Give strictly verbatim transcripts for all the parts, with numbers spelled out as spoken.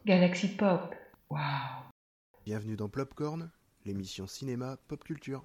Galaxy Pop. Waouh. Bienvenue dans Plopcorn, l'émission cinéma pop culture.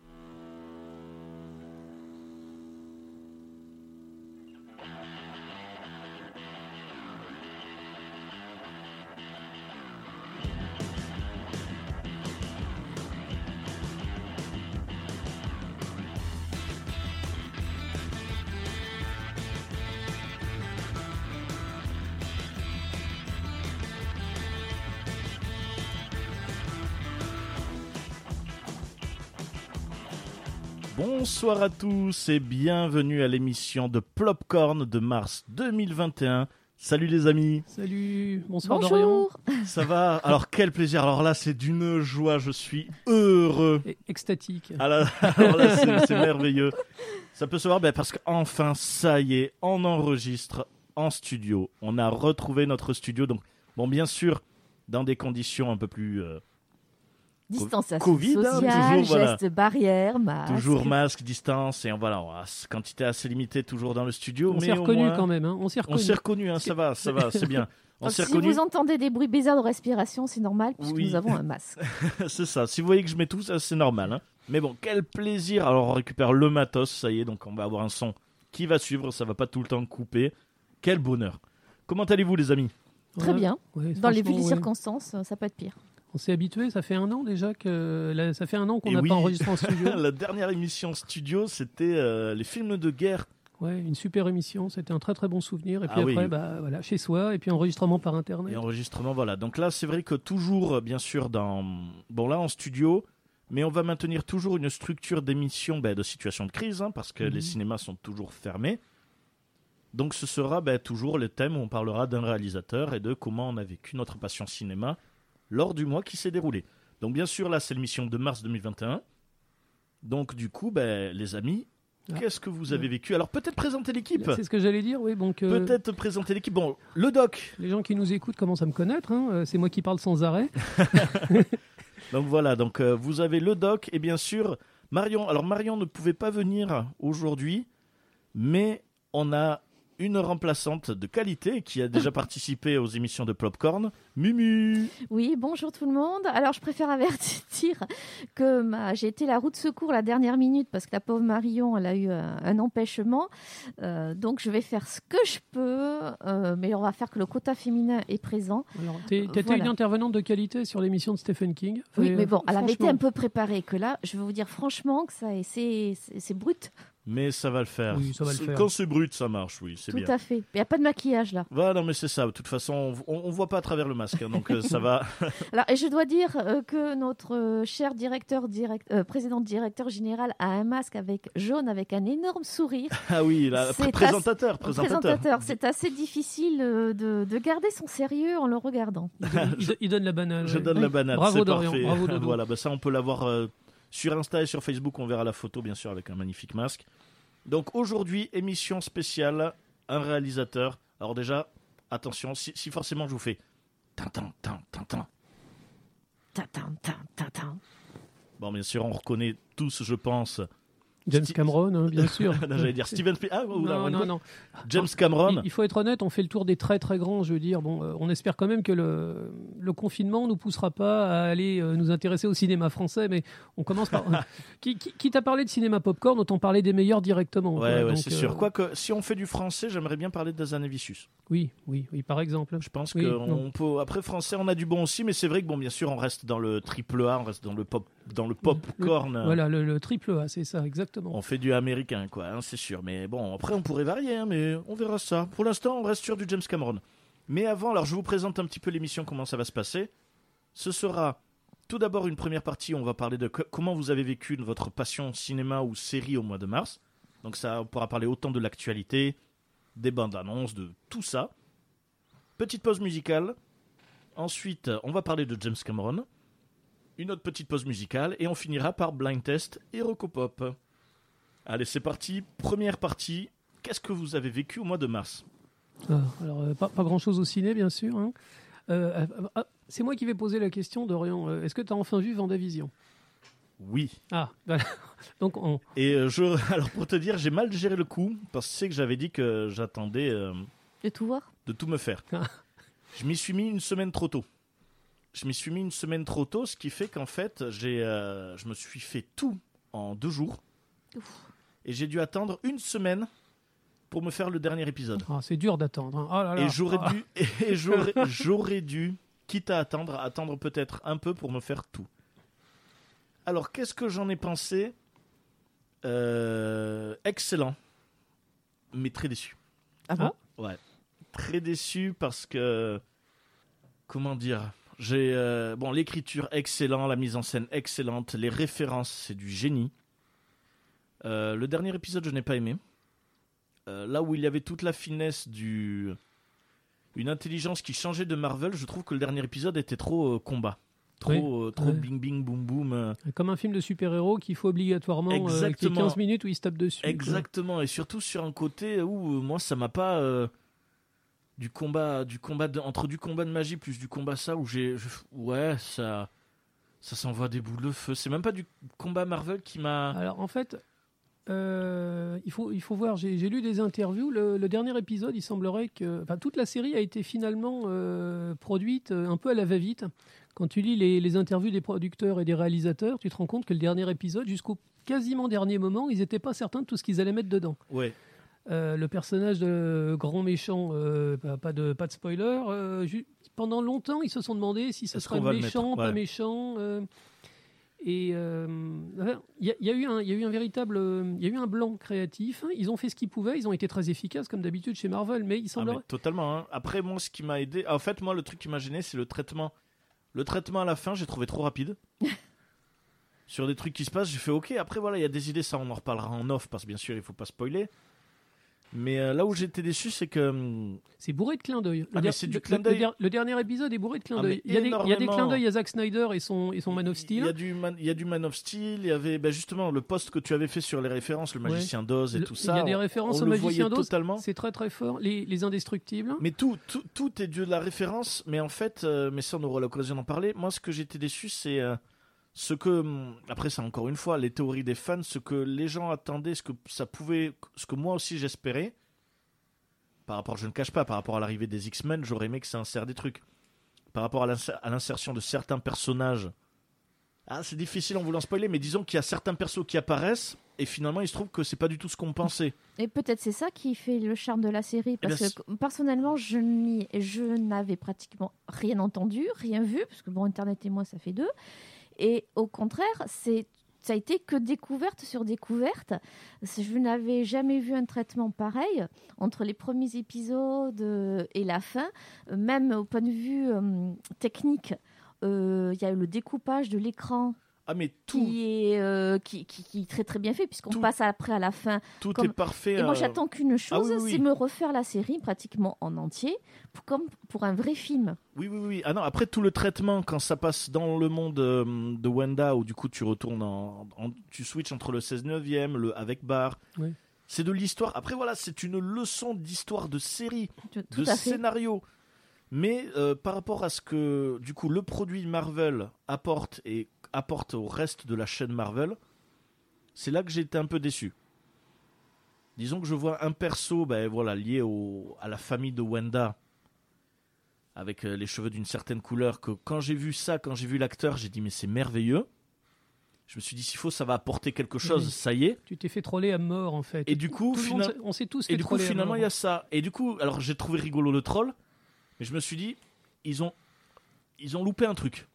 Bonsoir à tous et bienvenue à l'émission de Plopcorn de mars deux mille vingt et un. Salut les amis. Salut, bonsoir Bonjour. Dorian. Ça va? Alors quel plaisir. Alors là c'est d'une joie, je suis heureux. Et extatique. Ah là, alors là c'est, c'est merveilleux. Ça peut se voir ben, parce qu'enfin ça y est, on enregistre en studio. On a retrouvé notre studio. Donc bon bien sûr dans des conditions un peu plus... Euh, Distanciation Covid, hein, sociale, toujours, voilà. gestes barrières, masque. Toujours masque, distance, et voilà, on a quantité assez limitée toujours dans le studio. On mais s'est au reconnu moins, quand même. Hein. On s'est On reconnu. s'est reconnu, hein, ça va, ça va, c'est bien. On Donc, s'est si reconnu. vous entendez des bruits bizarres de respiration, c'est normal puisque Oui. nous avons un masque. C'est ça. Si vous voyez que je mets tout, ça, c'est normal. Hein. Mais bon, quel plaisir. Alors, on récupère le matos, ça y est, donc on va avoir un son qui va suivre, ça va pas tout le temps couper. Quel bonheur. Comment allez-vous, les amis? Très Ouais. bien. Ouais, Dans les, vu franchement, les ouais. circonstances, ça peut être pire. On s'est habitué, ça fait un an déjà que là, ça fait un an qu'on Et n'a oui. pas enregistré en studio. La dernière émission studio, c'était euh, les films de guerre. Ouais, une super émission, c'était un très très bon souvenir. Et puis Ah après, oui. bah voilà, chez soi, et puis enregistrement par internet. Et enregistrement, voilà. Donc là, c'est vrai que toujours, bien sûr, dans... Bon, là, en studio, mais on va maintenir toujours une structure d'émission ben, de situation de crise, hein, parce que Mhm. les cinémas sont toujours fermés. Donc ce sera ben, toujours le thème où on parlera d'un réalisateur et de comment on a vécu notre passion cinéma lors du mois qui s'est déroulé. Donc bien sûr, là, c'est l'émission de mars deux mille vingt et un. Donc du coup, ben, les amis, Ah. qu'est-ce que vous avez vécu? Alors peut-être présenter l'équipe. C'est ce que j'allais dire, oui. Donc euh, Peut-être présenter l'équipe. Bon, le doc. les gens qui nous écoutent commencent à me connaître. Hein. Euh, C'est moi qui parle sans arrêt. Donc voilà, donc euh, vous avez le doc et bien sûr Marion. Alors Marion ne pouvait pas venir aujourd'hui, mais on a une remplaçante de qualité qui a déjà participé aux émissions de Plopcorn, Mumu. Oui, bonjour tout le monde. Alors, je préfère avertir que ma... j'ai été la roue de secours la dernière minute parce que la pauvre Marion, elle a eu un, un empêchement. Euh, donc, je vais faire ce que je peux, euh, mais on va faire que le quota féminin est présent. Alors, t'es- t'étais Voilà. une intervenante de qualité sur l'émission de Stephen King. Oui, Fait, mais bon, elle avait été franchement, un peu préparée. Que là, je vais vous dire franchement que ça, c'est, c'est, c'est brut. Mais ça va le faire. Oui, ça va le C'est- faire. Quand c'est brut, ça marche, oui, c'est Tout bien. à fait. Il n'y a pas de maquillage là. Voilà, non mais c'est ça. De toute façon, on, on voit pas à travers le masque, hein, donc euh, ça va. Alors, et je dois dire euh, que notre euh, cher directeur, direct, euh, président directeur général a un masque avec jaune avec un énorme sourire. Ah oui, là, C'est présentateur, présentateur. Présentateur, c'est assez difficile euh, de, de garder son sérieux en le regardant. il, donne, il donne- il donne la banane. Je ouais. donne la banane, Bravo c'est Dorian, parfait. bravo Dodo. Voilà, bah ça on peut l'avoir euh, sur Insta et sur Facebook, on verra la photo bien sûr avec un magnifique masque. Donc aujourd'hui, émission spéciale, un réalisateur. Alors déjà, attention, si, si forcément je vous fais Tintin, Tintin, Tintin. Tintin, tintin, tintin. Bon, bien sûr, on reconnaît tous, je pense. James Sti- Cameron, hein, bien sûr. Non, j'allais dire Steven Spielberg. Ah, oula, Non, on non, voit- non. James Il, Cameron. il faut être honnête, on fait le tour des très très grands, je veux dire. Bon, euh, on espère quand même que le, le confinement nous poussera pas à aller euh, nous intéresser au cinéma français, mais on commence par... qui, qui, qui t'a parlé de cinéma popcorn, autant parler des meilleurs directement. Ouais, quoi. ouais, Donc, c'est euh, sûr. Quoique, si on fait du français, j'aimerais bien parler d'Azanavicius. Oui, oui, oui, par exemple. Je pense Oui, que non. on peut. Après français, on a du bon aussi, mais c'est vrai que bon, bien sûr, on reste dans le triple A, on reste dans le pop, dans le popcorn. Voilà, le, le triple A, c'est ça, exactement. On fait du américain, quoi, hein, c'est sûr. Mais bon, après, on pourrait varier, hein, mais on verra ça. Pour l'instant, on reste sur du James Cameron. Mais avant, alors, je vous présente un petit peu l'émission, comment ça va se passer. Ce sera tout d'abord une première partie où on va parler de co- comment vous avez vécu votre passion cinéma ou série au mois de mars. Donc ça, on pourra parler autant de l'actualité, des bandes annonces, de tout ça. Petite pause musicale. Ensuite, on va parler de James Cameron. Une autre petite pause musicale. Et on finira par Blind Test et Rocopop. Allez, c'est parti. Première partie. Qu'est-ce que vous avez vécu au mois de mars? Ah, alors, euh, pas, pas grand-chose au ciné, bien sûr. Hein. Euh, euh, euh, c'est moi qui vais poser la question, Dorian. Euh, Est-ce que tu as enfin vu Vendavision? Oui. Ah, voilà. Donc, on... Et euh, je, alors pour te dire, j'ai mal géré le coup parce que c'est que j'avais dit que j'attendais euh, De tout voir. de tout me faire. Je m'y suis mis une semaine trop tôt. je m'y suis mis une semaine trop tôt, ce qui fait qu'en fait, j'ai, euh, je me suis fait tout en deux jours. Ouf. Et j'ai dû attendre une semaine pour me faire le dernier épisode. Ah, c'est dur d'attendre. Hein. Oh là là. Et j'aurais ah. dû, et j'aurais, j'aurais dû, quitte à attendre, attendre peut-être un peu pour me faire tout. Alors, qu'est-ce que j'en ai pensé ? euh, Excellent, mais très déçu. Ah bon ? Ouais, très déçu parce que, comment dire, j'ai euh, bon l'écriture excellente, la mise en scène excellente, les références c'est du génie. Euh, le dernier épisode je n'ai pas aimé. Euh, là où il y avait toute la finesse du, une intelligence qui changeait de Marvel, je trouve que le dernier épisode était trop euh, combat. Trop, oui, euh, trop ouais. bing bing boum boum. Euh. Comme un film de super-héros qu'il faut obligatoirement euh, qu'il y ait quinze minutes où il se tape dessus. Exactement, quoi. Et surtout sur un côté où euh, moi ça m'a pas euh, du combat, du combat de, entre du combat de magie plus du combat ça où j'ai, je, ouais ça, ça s'envoie des boules de feu. C'est même pas du combat Marvel qui m'a. Alors en fait. Euh, il, faut, il faut voir, j'ai, j'ai lu des interviews, le, le dernier épisode, il semblerait que... Enfin, toute la série a été finalement euh, produite un peu à la va-vite. Quand tu lis les, les interviews des producteurs et des réalisateurs, tu te rends compte que le dernier épisode, jusqu'au quasiment dernier moment, ils n'étaient pas certains de tout ce qu'ils allaient mettre dedans. Ouais. Euh, le personnage de grand méchant, euh, pas, pas, de, pas de spoiler, euh, ju- pendant longtemps, ils se sont demandé si ce Est-ce serait méchant, ouais. pas méchant... Euh, Et il euh, y, y, y a eu un véritable, il y a eu un blanc créatif. Ils ont fait ce qu'ils pouvaient. Ils ont été très efficaces comme d'habitude chez Marvel, mais il semblerait. Ah, mais totalement. Hein. Après, moi, ce qui m'a aidé, en fait, moi, le truc qui m'a gêné, c'est le traitement. Le traitement à la fin, j'ai trouvé trop rapide. Sur des trucs qui se passent, j'ai fait OK. Après, voilà, il y a des idées, ça, on en reparlera en off parce que bien sûr, il faut pas spoiler. Mais euh, là où j'étais déçu, c'est que hum... c'est bourré de clins d'œil. Le, ah, der- c'est du le, clin d'œil. le, le dernier épisode est bourré de clins ah, d'œil. Il y, a des, il y a des clins d'œil à Zack Snyder et son, et son Man of Steel. Il y a du Man, il y a du Man of Steel. Il y avait bah, justement le post que tu avais fait sur les références, le Magicien ouais. d'Oz et le, tout ça. Il y a des références on, au on Magicien d'Oz. Totalement. C'est très très fort. Les, les Indestructibles. Mais tout, tout, tout est dû de la référence. Mais en fait, euh, mais ça on aura l'occasion d'en parler. Moi, ce que j'étais déçu, c'est euh, ce que après ça encore une fois les théories des fans, ce que les gens attendaient, ce que ça pouvait, ce que moi aussi j'espérais. Par rapport, je ne cache pas, par rapport à l'arrivée des X-Men, j'aurais aimé que ça insère des trucs. Par rapport à, l'inser- à l'insertion de certains personnages, ah, c'est difficile en voulant spoiler, mais disons qu'il y a certains persos qui apparaissent et finalement il se trouve que c'est pas du tout ce qu'on pensait. Et peut-être c'est ça qui fait le charme de la série, parce eh que personnellement, je, n'y, je n'avais pratiquement rien entendu, rien vu, parce que bon, Internet et moi, ça fait deux. Et au contraire, c'est ça a été que découverte sur découverte. Je n'avais jamais vu un traitement pareil entre les premiers épisodes et la fin. Même au point de vue euh, technique, il euh, y a le découpage de l'écran ah, mais tout... qui, est, euh, qui, qui, qui est très très bien fait, puisqu'on tout... passe après à la fin. Tout comme... est parfait. Et moi, j'attends qu'une chose, ah, oui, oui. c'est me refaire la série pratiquement en entier, pour, comme pour un vrai film. Oui, oui, oui. Ah non, après, tout le traitement, quand ça passe dans le monde euh, de Wanda, où du coup, tu retournes en, en... Tu switches entre le seize neuvième, le avec Barr. Oui. C'est de l'histoire. Après, voilà, c'est une leçon d'histoire, de série, tout de scénario. Mais euh, par rapport à ce que, du coup, le produit Marvel apporte et apporte au reste de la chaîne Marvel, c'est là que j'ai été un peu déçu. Disons que je vois un perso ben, voilà, lié au, à la famille de Wanda, avec euh, les cheveux d'une certaine couleur, que quand j'ai vu ça, quand j'ai vu l'acteur, j'ai dit mais c'est merveilleux. Je me suis dit s'il faut ça va apporter quelque chose, oui. Ça y est. Tu t'es fait troller à mort en fait. Et du coup, Tout fina... sait, on s'est tous fait et du coup finalement il y a mort. ça. Et du coup, alors j'ai trouvé rigolo le troll, mais je me suis dit ils ont, ils ont loupé un truc.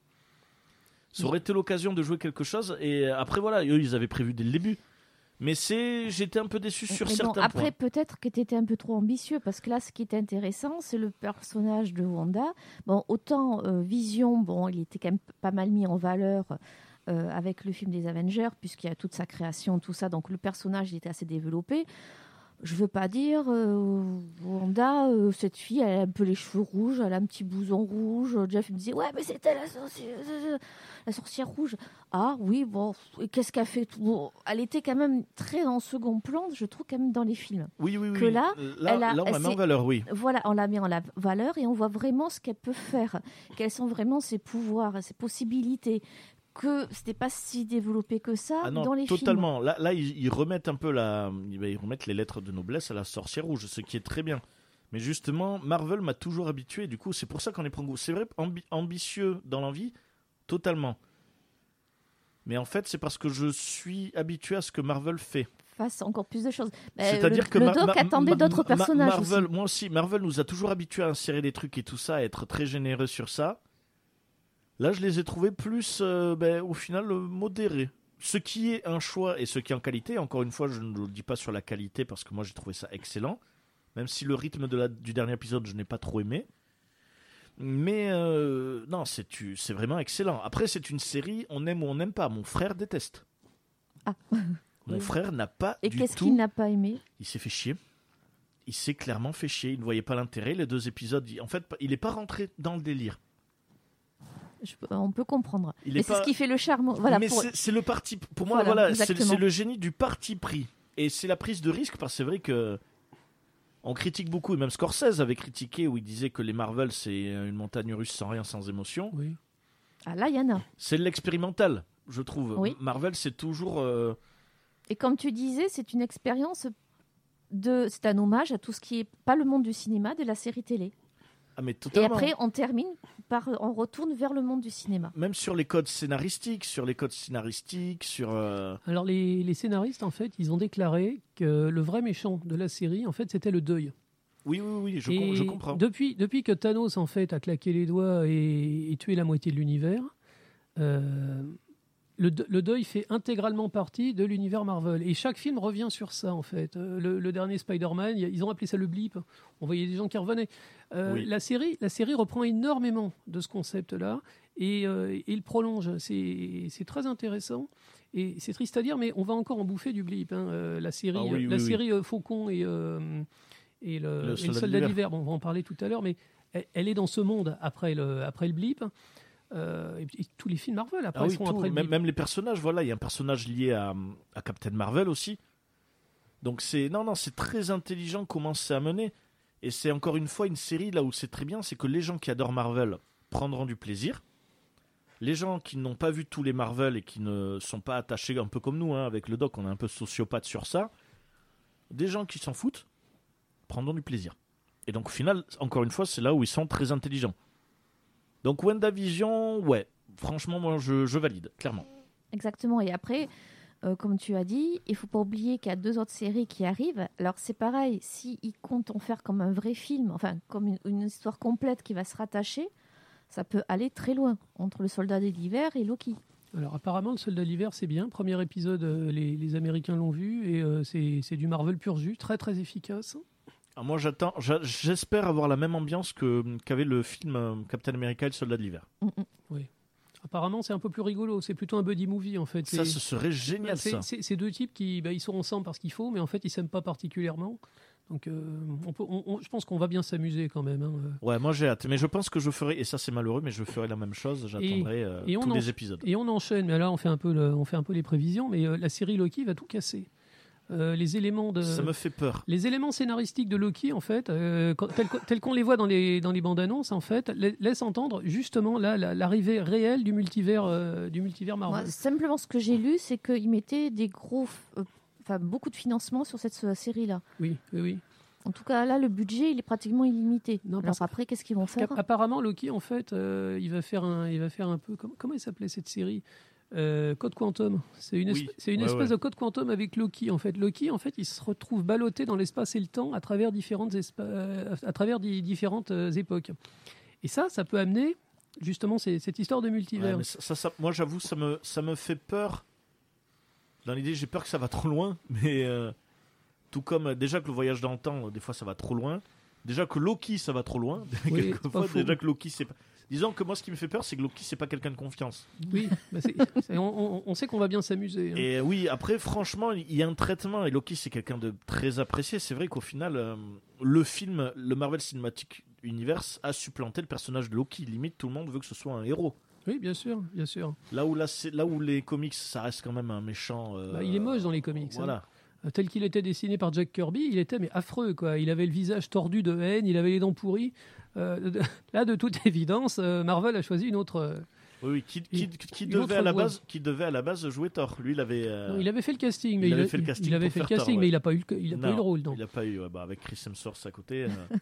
Ça aurait été l'occasion de jouer quelque chose. Et après, voilà, eux, ils avaient prévu dès le début. Mais c'est... j'étais un peu déçu sur et certains bon, après, points. Après, peut-être que tu étais un peu trop ambitieux. Parce que là, ce qui est intéressant, c'est le personnage de Wanda. Bon, autant euh, Vision, bon, il était quand même pas mal mis en valeur euh, avec le film des Avengers, puisqu'il y a toute sa création, tout ça. Donc, le personnage, il était assez développé. Je veux pas dire, euh, Wanda, euh, cette fille, elle a un peu les cheveux rouges, elle a un petit blouson rouge. Jeff me disait, ouais, mais c'était la sorcière, la sorcière rouge. Ah oui, bon, et qu'est-ce qu'elle fait bon, elle était quand même très en second plan, je trouve, quand même dans les films. Oui, oui, oui. Que là, là, elle a, là on elle la met en valeur, oui. Voilà, on la met en la valeur et on voit vraiment ce qu'elle peut faire, quels sont vraiment ses pouvoirs, ses possibilités. Que c'était pas si développé que ça ah non, dans les totalement. films. Là, là ils, ils remettent un peu la, ils remettent les lettres de noblesse à la sorcière rouge, ce qui est très bien. Mais justement, Marvel m'a toujours habitué. Du coup, c'est pour ça qu'on y prend goût. C'est vrai, ambi- ambitieux dans l'envie, totalement. Mais en fait, c'est parce que je suis habitué à ce que Marvel fait. Fasse encore plus de choses. Bah, C'est-à-dire le, que le ma- doc ma- attendait ma- d'autres ma- personnages Marvel, aussi. moi aussi, Marvel nous a toujours habitués à insérer des trucs et tout ça, à être très généreux sur ça. Là, je les ai trouvés plus, euh, ben, au final, euh, modérés. Ce qui est un choix et ce qui est en qualité. Encore une fois, je ne le dis pas sur la qualité parce que moi, j'ai trouvé ça excellent. Même si le rythme de la, du dernier épisode, je n'ai pas trop aimé. Mais euh, non, c'est, tu, c'est vraiment excellent. Après, c'est une série, on aime ou on n'aime pas. Mon frère déteste. Ah. Mon Oui. frère n'a pas Et du qu'est-ce tout... qu'il n'a pas aimé? Il s'est fait chier. Il s'est clairement fait chier. Il ne voyait pas l'intérêt. Les deux épisodes, il- en fait, il n'est pas rentré dans le délire. Je- on peut comprendre. Il Et est c'est pas- ce qui fait le charme. Voilà, Mais pour- c'est, c'est le parti. Pour moi, Voilà, voilà, c'est, exactement. c'est le génie du parti pris. Et c'est la prise de risque parce que c'est vrai que on critique beaucoup. Et même Scorsese avait critiqué où il disait que les Marvel c'est une montagne russe sans rien, sans émotion. Oui. Ah là, il y en a. C'est de l'expérimental, je trouve. Oui. Marvel, c'est toujours. euh, Et comme tu disais, c'est une expérience de. C'est un hommage à tout ce qui est pas le monde du cinéma, de la série télé. Ah mais Et totalement. après, on termine par. On retourne vers le monde du cinéma. Même sur les codes scénaristiques, sur les codes scénaristiques, sur. euh, Alors les, les scénaristes, en fait, ils ont déclaré que le vrai méchant de la série, en fait, c'était le deuil. Oui, oui, oui, je, Et com- je comprends. Depuis, depuis que Thanos, en fait, a claqué les doigts et, et tué la moitié de l'univers, euh, le, de- le deuil fait intégralement partie de l'univers Marvel. Et chaque film revient sur ça, en fait. Euh, Le, le dernier Spider-Man, y a- ils ont appelé ça le blip. On voyait des gens qui revenaient. Euh, Oui. la, série, la série reprend énormément de ce concept-là et, euh, et il prolonge. C'est c'est très intéressant. Et c'est triste à dire, mais on va encore en bouffer du blip. hein. Euh, la série, Ah oui, la oui, oui. série euh, Faucon et, euh, et le, Le et le Soldat soldat d'hiver. d'hiver, bon, on va en parler tout à l'heure, mais elle, elle est dans ce monde après le, après le blip. Euh, et, et tous les films Marvel après Ah oui, sont tout, après le même, blip. même les personnages, voilà, il y a un personnage lié à, à Captain Marvel aussi. Donc c'est non, non, c'est très intelligent comment c'est amené. Et c'est encore une fois une série là où c'est très bien, c'est que les gens qui adorent Marvel prendront du plaisir. Les gens qui n'ont pas vu tous les Marvel et qui ne sont pas attachés, un peu comme nous, hein, avec le doc, on est un peu sociopathe sur ça. Des gens qui s'en foutent prendront du plaisir. Et donc au final, encore une fois, c'est là où ils sont très intelligents. Donc WandaVision, ouais, franchement, moi je, je valide, clairement. Exactement. Et après, euh, comme tu as dit, il faut pas oublier qu'il y a deux autres séries qui arrivent. Alors c'est pareil, s'ils comptent en faire comme un vrai film, enfin comme une, une histoire complète qui va se rattacher, ça peut aller très loin entre le Soldat de l'hiver et Loki. Alors apparemment, le soldat d'hiver, c'est bien. Premier épisode, euh, les, les Américains l'ont vu et euh, c'est c'est du Marvel pur jus, très très efficace. Alors moi j'attends, j'a- j'espère avoir la même ambiance que, qu'avait le film euh, Captain America et le Soldat de l'hiver. Mm, mm. Apparemment, c'est un peu plus rigolo. C'est plutôt un buddy movie en fait. Ça, C'est- ce serait génial c'est- ça. c'est c'est deux types qui bah, ils sont ensemble parce qu'il faut, mais en fait, ils s'aiment pas particulièrement. Donc, euh, on peut, on- on- je pense qu'on va bien s'amuser quand même. hein. Ouais, moi j'ai hâte. Mais je pense que je ferai, et ça c'est malheureux, mais je ferai la même chose, j'attendrai euh, et on tous en- les épisodes. Et on enchaîne. Mais là, on fait un peu, le- on fait un peu les prévisions. Mais euh, la série Loki va tout casser. Euh, les éléments de Ça me fait peur. Les éléments scénaristiques de Loki, en fait, euh, quand- tels, que- tels qu'on les voit dans les, dans les bandes annonces, en fait, la- laissent entendre justement là, la- l'arrivée réelle du multivers, euh, du multivers Marvel. Moi, simplement, ce que j'ai lu, c'est qu'ils mettaient des gros, euh, enfin beaucoup de financement sur cette euh, série-là. Oui, oui, oui. En tout cas, là, le budget, il est pratiquement illimité. Non, Alors parce que- après, qu'est-ce qu'ils vont faire? Cap- Apparemment, Loki, en fait, euh, il va faire un, il va faire un peu. Comment, comment il s'appelait cette série Euh, Code Quantum. C'est une, Oui. esp- c'est une Ouais, espèce ouais. de Code Quantum avec Loki. En fait, Loki, en fait, il se retrouve ballotté dans l'espace et le temps à travers différentes, espa- euh, à travers di- différentes euh, époques. Et ça, ça peut amener justement ces- cette histoire de multivers. Ouais, mais ça, ça- ça- moi j'avoue, ça me, ça me fait peur. Dans l'idée, j'ai peur que ça va trop loin, mais euh, tout comme euh, déjà que le voyage dans le temps, euh, des fois ça va trop loin. Déjà que Loki, ça va trop loin. Oui, c'est Quelquefois, pas faux. déjà que Loki, c'est pas. Disons que moi, ce qui me fait peur, c'est que Loki, c'est pas quelqu'un de confiance. Oui, bah c'est- c'est- on, on- on sait qu'on va bien s'amuser. hein. Et oui, après, franchement, il y a un traitement, et Loki, c'est quelqu'un de très apprécié. C'est vrai qu'au final, euh, le film, le Marvel Cinematic Universe, a supplanté le personnage de Loki. Limite, tout le monde veut que ce soit un héros. Oui, bien sûr, bien sûr. Là où, là, c'est- là où les comics, ça reste quand même un méchant. euh, Bah, il est moche dans les comics. hein. Voilà. Euh, Tel qu'il était dessiné par Jack Kirby, il était mais affreux quoi. Il avait le visage tordu de haine, il avait les dents pourries. Euh, de- là, de toute évidence, euh, Marvel a choisi une autre. euh, Oui, oui, qui, qui, qui Une devait autre à la voix. base, qui devait à la base jouer Thor. Lui, il avait. euh, non, il avait fait le casting, mais il il, avait a- fait le casting il avait pour fait le faire casting, Thor, mais ouais. il n'a pas eu, le- il a pas eu non, le rôle. Non. Il a pas eu, ouais, bah, avec Chris Hemsworth à côté. euh,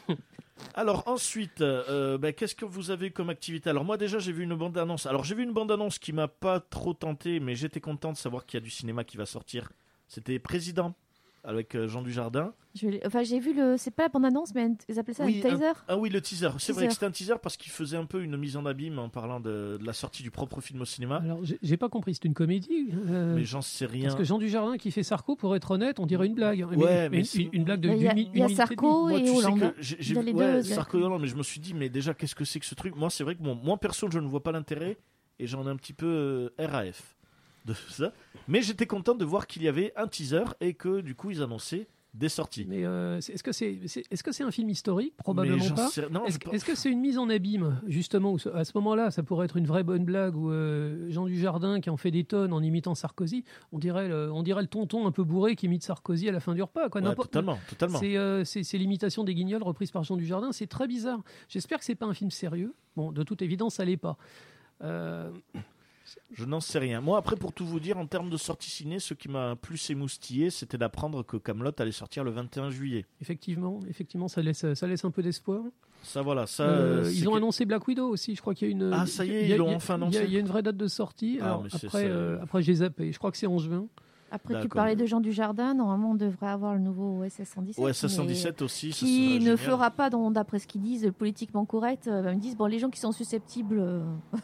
Alors ensuite, euh, bah, qu'est-ce que vous avez comme activité? Alors moi déjà j'ai vu une bande-annonce. Alors j'ai vu une bande-annonce qui m'a pas trop tenté, mais j'étais content de savoir qu'il y a du cinéma qui va sortir. C'était Président avec euh, Jean Dujardin. Je l'ai- enfin, j'ai vu le. C'est pas la bande-annonce, mais un- ils appelaient ça Oui, un teaser. Ah oui, le teaser. C'est vrai Teaser. que c'était un teaser parce qu'il faisait un peu une mise en abîme en parlant de, de la sortie du propre film au cinéma. Alors, j'ai j'ai pas compris, c'est une comédie euh, Mais j'en sais rien. Parce que Jean Dujardin qui fait Sarko, pour être honnête, on dirait une blague. Ouais, mais une, c'est- une- une blague de Mais il y a- d'une il y a minute et Sarko demie. Moi, et tu sais Hollande. que j'ai, j'ai Dans vu les ouais, deux, Sarko et Hollande, mais je me suis dit, mais déjà, qu'est-ce que c'est que ce truc? Moi, c'est vrai que bon, moi, perso, je ne vois pas l'intérêt et j'en ai un petit peu euh, R A F de ça. Mais j'étais content de voir qu'il y avait un teaser et que du coup, ils annonçaient des sorties. Mais euh, c'est- est-ce que c'est c'est- est-ce que c'est un film historique? Mais Probablement j'en pas. sais- non, Est-ce je que- pense- est-ce que c'est une mise en abîme, justement, où ce- à ce moment-là, ça pourrait être une vraie bonne blague où euh, Jean Dujardin, qui en fait des tonnes en imitant Sarkozy, on dirait le, on dirait le tonton un peu bourré qui imite Sarkozy à la fin du repas. Quoi. Ouais, N'importe- totalement, totalement. C'est euh, c'est- c'est l'imitation des Guignols reprise par Jean Dujardin. C'est très bizarre. J'espère que c'est pas un film sérieux. Bon, de toute évidence, ça l'est pas. Euh, Je n'en sais rien. Moi, après, pour tout vous dire, en termes de sortie ciné, ce qui m'a plus émoustillé, c'était d'apprendre que Kaamelott allait sortir le vingt et un juillet. effectivement, effectivement, ça laisse, ça laisse un peu d'espoir. Ça, voilà. Ça, Euh, c'est ils ont que- annoncé Black Widow aussi. Je crois qu'il y a une. Ah, ça y est, il y a- ils l'ont il y a- enfin il y a- annoncé. Il y a une vraie date de sortie. Ah, Alors, mais c'est après, ça. euh, après j'ai zappé. Je crois que c'est en juin. Après, tu D'accord. parlais de Jean Dujardin. Normalement, on devrait avoir le nouveau O S S cent dix-sept. Ouais, ça cent mais dix-sept aussi. ça Qui serait ne génial. fera pas, dans- d'après ce qu'ils disent, le politiquement correct. euh, ils disent bon, les gens qui sont susceptibles euh,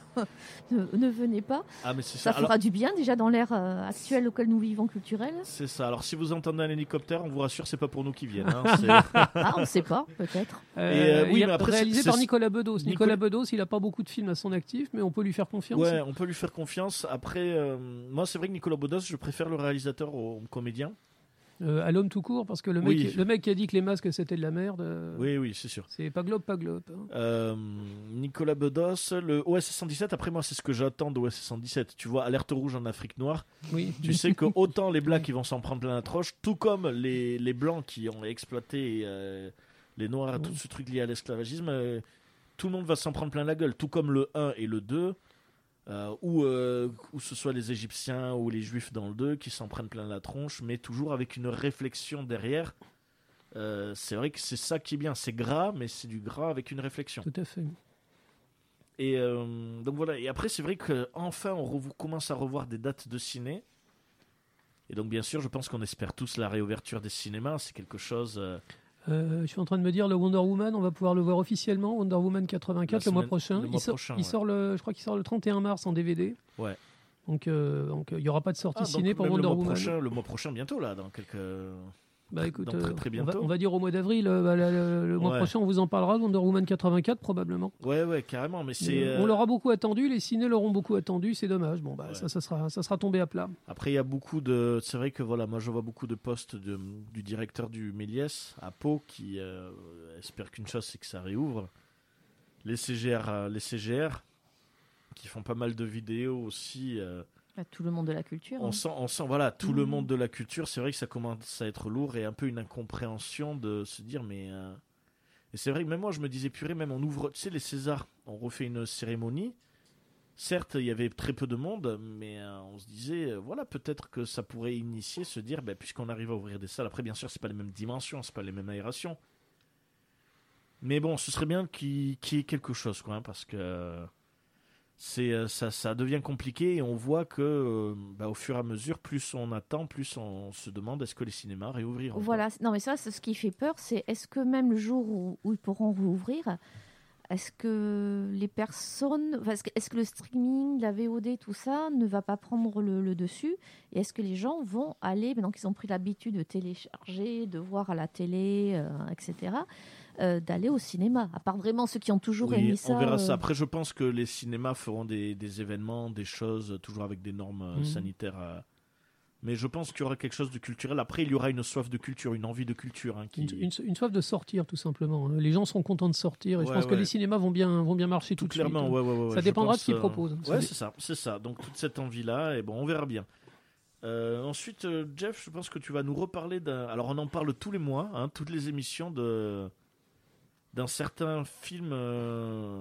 ne, ne venez pas. Ah, mais c'est Ça ça. Alors, fera du bien déjà dans l'ère euh, actuelle auquel nous vivons culturelle. c'est ça. Alors, si vous entendez un hélicoptère, on vous rassure, c'est pas pour nous qui viennent. hein, c'est- Ah, on ne sait pas, peut-être. Euh, euh, oui, il y a- mais après, réalisé c'est- par c'est- Nicolas Bedos. Nicolas- Nicolas Bedos, il n'a pas beaucoup de films à son actif, mais on peut lui faire confiance. Ouais, on peut lui faire confiance. Après, euh, moi, c'est vrai que Nicolas Bedos, je préfère le réalisateur au comédien. Euh, à l'homme tout court, parce que le mec, Oui. le mec qui a dit que les masques c'était de la merde, euh, Oui, oui, c'est sûr. c'est pas globe, pas globe. hein. Euh, Nicolas Bedos, le O S S cent dix-sept, après moi c'est ce que j'attends de O S S cent dix-sept. Tu vois, alerte rouge en Afrique noire. Oui. Tu sais que autant les blacks ils vont s'en prendre plein la troche, tout comme les, les blancs qui ont exploité euh, les noirs, tout ce truc lié à l'esclavagisme, euh, tout le monde va s'en prendre plein la gueule. Tout comme le un et le deux, euh, ou euh, où ce soit les Égyptiens ou les Juifs dans le deux qui s'en prennent plein la tronche, mais toujours avec une réflexion derrière. Euh, c'est vrai que c'est ça qui est bien. C'est gras, mais c'est du gras avec une réflexion. Tout à fait. Et euh, donc voilà. Et après, c'est vrai qu'enfin, on revo- commence à revoir des dates de ciné. Et donc, bien sûr, je pense qu'on espère tous la réouverture des cinémas. C'est quelque chose. euh, Euh, je suis en train de me dire le Wonder Woman, on va pouvoir le voir officiellement, Wonder Woman quatre-vingt-quatre La le mois semaine- prochain. le il mois sort, prochain, il ouais. sort le, je crois qu'il sort le trente et un mars en D V D. Ouais. Donc, euh, donc euh, il n'y aura pas de sortie ah, ciné donc pour même Wonder le mois Woman. prochain, le mois prochain, bientôt là, dans quelques. Bah écoute, dans très, très euh, on, va, bientôt. on va dire au mois d'avril, euh, bah, la- la- le mois Ouais. prochain, on vous en parlera de Wonder Woman quatre-vingt-quatre probablement. Ouais, ouais, carrément. Mais c'est. Euh, euh, On l'aura beaucoup attendu, les ciné l'auront beaucoup attendu, c'est dommage. Bon, bah Ouais. ça, ça sera, ça sera tombé à plat. Après, il y a beaucoup de. C'est vrai que voilà, moi je vois beaucoup de posts de- du directeur du Méliès à Pau qui euh, espère qu'une chose, c'est que ça réouvre. Les C G R, euh, les C G R qui font pas mal de vidéos aussi. euh, À tout le monde de la culture. on hein. sent, on sent, voilà, tout le Mhm. monde de la culture. C'est vrai que ça commence à être lourd et un peu une incompréhension de se dire, mais. euh, Et c'est vrai que même moi, je me disais, purée, même on ouvre, tu sais, les Césars, on refait une cérémonie. Certes, il y avait très peu de monde, mais euh, on se disait, euh, voilà, peut-être que ça pourrait initier, se dire, ben, puisqu'on arrive à ouvrir des salles, après, bien sûr, c'est pas les mêmes dimensions, c'est pas les mêmes aérations. Mais bon, ce serait bien qu'il qu'il y ait quelque chose, quoi, hein, parce que euh, c'est, euh, ça, ça devient compliqué et on voit que, euh, bah, au fur et à mesure, plus on attend, plus on se demande est-ce que les cinémas réouvriront. quoi. Voilà. Non, mais ça, c'est ce qui fait peur, c'est est-ce que même le jour où, où ils pourront rouvrir, est-ce que les personnes, enfin, est-ce que, est-ce que le streaming, la V O D, tout ça ne va pas prendre le, le dessus? Et est-ce que les gens vont aller, maintenant qu'ils ont pris l'habitude de télécharger, de voir à la télé, euh, et cetera, euh, d'aller au cinéma? À part vraiment ceux qui ont toujours Oui, aimé ça. on verra euh, ça. Après, je pense que les cinémas feront des, des événements, des choses, toujours avec des normes euh, Mhm. sanitaires. euh. Mais je pense qu'il y aura quelque chose de culturel. Après, il y aura une soif de culture, une envie de culture. hein, qui... Une, une- une soif de sortir, tout simplement. Les gens seront contents de sortir et je Ouais, pense que ouais. les cinémas vont bien, vont bien marcher tout, Tout de suite. clairement, ouais, ouais, ouais, Ça ouais, je dépendra de pense, ce qu'ils euh, proposent. Ouais, Ça c'est ça, c'est ça. Donc toute cette envie-là, et bon, on verra bien. Euh, ensuite, euh, Jeff, je pense que tu vas nous reparler d'un. Alors, on en parle tous les mois, hein, toutes les émissions de d'un certain film. euh,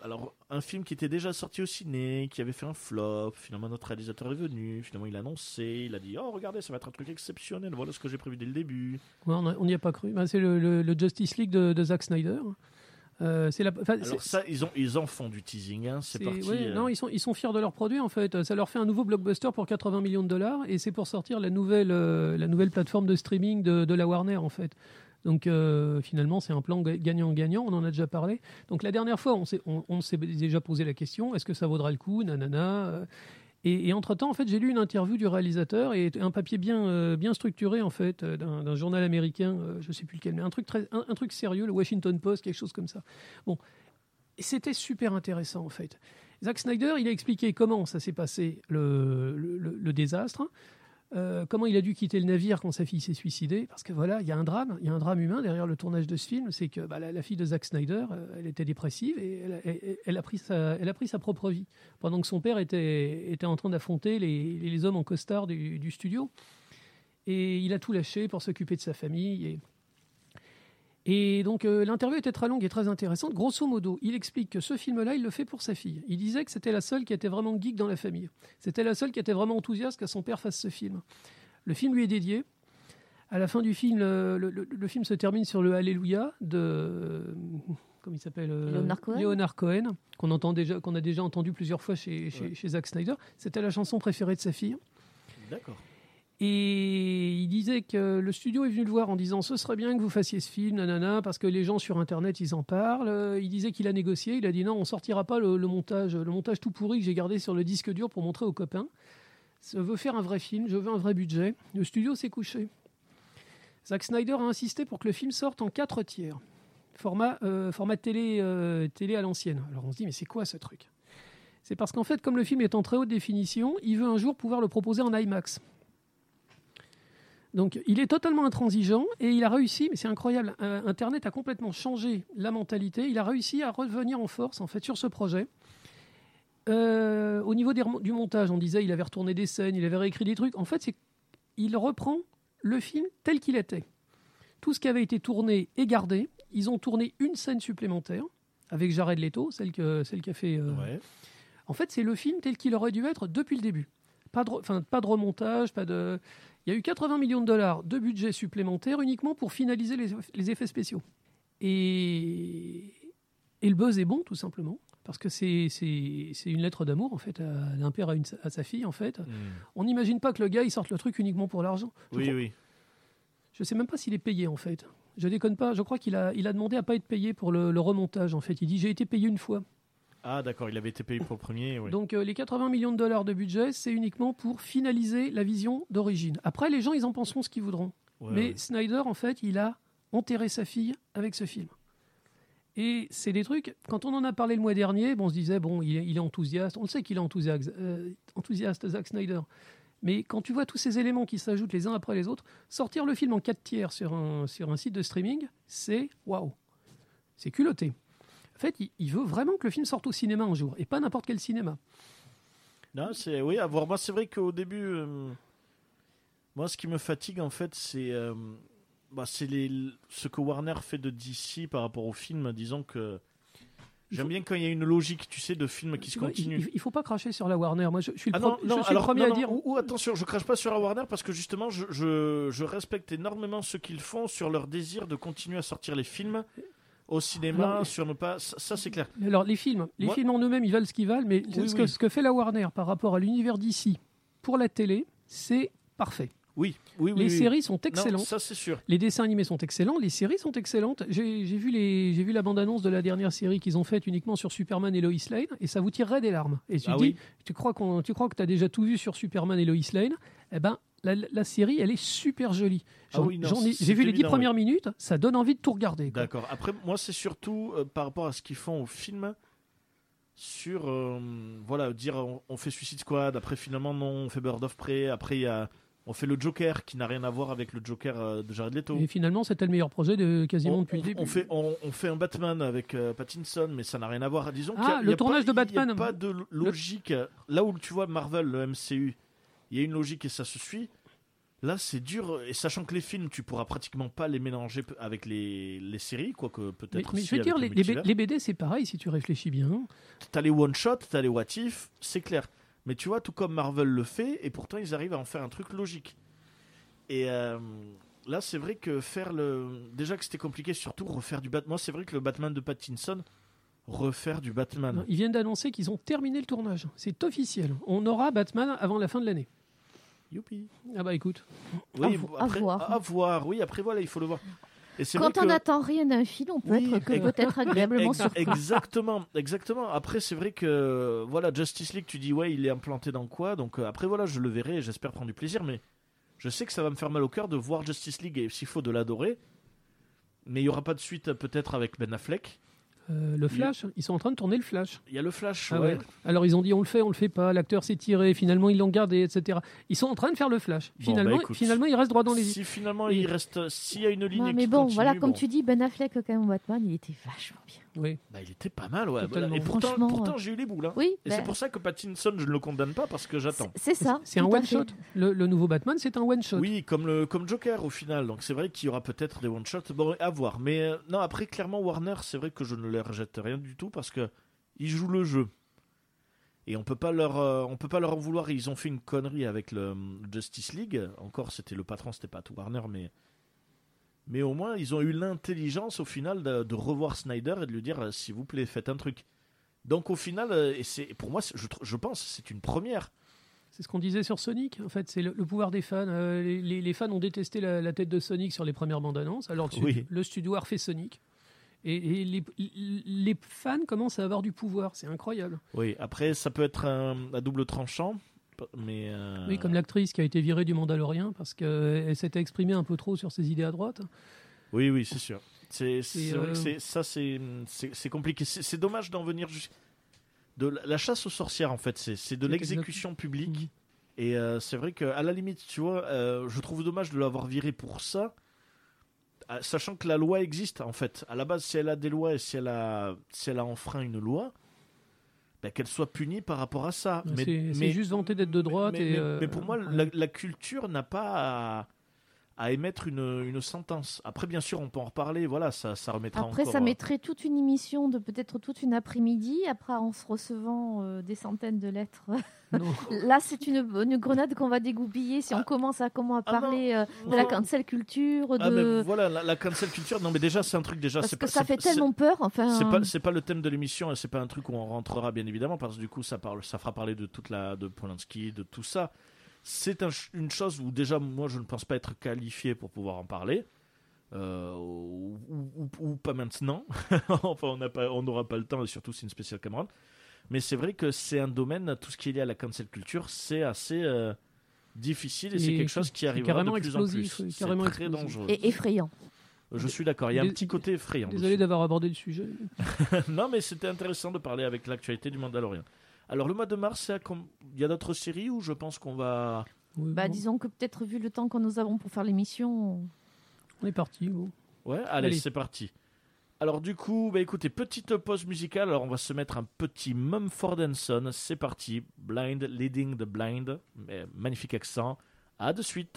alors, un film qui était déjà sorti au ciné, qui avait fait un flop. Finalement, notre réalisateur est venu. Finalement, il a annoncé. Il a dit, oh, regardez, ça va être un truc exceptionnel. Voilà ce que j'ai prévu dès le début. Ouais, on n'y a pas cru. Ben, c'est le, le, le Justice League de, de Zack Snyder. Euh, c'est la, alors c'est, ça, ils, ont, ils en font du teasing. Hein. C'est, c'est parti. Ouais, euh... Non, ils sont, ils sont fiers de leur produit, en fait. Ça leur fait un nouveau blockbuster pour quatre-vingts millions de dollars. Et c'est pour sortir la nouvelle, euh, la nouvelle plateforme de streaming de, de la Warner, en fait. Donc euh, finalement, c'est un plan gagnant-gagnant, on en a déjà parlé. Donc la dernière fois, on s'est, on, on s'est déjà posé la question, est-ce que ça vaudra le coup, nanana. Et, et entre-temps, en fait, j'ai lu une interview du réalisateur et un papier bien, euh, bien structuré, en fait, d'un, d'un journal américain, euh, je ne sais plus lequel, mais un truc, très, un, un truc sérieux, le Washington Post, quelque chose comme ça. Bon, et c'était super intéressant, en fait. Zack Snyder, il a expliqué comment ça s'est passé, le, le, le, le désastre. Euh, comment il a dû quitter le navire quand sa fille s'est suicidée, parce que voilà, il y a un drame, il y a un drame humain derrière le tournage de ce film, c'est que bah, la, la fille de Zack Snyder, euh, elle était dépressive et elle, elle, elle, a pris sa, elle a pris sa propre vie, pendant que son père était, était en train d'affronter les, les hommes en costard du, du studio. Et il a tout lâché pour s'occuper de sa famille. Et, et donc euh, l'interview était très longue et très intéressante. Grosso modo, il explique que ce film-là, il le fait pour sa fille. Il disait que c'était la seule qui était vraiment geek dans la famille. C'était la seule qui était vraiment enthousiaste que son père fasse ce film. Le film lui est dédié. À la fin du film, le, le, le, le film se termine sur le Alléluia de... Euh, comment il s'appelle euh, Leonard Cohen. Leonard Cohen, qu'on, entend déjà, qu'on a déjà entendu plusieurs fois chez, chez, ouais. chez Zack Snyder. C'était la chanson préférée de sa fille. D'accord. Et il disait que le studio est venu le voir en disant ce serait bien que vous fassiez ce film, nanana, parce que les gens sur Internet, ils en parlent. Il disait qu'il a négocié, il a dit non, on sortira pas le, le montage, le montage tout pourri que j'ai gardé sur le disque dur pour montrer aux copains. Je veux faire un vrai film, je veux un vrai budget. Le studio s'est couché. Zack Snyder a insisté pour que le film sorte en quatre tiers, format, euh, format télé, euh, télé à l'ancienne. Alors on se dit mais c'est quoi ce truc ? C'est parce qu'en fait, comme le film est en très haute définition, il veut un jour pouvoir le proposer en IMAX. Donc, il est totalement intransigeant et il a réussi, mais c'est incroyable, euh, Internet a complètement changé la mentalité, il a réussi à revenir en force, en fait, sur ce projet. Euh, au niveau des, du montage, on disait il avait retourné des scènes, il avait réécrit des trucs. En fait, c'est, il reprend le film tel qu'il était. Tout ce qui avait été tourné est gardé. Ils ont tourné une scène supplémentaire avec Jared Leto, celle, que, celle qui a fait... Euh... Ouais. En fait, c'est le film tel qu'il aurait dû être depuis le début. Pas de, enfin, pas de remontage, pas de... Il y a eu quatre-vingts millions de dollars de budget supplémentaire uniquement pour finaliser les, les effets spéciaux. Et, et le buzz est bon, tout simplement, parce que c'est, c'est, c'est une lettre d'amour, en fait, à, d'un père à, une, à sa fille, en fait. Mmh. On n'imagine pas que le gars, il sorte le truc uniquement pour l'argent. Je oui, crois, oui. Je ne sais même pas s'il est payé, en fait. Je déconne pas. Je crois qu'il a, il a demandé à ne pas être payé pour le, le remontage, en fait. Il dit, j'ai été payé une fois. Ah d'accord, il avait été payé pour le premier. Oui. Donc euh, les quatre-vingts millions de dollars de budget, c'est uniquement pour finaliser la vision d'origine. Après, les gens, ils en penseront ce qu'ils voudront. Ouais, Mais ouais. Snyder, en fait, il a enterré sa fille avec ce film. Et c'est des trucs, quand on en a parlé le mois dernier, bon, on se disait, bon, il est, il est enthousiaste. On le sait qu'il est enthousiaste, euh, enthousiaste, Zack Snyder. Mais quand tu vois tous ces éléments qui s'ajoutent les uns après les autres, sortir le film en quatre tiers sur un, sur un site de streaming, c'est waouh. C'est culotté. En fait, il veut vraiment que le film sorte au cinéma un jour, et pas n'importe quel cinéma. Non, c'est oui, à voir. Moi, c'est vrai qu'au début, euh, moi, ce qui me fatigue, en fait, c'est, euh, bah, c'est les, ce que Warner fait de D C par rapport au film. Disons que j'aime faut... bien quand il y a une logique, tu sais, de film qui tu se vois, continue. Il, il faut pas cracher sur la Warner. Moi, je, je suis le, ah pro- non, non, je suis alors, le premier non, à non, dire. Ou, ou attention, je crache pas sur la Warner parce que justement, je, je, je respecte énormément ce qu'ils font sur leur désir de continuer à sortir les films. Au cinéma, alors, sur ne pas... Ça, ça, c'est clair. Alors, les films, les Moi... films en eux-mêmes, ils valent ce qu'ils valent, mais oui, ce, oui. Que, ce que fait la Warner par rapport à l'univers D C pour la télé, c'est parfait. Oui, oui, oui. Les oui, séries oui. sont excellentes. Non, ça, c'est sûr. Les dessins animés sont excellents, les séries sont excellentes. J'ai, j'ai, vu, les, j'ai vu la bande-annonce de la dernière série qu'ils ont faite uniquement sur Superman et Lois Lane, et ça vous tirerait des larmes. Et tu ah, dis, oui. tu crois, qu'on, tu crois que tu as déjà tout vu sur Superman et Lois Lane ? Eh ben, La, la série, elle est super jolie. J'en, ah oui, non, j'en ai, j'ai vu les dix premières oui. minutes, ça donne envie de tout regarder. Quoi. D'accord. Après, moi, c'est surtout euh, par rapport à ce qu'ils font au film, sur, euh, voilà, dire on, on fait Suicide Squad, après finalement non, on fait Bird of Prey, après il y a, on fait le Joker, qui n'a rien à voir avec le Joker euh, de Jared Leto. Et finalement, c'était le meilleur projet de quasiment on, depuis on, le début. On fait, on, on fait un Batman avec euh, Pattinson, mais ça n'a rien à voir. Disons ah, qu'il y a, le y a tournage pas, de Batman. Il n'y a pas de logique. Le... Là où tu vois Marvel, le M C U, il y a une logique et ça se suit. Là, c'est dur, et sachant que les films, tu pourras pratiquement pas les mélanger p- avec les, les séries, quoique peut-être. Mais, mais si je veux avec dire, le les, les, B- multivers. les B D, c'est pareil si tu réfléchis bien. T'as les one-shot, t'as les what-if, c'est clair. Mais tu vois, tout comme Marvel le fait, et pourtant ils arrivent à en faire un truc logique. Et euh, là, c'est vrai que faire le. Déjà que c'était compliqué, surtout refaire du Batman. Moi, c'est vrai que le Batman de Pattinson, refaire du Batman. Non, ils viennent d'annoncer qu'ils ont terminé le tournage. C'est officiel. On aura Batman avant la fin de l'année. Youpi. Ah bah écoute. Oui, À vo- après, à voir. à voir. Oui, après, voilà, il faut le voir. Et c'est Quand vrai on que... n'attend rien d'un film, on peut Oui, être que ex- peut-être agréablement Ex- surpris. Exactement, exactement. Après, c'est vrai que voilà, Justice League, tu dis ouais, il est implanté dans quoi. Donc euh, après, voilà, je le verrai et j'espère prendre du plaisir. Mais je sais que ça va me faire mal au cœur de voir Justice League et s'il faut de l'adorer. Mais il y aura pas de suite euh, peut-être avec Ben Affleck. Euh, le Flash, ils sont en train de tourner le Flash. Il y a le Flash, Ah ouais. ouais. Alors ils ont dit on le fait, on le fait pas, l'acteur s'est tiré, finalement ils l'ont gardé, et cetera. Ils sont en train de faire le Flash. Bon, Finalement, bah, écoute. finalement il reste droit dans les yeux. Si finalement Et- il reste, s'il y a une ligne Ouais, qui mais bon, continue, voilà, comme bon, tu dis, Ben Affleck, quand même, Batman, il était vachement bien. Oui. bah, il était pas mal, ouais. Totalement. Et pourtant, Franchement, pourtant euh, j'ai eu les boules. Hein. Oui, Et ben, c'est pour ça que Pattinson, je ne le condamne pas parce que j'attends. c'est ça. C'est un tout à one fait. shot. Le, le nouveau Batman, c'est un one shot. Oui, comme le comme Joker au final. Donc c'est vrai qu'il y aura peut-être des one shots. Bon, à voir. Mais euh, non, après clairement Warner, c'est vrai que je ne leur rejette rien du tout parce que ils jouent le jeu et on peut pas leur euh, on peut pas leur en vouloir. Ils ont fait une connerie avec le euh, Justice League. Encore, c'était le patron, c'était pas tout Warner, mais mais au moins ils ont eu l'intelligence au final de, de revoir Snyder et de lui dire euh, s'il vous plaît faites un truc. Donc au final, euh, et c'est pour moi, c'est- je, tr- je pense, c'est une première. C'est ce qu'on disait sur Sonic. En fait, c'est le, le pouvoir des fans. Euh, les, les- les fans ont détesté la, la tête de Sonic sur les premières bandes annonces. Alors le, Oui. le studio a refait Sonic. Et, et les, les fans commencent à avoir du pouvoir. C'est incroyable. Oui, après ça peut être un, à double tranchant, mais euh, Oui, comme l'actrice qui a été virée du Mandalorien parce qu'elle s'était exprimée un peu trop sur ses idées à droite. oui, oui, c'est sûr. C'est c'est Et, vrai euh, que c'est- ça, c'est c'est- c'est compliqué. C'est c'est dommage d'en venir jus- de la, la chasse aux sorcières en fait. C'est c'est de C'est l'exécution publique. Mhm. Et euh, c'est vrai qu'à la limite, tu vois, euh, je trouve dommage de l'avoir viré pour ça, euh, sachant que la loi existe en fait. À la base, si elle a des lois et si elle a, si elle a enfreint une loi, bah, qu'elle soit punie par rapport à ça. C'est c'est juste vanté d'être de droite. mais, et, mais- euh, mais pour moi, la, la culture n'a pas à, à émettre une, une sentence. Après, bien sûr, on peut en reparler. Voilà, ça, ça remettra Après, encore. ça euh, mettrait toute une émission de peut-être toute une après-midi, après en se recevant euh, des centaines de lettres. non. Là, c'est une, une grenade qu'on va dégoupiller si on Ah. commence à, comment, à Ah non, parler euh, de la non. cancel culture, Ah, mais de... voilà, la, la cancel culture. Non, mais déjà, c'est un truc déjà. parce c'est que pas, ça c'est- fait c'est- tellement peur. Enfin, C'est pas, c'est pas le thème de l'émission et c'est pas un truc où on rentrera bien évidemment parce que du coup ça parle, ça fera parler de toute la, de Polanski, de tout ça. C'est un ch- une chose où déjà moi je ne pense pas être qualifié pour pouvoir en parler, euh, ou, ou- ou pas maintenant. Enfin on n'a pas, on n'aura pas le temps et surtout c'est une spéciale Cameron. Mais c'est vrai que c'est un domaine, tout ce qui est lié à la cancel culture, c'est assez euh, difficile et, c'est Et quelque chose qui c'est arrivera carrément de plus explosif, en oui, plus. C'est carrément très explosif. dangereux. et effrayant. Je suis d'accord. Il y a un Dés- petit côté effrayant. Désolé dessus. d'avoir abordé le sujet. Non, mais c'était intéressant de parler avec l'actualité du Mandalorian. Alors, le mois de mars, c'est à com- il y a d'autres séries où je pense qu'on va. Oui, Bah, bon, disons que peut-être vu le temps que nous avons pour faire l'émission, on est parti. Bon. Ouais, allez, Allez. c'est parti. Alors, du coup, bah, écoutez, petite pause musicale. Alors, on va se mettre un petit Mumford and Son. C'est parti. Blind, Leading the Blind. Mais magnifique accent. À de suite.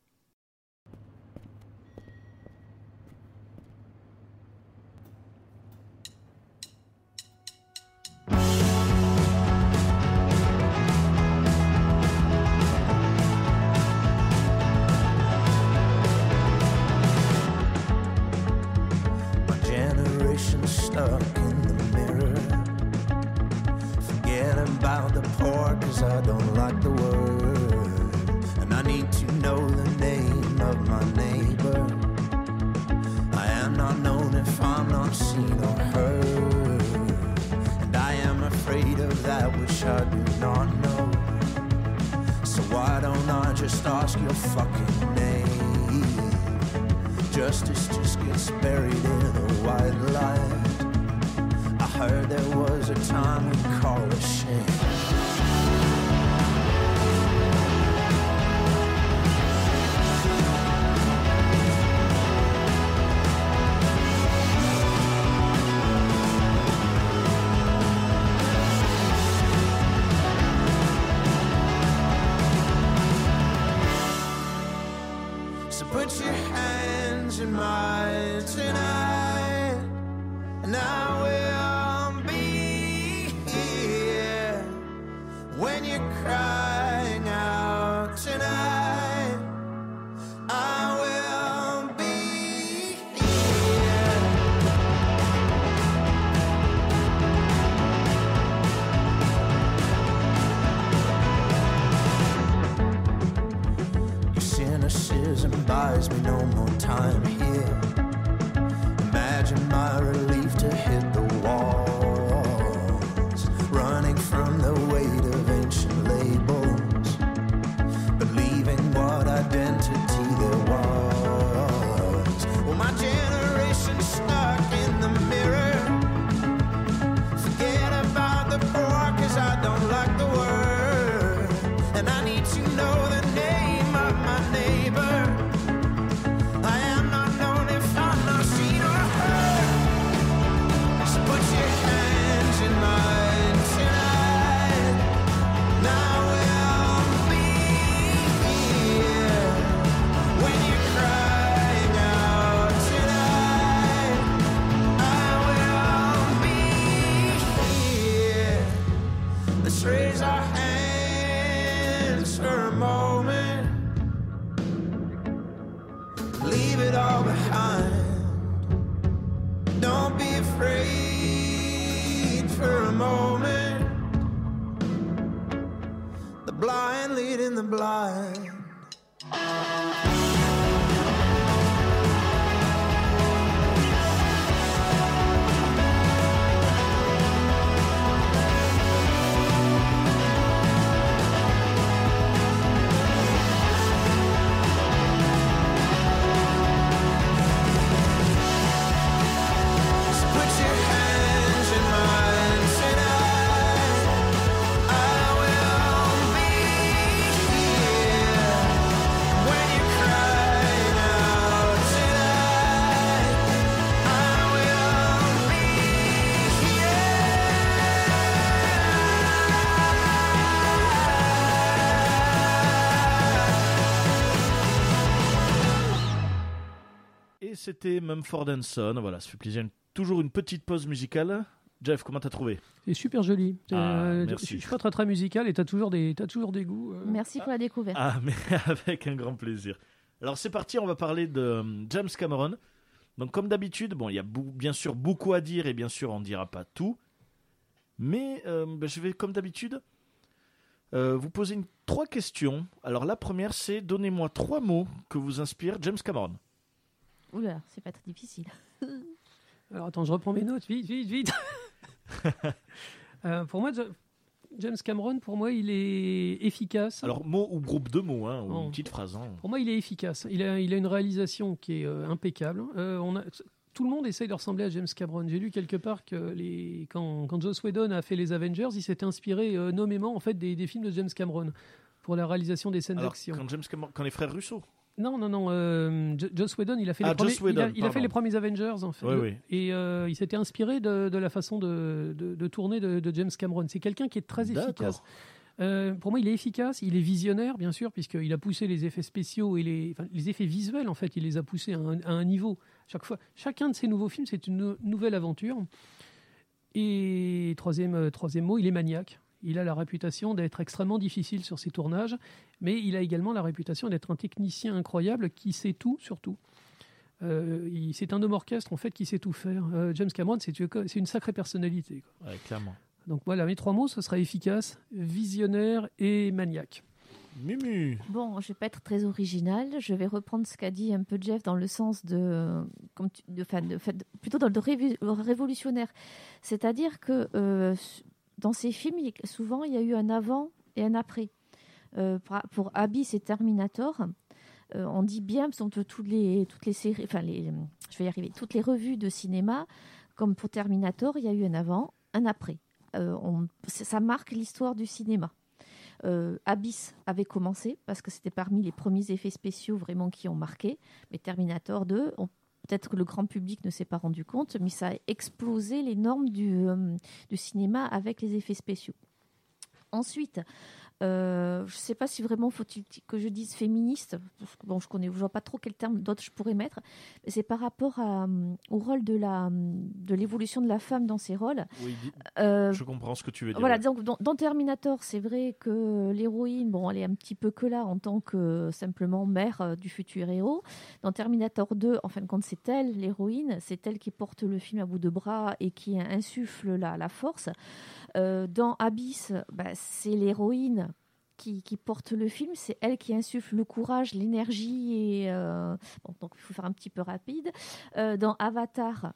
My generation's stuck in the mirror. Forget about the poor, cause I don't like the word. And I need to know the name of my neighbor. I am not known if I'm not seen or heard. And I am afraid of that which I do not know. So why don't I just ask your fucking name? Justice just gets buried in a white light. I heard there was a time we call it shame. put your hands in mine tonight, and I will be here when you're crying out tonight. I will be here. Your cynicism buys me no more time here. Imagine my relief to hit the walls, running from the weight of ancient labels, believing what identity there was. Well, my generation's stuck in the mirror. Forget about the poor, 'cause I don't like the word. And I need to know the name of my neighbor. I am not known if I'm not seen or heard. So put your hands in mine tonight. Now we'll be here when you're crying out tonight. I will be here. Let's raise our hands for a moment. Leave it all behind. Don't be afraid for a moment. The blind leading the blind. So put your hands in mine tonight. I will be here when you're crying out tonight. I will be Et c'était Mumford and Son. Voilà, ça fait plaisir. Une- Toujours une petite pause musicale. Jeff, comment t'as trouvé? C'est super joli. Ah, Euh, merci. Je suis pas très très musical et t'as toujours des, t'as toujours des goûts. euh. Merci pour la découverte. Ah, mais avec un grand plaisir. Alors c'est parti, on va parler de euh, James Cameron. Donc comme d'habitude, bon, il y a bou- bien sûr beaucoup à dire et bien sûr on ne dira pas tout. Mais euh, ben, je vais comme d'habitude euh, vous poser une- trois questions. Alors la première c'est donnez-moi trois mots que vous inspire James Cameron. Oula, c'est pas très difficile. Alors attends, je reprends mes notes, vite, vite, vite. Euh, pour moi, Ja- James Cameron, pour moi, il est efficace. Alors mot ou groupe de mots, hein, ou Oh. une petite phrase. hein. Pour moi, il est efficace. Il a, il a une réalisation qui est euh, impeccable. Euh, on a, tout le monde essaye de ressembler à James Cameron. J'ai lu quelque part que les, quand, quand Joss Whedon a fait les Avengers, il s'était inspiré euh, nommément en fait, des, des films de James Cameron pour la réalisation des scènes Alors d'action. quand James Cameron, quand les frères Russo. Non, non, non. euh, Jo- Joss Whedon, il a fait, Ah, les, premiers, Joss Whedon, il a, il a pardon. fait les premiers Avengers, en fait. Oui, oui. Et euh, il s'était inspiré de, de la façon de, de, de tourner de, de James Cameron. C'est quelqu'un qui est très D'accord. efficace. Euh, pour moi, il est efficace, il est visionnaire, bien sûr, puisqu'il a poussé les effets spéciaux et les, enfin, les effets visuels, en fait, il les a poussés à un, à un niveau. Chaque fois, chacun de ces nouveaux films, c'est une nou- nouvelle aventure. Et troisième, euh, troisième mot, il est maniaque. Il a la réputation d'être extrêmement difficile sur ses tournages, mais il a également la réputation d'être un technicien incroyable qui sait tout, surtout. Euh, il- c'est un homme orchestre, en fait, qui sait tout faire. Euh, James Cameron, c'est, c'est une sacrée personnalité, quoi. Ouais, clairement. Donc voilà, mes trois mots, ce sera efficace, visionnaire et maniaque. Mumu. Bon, je vais pas être très originale. Je vais reprendre ce qu'a dit un peu Jeff dans le sens de, comme tu- de, enfin, de- de- plutôt dans le révu- révolutionnaire. C'est-à-dire que euh, dans ces films, il- souvent, il y a eu un avant et un après. Euh, pour, pour Abyss et Terminator, euh, on dit bien, parce que toutes les, toutes les séries, enfin, les, je vais y arriver, toutes les revues de cinéma, comme pour Terminator, il y a eu un avant, un après. Euh, on- ça marque l'histoire du cinéma. Euh, Abyss avait commencé parce que c'était parmi les premiers effets spéciaux vraiment qui ont marqué. Mais Terminator deux, on- peut-être que le grand public ne s'est pas rendu compte, mais ça a explosé les normes du, euh, du cinéma avec les effets spéciaux. Ensuite, Euh, je ne sais pas si vraiment faut-il que je dise féministe, parce que bon, je connais, je vois pas trop quel terme d'autre je pourrais mettre. Mais c'est par rapport à, au rôle de la, de l'évolution de la femme dans ses rôles. Oui, Euh, je comprends ce que tu veux dire. Voilà, ouais. donc dans, dans Terminator, c'est vrai que l'héroïne, bon, elle est un petit peu que là en tant que simplement mère euh, du futur héros. Dans Terminator deux, en fin de compte, c'est elle, l'héroïne, c'est elle qui porte le film à bout de bras et qui insuffle la, la force. Euh, dans Abyss, bah, c'est l'héroïne qui, qui porte le film, c'est elle qui insuffle le courage, l'énergie et euh... bon, donc il faut faire un petit peu rapide. Euh, dans Avatar,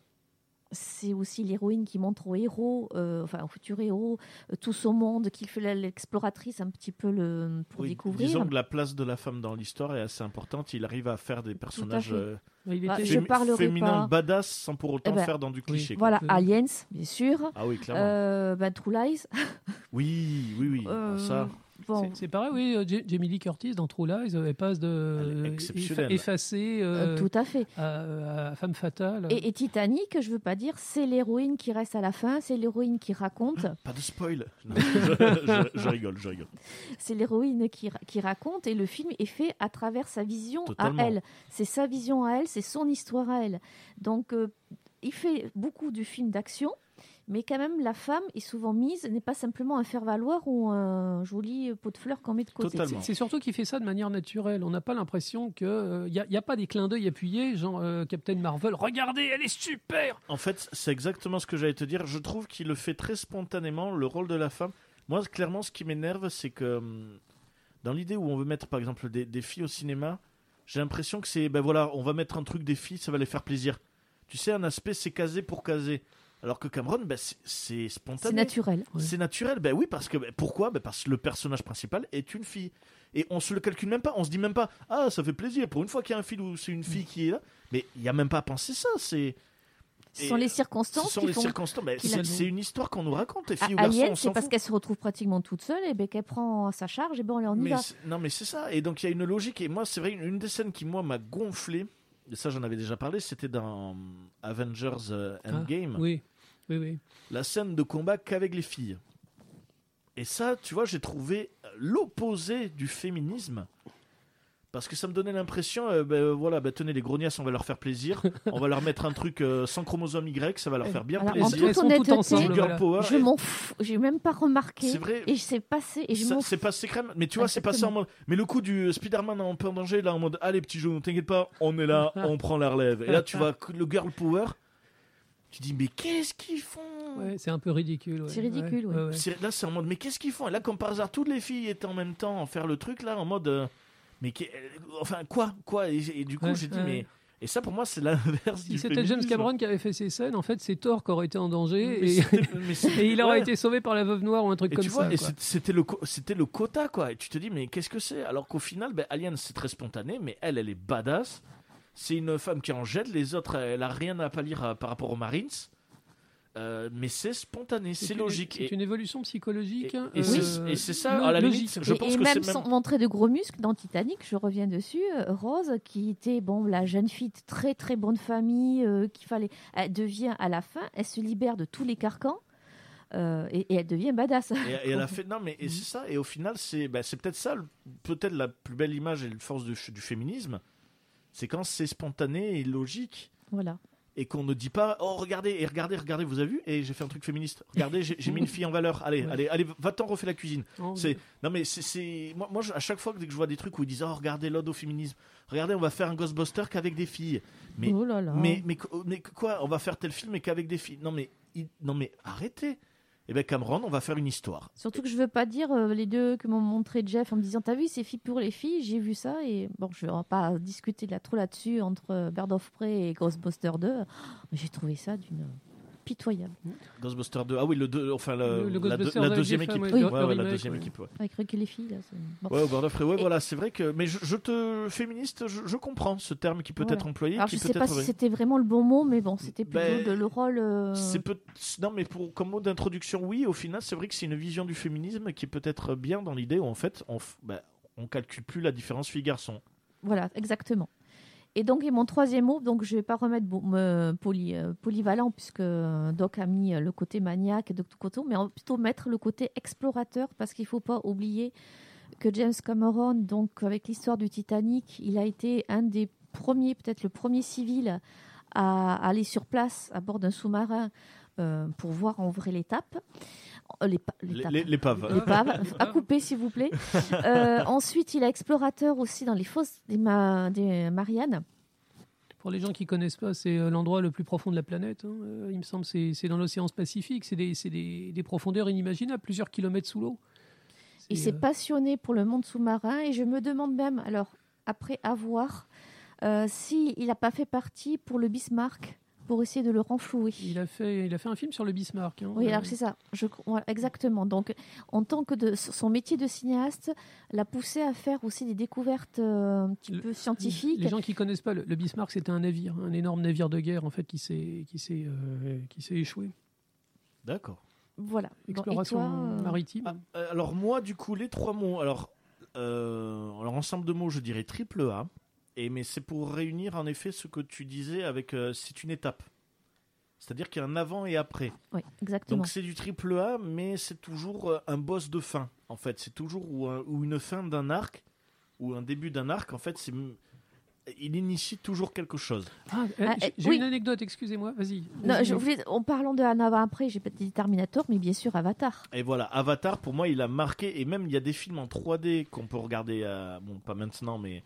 c'est aussi l'héroïne qui montre au héros, euh, enfin au futur héros, euh, tout son monde, qui fait l'exploratrice un petit peu le, pour Oui, découvrir. disons que la place de la femme dans l'histoire est assez importante. Il arrive à faire des personnages fait. euh, Il Bah, était- je fémi- parlerai féminins pas. badass sans pour autant Eh ben, faire dans du cliché. quoi. Voilà, Oui. Aliens, bien sûr. Ah oui, clairement. Euh, bah, True Lies. Oui, oui, oui. Euh, Alors ça, bon. C'est- C'est pareil, oui. euh, Ja- Jamie Lee Curtis dans True Lies, elle passe de Elle est effa- exceptionnelle. effacée Euh, euh, tout à fait. à, à femme fatale. Et, et Titanic, je veux pas dire, c'est l'héroïne qui reste à la fin, c'est l'héroïne qui raconte, pas de spoil. Non, je, je- je rigole, je rigole. c'est l'héroïne qui, ra- qui raconte, et le film est fait à travers sa vision Totalement. à elle. C'est sa vision à elle, c'est son histoire à elle. Donc, euh, il fait beaucoup du film d'action, mais quand même, la femme est souvent mise, n'est pas simplement un faire-valoir ou un joli pot de fleurs qu'on met de côté. Totalement. C'est surtout qu'il fait ça de manière naturelle. On n'a pas l'impression qu'il n'y a, y a pas des clins d'œil appuyés, genre euh, Captain Marvel, regardez, elle est super. En fait, c'est exactement ce que j'allais te dire. Je trouve qu'il le fait très spontanément, le rôle de la femme. Moi, clairement, ce qui m'énerve, c'est que hum, dans l'idée où on veut mettre, par exemple, des, des filles au cinéma, j'ai l'impression que c'est, ben voilà, on va mettre un truc des filles, ça va les faire plaisir. Tu sais, un aspect, c'est casé pour caser. Alors que Cameron, ben, c'est, c'est spontané. C'est naturel. Ouais. C'est naturel, ben oui, parce que ben, pourquoi ben Parce que le personnage principal est une fille. Et on se le calcule même pas, on se dit même pas, ah, ça fait plaisir, pour une fois qu'il y a un film où c'est une fille qui est là. Mais il n'y a même pas à penser ça, c'est. Ce Et sont les circonstances Ce sont qui les font. circonstances. Ben, qui c'est, la- c'est une histoire qu'on nous raconte, les À- filles ou garçons, Alien, on c'est s'en parce fout. qu'elle se retrouve pratiquement toute seule et ben, qu'elle prend sa charge et bon, allez, on y Mais va. c'est- non, mais c'est ça. Et donc, il y a une logique. Et moi, c'est vrai, une, une des scènes qui, moi, m'a gonflé, et ça, j'en avais déjà parlé, c'était dans Avengers euh, Endgame. Ah, oui, oui, oui. La scène de combat qu'avec les filles. Et ça, tu vois, j'ai trouvé l'opposé du féminisme. Parce que ça me donnait l'impression, euh, ben, voilà, ben, tenez les grognasses, on va leur faire plaisir. On va leur mettre un truc euh, sans chromosome Y, ça va leur faire bien Alors, en plaisir. toute Elles sont toutes honnêteté, ensemble, Girl voilà. power. Je et- m'en fous, j'ai même pas remarqué. C'est vrai. Et c'est passé. Et je Ça- m'en c'est passé crème, mais tu vois, c'est passé en Exactement. mode. Mais le coup du Spider-Man en peu en danger, là, en mode, allez, petit genou, t'inquiète pas, on est là, on prend la relève. Et là, tu vois, le girl power, tu dis, mais qu'est-ce qu'ils font Ouais, c'est un peu ridicule. ouais. C'est ridicule, Ouais, ouais. ouais, ouais. C'est- Là, c'est en mode, mais qu'est-ce qu'ils font Et là, comme par hasard, toutes les filles étaient en même temps en faire le truc, là, en mode. euh, mais qu'est- enfin, quoi Quoi et, et du coup, Ouais, j'ai dit, ouais. mais. Et ça, pour moi, c'est l'inverse Si du c'était James féminisme. Cameron qui avait fait ces scènes, en fait, c'est Thor qui aurait été en danger Mais et, c'était- mais c'était- et il aurait ouais. été sauvé par la veuve noire ou un truc Et comme tu vois, ça. et quoi. c'est- c'était le, co- c'était le quota, quoi. Et tu te dis, mais qu'est-ce que c'est Alors qu'au final, ben, Alien, c'est très spontané, mais elle, elle est badass. C'est une femme qui en jette, les autres, elle a rien à pâlir euh, par rapport aux Marines. Euh, mais c'est spontané, c'est une- logique. C'est Et, une évolution psychologique. et- et c'est- euh, et c'est ça, lo- à la limite, logique. je et, pense et que même c'est sans même- montrer de gros muscles dans Titanic, je reviens dessus, euh, Rose, qui était bon la jeune fille de très très bonne famille, euh, qu'il fallait, elle devient à la fin, elle se libère de tous les carcans euh, et, et elle devient badass. et, et elle a fait. Non, mais et c'est ça. Et au final, c'est ben, c'est peut-être ça, le- peut-être la plus belle image et la force du, du féminisme. C'est quand c'est spontané et logique. Voilà. Et qu'on ne dit pas, oh regardez, et regardez, regardez, vous avez vu, et j'ai fait un truc féministe. Regardez, j'ai j'ai mis une fille en valeur. Allez, Ouais. allez, allez, va-t'en, refais la cuisine. Oh, C'est non mais c'est- c'est moi, moi je- à chaque fois que dès que je vois des trucs où ils disent, oh regardez l'ode au féminisme, regardez, on va faire un Ghostbuster qu'avec des filles. Mais oh là là. mais mais qu- mais quoi, on va faire tel film mais qu'avec des filles. Non mais il- non mais arrêtez. Et ben Cameron, on va faire une histoire. Surtout que je veux pas dire euh, les deux que m'ont montré Jeff en me disant t'as vu c'est filles pour les filles, j'ai vu ça et bon je vais pas discuter là trop là-dessus entre euh, Bird of Prey et Ghostbusters deux. J'ai trouvé ça d'une pitoyable Ghostbuster deux. Ah oui, le deux, enfin le- Le- le la, deux- Ghostbusters la avec deuxième des équipe. femmes, ouais, Ouais, le ouais, la remake, deuxième ouais. équipe. Ouais. avec que les filles là. c'est- bon. Ouais, au Bird of Prey, ouais, Et- voilà, c'est vrai que. Mais je, je te. Féministe, je, je comprends ce terme qui peut Voilà. être employé. Alors qui je peut sais pas être... si c'était vraiment le bon mot mais bon c'était plutôt Ben, de, le rôle. euh, C'est peut... Non, mais pour, comme mot d'introduction, oui, au final, c'est vrai que c'est une vision du féminisme qui peut être bien dans l'idée où, en fait, on, f- bah, on calcule plus la différence fille-garçon. Voilà exactement. Et donc, et mon troisième mot, donc je ne vais pas remettre bon, me, poly, euh, polyvalent, puisque Doc a mis le côté maniaque de tout côté, mais on va plutôt mettre le côté explorateur, parce qu'il ne faut pas oublier que James Cameron, donc avec l'histoire du Titanic, il a été un des premiers, peut-être le premier civil à, à aller sur place à bord d'un sous-marin euh, pour voir en vrai l'étape. L'épa- l'étape. L'épave. L'épave. À couper, s'il vous plaît. Euh, ensuite, il est explorateur aussi dans les fosses des, Ma- des Mariannes. Pour les gens qui ne connaissent pas, c'est euh, l'endroit le plus profond de la planète. Hein. Euh, il me semble que c'est, c'est dans l'océan Pacifique. C'est, des, c'est des, des profondeurs inimaginables, plusieurs kilomètres sous l'eau. C'est, Il s'est euh, passionné pour le monde sous-marin et je me demande même, alors après avoir, euh, s'il n'a pas fait partie pour le Bismarck, pour essayer de le renflouer. il, a fait, il a fait un film sur le Bismarck. Hein. Oui, Euh, alors c'est ça, je, voilà, exactement. Donc, en tant que de, son métier de cinéaste l'a poussé à faire aussi des découvertes euh, un petit Le- peu scientifiques. Les gens qui ne connaissent pas, le, le Bismarck, c'était un navire, un énorme navire de guerre en fait, qui s'est, qui s'est, euh, qui s'est échoué. D'accord. Voilà. Bon, et Exploration toi, euh, maritime. Ah, euh, alors moi, du coup, les trois mots. Alors, euh, alors ensemble de mots, je dirais triple A. Et mais c'est pour réunir en effet ce que tu disais avec. Euh, c'est une étape. C'est-à-dire qu'il y a un avant et après. Oui, exactement. Donc c'est du triple A, mais c'est toujours euh, un boss de fin. En fait, c'est toujours ou, un- ou une fin d'un arc ou un début d'un arc. En fait, c'est il initie toujours quelque chose. Ah, euh, Ah, j'ai, euh, j'ai oui. une anecdote, excusez-moi, vas-y. Non, Vas-y. je voulais, en parlant de un avant après, j'ai peut-être dit Terminator, mais bien sûr Avatar. Et voilà, Avatar, pour moi, il a marqué. Et même, il y a des films en trois D qu'on peut regarder, euh, bon, pas maintenant, mais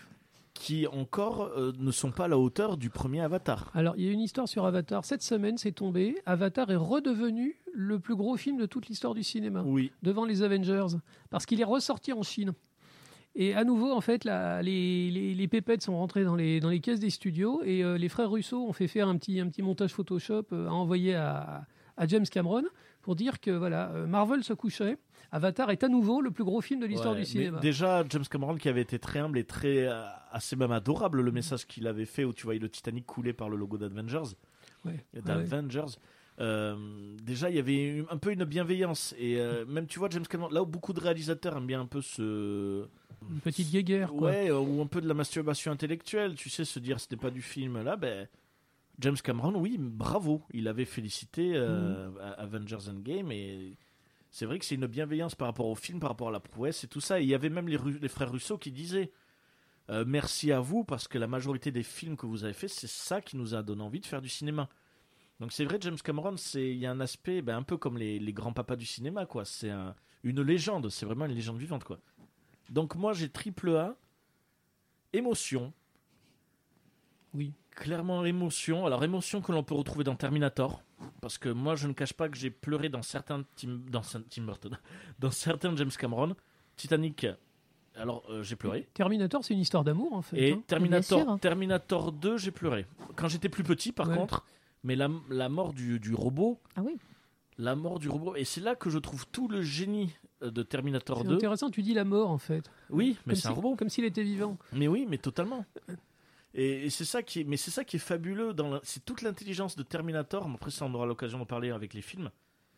qui encore euh, ne sont pas à la hauteur du premier Avatar. Alors, il y a une histoire sur Avatar. Cette semaine, c'est tombé. Avatar est redevenu le plus gros film de toute l'histoire du cinéma, Oui. devant les Avengers, parce qu'il est ressorti en Chine. Et à nouveau, en fait, la- les, les, les pépettes sont rentrées dans les, dans les caisses des studios et euh, les frères Russo ont fait faire un petit, un petit montage Photoshop euh, à envoyer à, à James Cameron pour dire que voilà, euh, Marvel se couchait. Avatar est à nouveau le plus gros film de l'histoire Ouais, du mais cinéma. déjà, James Cameron qui avait été très humble et très euh, assez même adorable le message qu'il avait fait où tu voyais le Titanic couler par le logo d'Avengers. Ouais. d'Avengers. Euh, déjà, il y avait un peu une bienveillance et euh, même tu vois James Cameron là où beaucoup de réalisateurs aiment bien un peu ce Une petite guéguerre, quoi. ouais euh, ou un peu de la masturbation intellectuelle, tu sais, se dire c'était pas du film là, ben James Cameron, oui, bravo, il avait félicité euh, Avengers Endgame et c'est vrai que c'est une bienveillance par rapport au film, par rapport à la prouesse et tout ça. Et il y avait même les, Ru- les frères Russo qui disaient euh, merci à vous parce que la majorité des films que vous avez fait, c'est ça qui nous a donné envie de faire du cinéma. Donc c'est vrai, James Cameron, c'est il y a un aspect ben, un peu comme les, les grands papas du cinéma, quoi. C'est un- une légende, c'est vraiment une légende vivante, quoi. Donc moi j'ai triple A, émotion. Oui. Clairement émotion. Alors émotion que l'on peut retrouver dans Terminator, parce que moi je ne cache pas que j'ai pleuré dans certains Tim, dans Tim Burton, dans certains James Cameron. Titanic, alors euh, j'ai pleuré. Terminator, c'est une histoire d'amour, en fait. Et hein. Bien Terminator, sûr. Terminator deux, j'ai pleuré. Quand j'étais plus petit, par Ouais. contre, mais la, la mort du, du robot, Ah oui. la mort du robot, et c'est là que je trouve tout le génie euh, de Terminator C'est deux. intéressant, tu dis la mort, en fait. Oui, mais Comme c'est un si- robot. Comme s'il était vivant. Mais oui, mais totalement. Et, et c'est ça qui est, mais c'est ça qui est fabuleux dans la- c'est toute l'intelligence de Terminator. Mais après ça, on aura l'occasion d'en parler avec les films.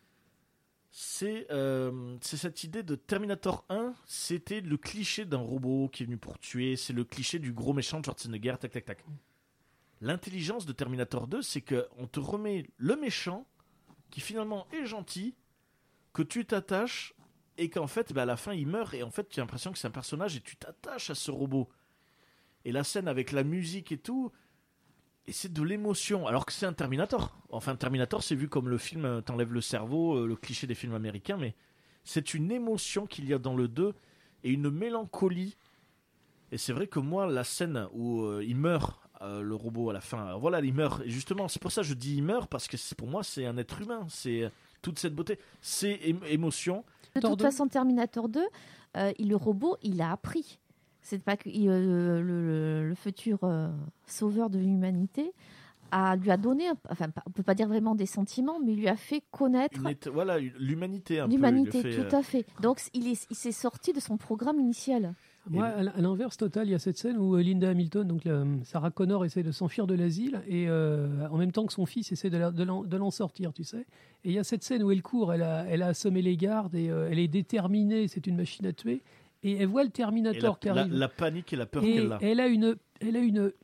C'est euh, c'est cette idée de Terminator un, c'était le cliché d'un robot qui est venu pour tuer. C'est le cliché du gros méchant de Schwarzenegger. Tac tac tac. L'intelligence de Terminator deux, c'est que on te remet le méchant qui finalement est gentil, que tu t'attaches et qu'en fait, bah, à la fin, il meurt et en fait, tu as l'impression que c'est un personnage et tu t'attaches à ce robot. Et la scène avec la musique et tout, et c'est de l'émotion, alors que c'est un Terminator. Enfin, Terminator, c'est vu comme le film euh, t'enlève le cerveau, euh, le cliché des films américains, mais c'est une émotion qu'il y a dans le deux et une mélancolie. Et c'est vrai que moi, la scène où euh, il meurt, euh, le robot à la fin, alors voilà, il meurt. Et justement, c'est pour ça que je dis il meurt, parce que c'est, pour moi, c'est un être humain. C'est euh, toute cette beauté. C'est é- émotion. De Terminator toute deux. façon, Terminator deux, euh, il- le robot, il a appris. C'est pas que il, euh, le, le- le futur euh, sauveur de l'humanité a, lui a donné, un- enfin, pas- on peut pas dire vraiment des sentiments, mais il lui a fait connaître Une éta- voilà, une- l'humanité un l'humanité, peu. il lui fait, tout euh, à fait. Donc, il est- il s'est sorti de son programme initial. Moi, à l- à l'inverse total, il y a cette scène où euh, Linda Hamilton, donc la- Sarah Connor, essaie de s'enfuir de l'asile et euh, en même temps que son fils essaie de, la- de l'en, de l'en sortir, tu sais. Et il y a cette scène où elle court, elle a, elle a assommé les gardes et euh, elle est déterminée, c'est une machine à tuer. Et elle voit le et Terminator la, qui la- arrive. la panique et la peur et qu'elle a. elle a une, elle a une,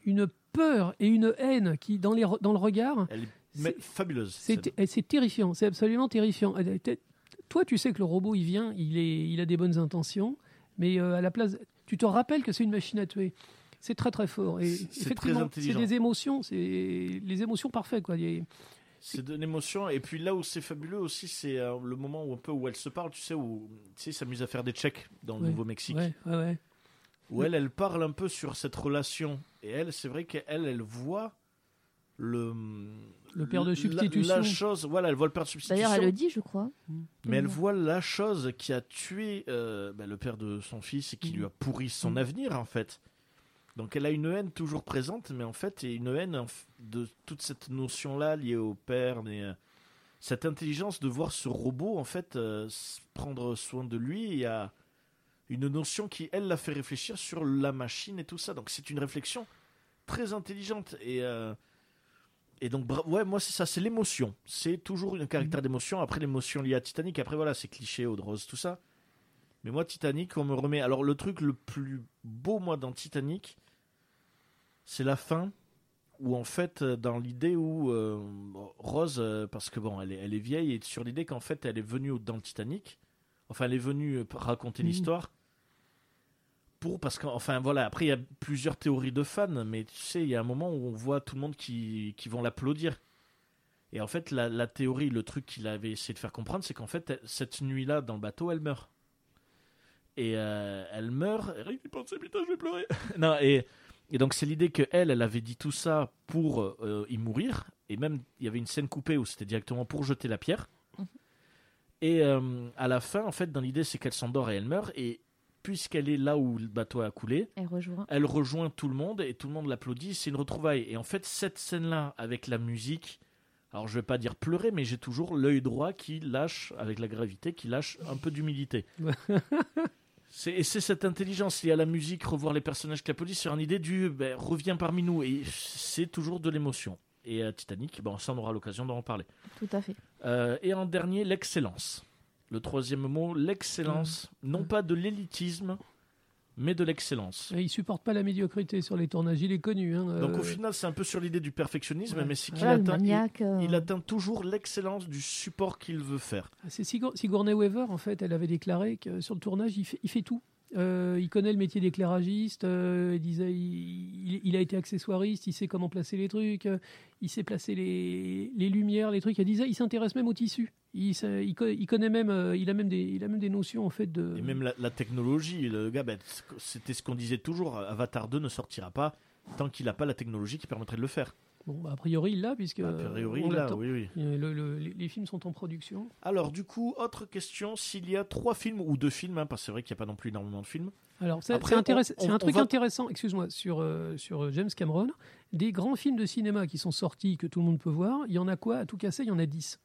une peur et une haine qui, dans, les, dans le regard, Elle est c'est, mais fabuleuse. c'est, c'est terrifiant, c'est absolument terrifiant. Toi, tu sais que le robot, il vient, il, est, il a des bonnes intentions, mais euh, à la place, tu te rappelles que c'est une machine à tuer. C'est très très fort. Et c'est effectivement, très intelligent. C'est des émotions, c'est les émotions parfaites, quoi. Il y a... C'est de l'émotion. Et puis là où c'est fabuleux aussi, c'est euh, le moment où un peu où elle se parle, tu sais, où tu sais, s'amuse à faire des checks dans le ouais. Nouveau-Mexique. Ouais, ouais, ouais. Où elle, elle parle un peu sur cette relation. Et elle, c'est vrai qu'elle, elle voit le... Le père de substitution. La, la chose, voilà, elle voit le père de substitution. D'ailleurs, elle le dit, je crois. Mais elle voit la chose qui a tué euh, bah, le père de son fils et qui mmh. lui a pourri son mmh. avenir, en fait. Donc elle a une haine toujours présente, mais en fait, il y a une haine de toute cette notion-là liée au père, mais, euh, cette intelligence de voir ce robot, en fait, euh, prendre soin de lui. Il y a une notion qui, elle, l'a fait réfléchir sur la machine et tout ça. Donc c'est une réflexion très intelligente. Et, euh, et donc, ouais, moi, c'est ça, c'est l'émotion. C'est toujours un caractère d'émotion. Après, l'émotion liée à Titanic, après, voilà, c'est cliché, eau de rose, tout ça. Mais moi, Titanic, on me remet... Alors, le truc le plus beau, moi, dans Titanic, c'est la fin, où, en fait, dans l'idée où euh, Rose, euh, parce que, bon, elle est, elle est vieille, et sur l'idée qu'en fait, elle est venue dans le Titanic, enfin, elle est venue raconter mmh. l'histoire, pour... Parce qu'enfin, voilà, après, il y a plusieurs théories de fans, mais tu sais, il y a un moment où on voit tout le monde qui, qui vont l'applaudir. Et en fait, la, la théorie, le truc qu'il avait essayé de faire comprendre, c'est qu'en fait, elle, cette nuit-là, dans le bateau, elle meurt. Et euh, elle meurt. Eric, il pensait, putain, je vais pleurer. non, et, et donc, c'est l'idée qu'elle, elle avait dit tout ça pour euh, y mourir. Et même, il y avait une scène coupée où c'était directement pour jeter la pierre. Mm-hmm. Et euh, à la fin, en fait, dans l'idée, c'est qu'elle s'endort et elle meurt. Et puisqu'elle est là où le bateau a coulé, elle rejoint. elle rejoint tout le monde et tout le monde l'applaudit. C'est une retrouvaille. Et en fait, cette scène-là, avec la musique, alors je vais pas dire pleurer, mais j'ai toujours l'œil droit qui lâche, avec la gravité, qui lâche un peu d'humilité. C'est, et c'est cette intelligence liée à la musique, revoir les personnages qui applaudissent sur une idée du ben, reviens parmi nous. Et c'est toujours de l'émotion. Et euh, Titanic, bon, ça on aura l'occasion d'en parler. Tout à fait. Euh, et en dernier, l'excellence. Le troisième mot, l'excellence. Mmh. Non pas de l'élitisme, mais de l'excellence. Et il supporte pas la médiocrité sur les tournages, il est connu. Hein, Donc euh... au final, c'est un peu sur l'idée du perfectionnisme, ouais. mais c'est qu'il voilà, atteint, maniaque, il, euh... il atteint toujours l'excellence du support qu'il veut faire. C'est Sigour- Sigourney Weaver, en fait, elle avait déclaré que sur le tournage, il fait, il fait tout. Euh, il connaît le métier d'éclairagiste, euh, il, disait, il, il a été accessoiriste, il sait comment placer les trucs, euh, il sait placer les, les lumières, les trucs. Il disait, il s'intéresse même au tissu. Il, il, il connaît même, euh, il a même des, il a même des notions en fait de. Et même la, la technologie, le gars, ben, c'était ce qu'on disait toujours. Avatar deux ne sortira pas tant qu'il n'a pas la technologie qui permettrait de le faire. Bon, bah, a priori, il l'a, puisque. A priori, on il l'a, l'attend. oui, oui. Le, le, les, les films sont en production. Alors, du coup, autre question, s'il y a trois films, ou deux films, hein, parce que c'est vrai qu'il n'y a pas non plus énormément de films. Alors, c'est, Après, c'est, intéress- on, c'est un on truc va... intéressant, excuse-moi, sur, euh, sur James Cameron. Des grands films de cinéma qui sont sortis, que tout le monde peut voir, il y en a quoi? À tout casser, il y en a dix.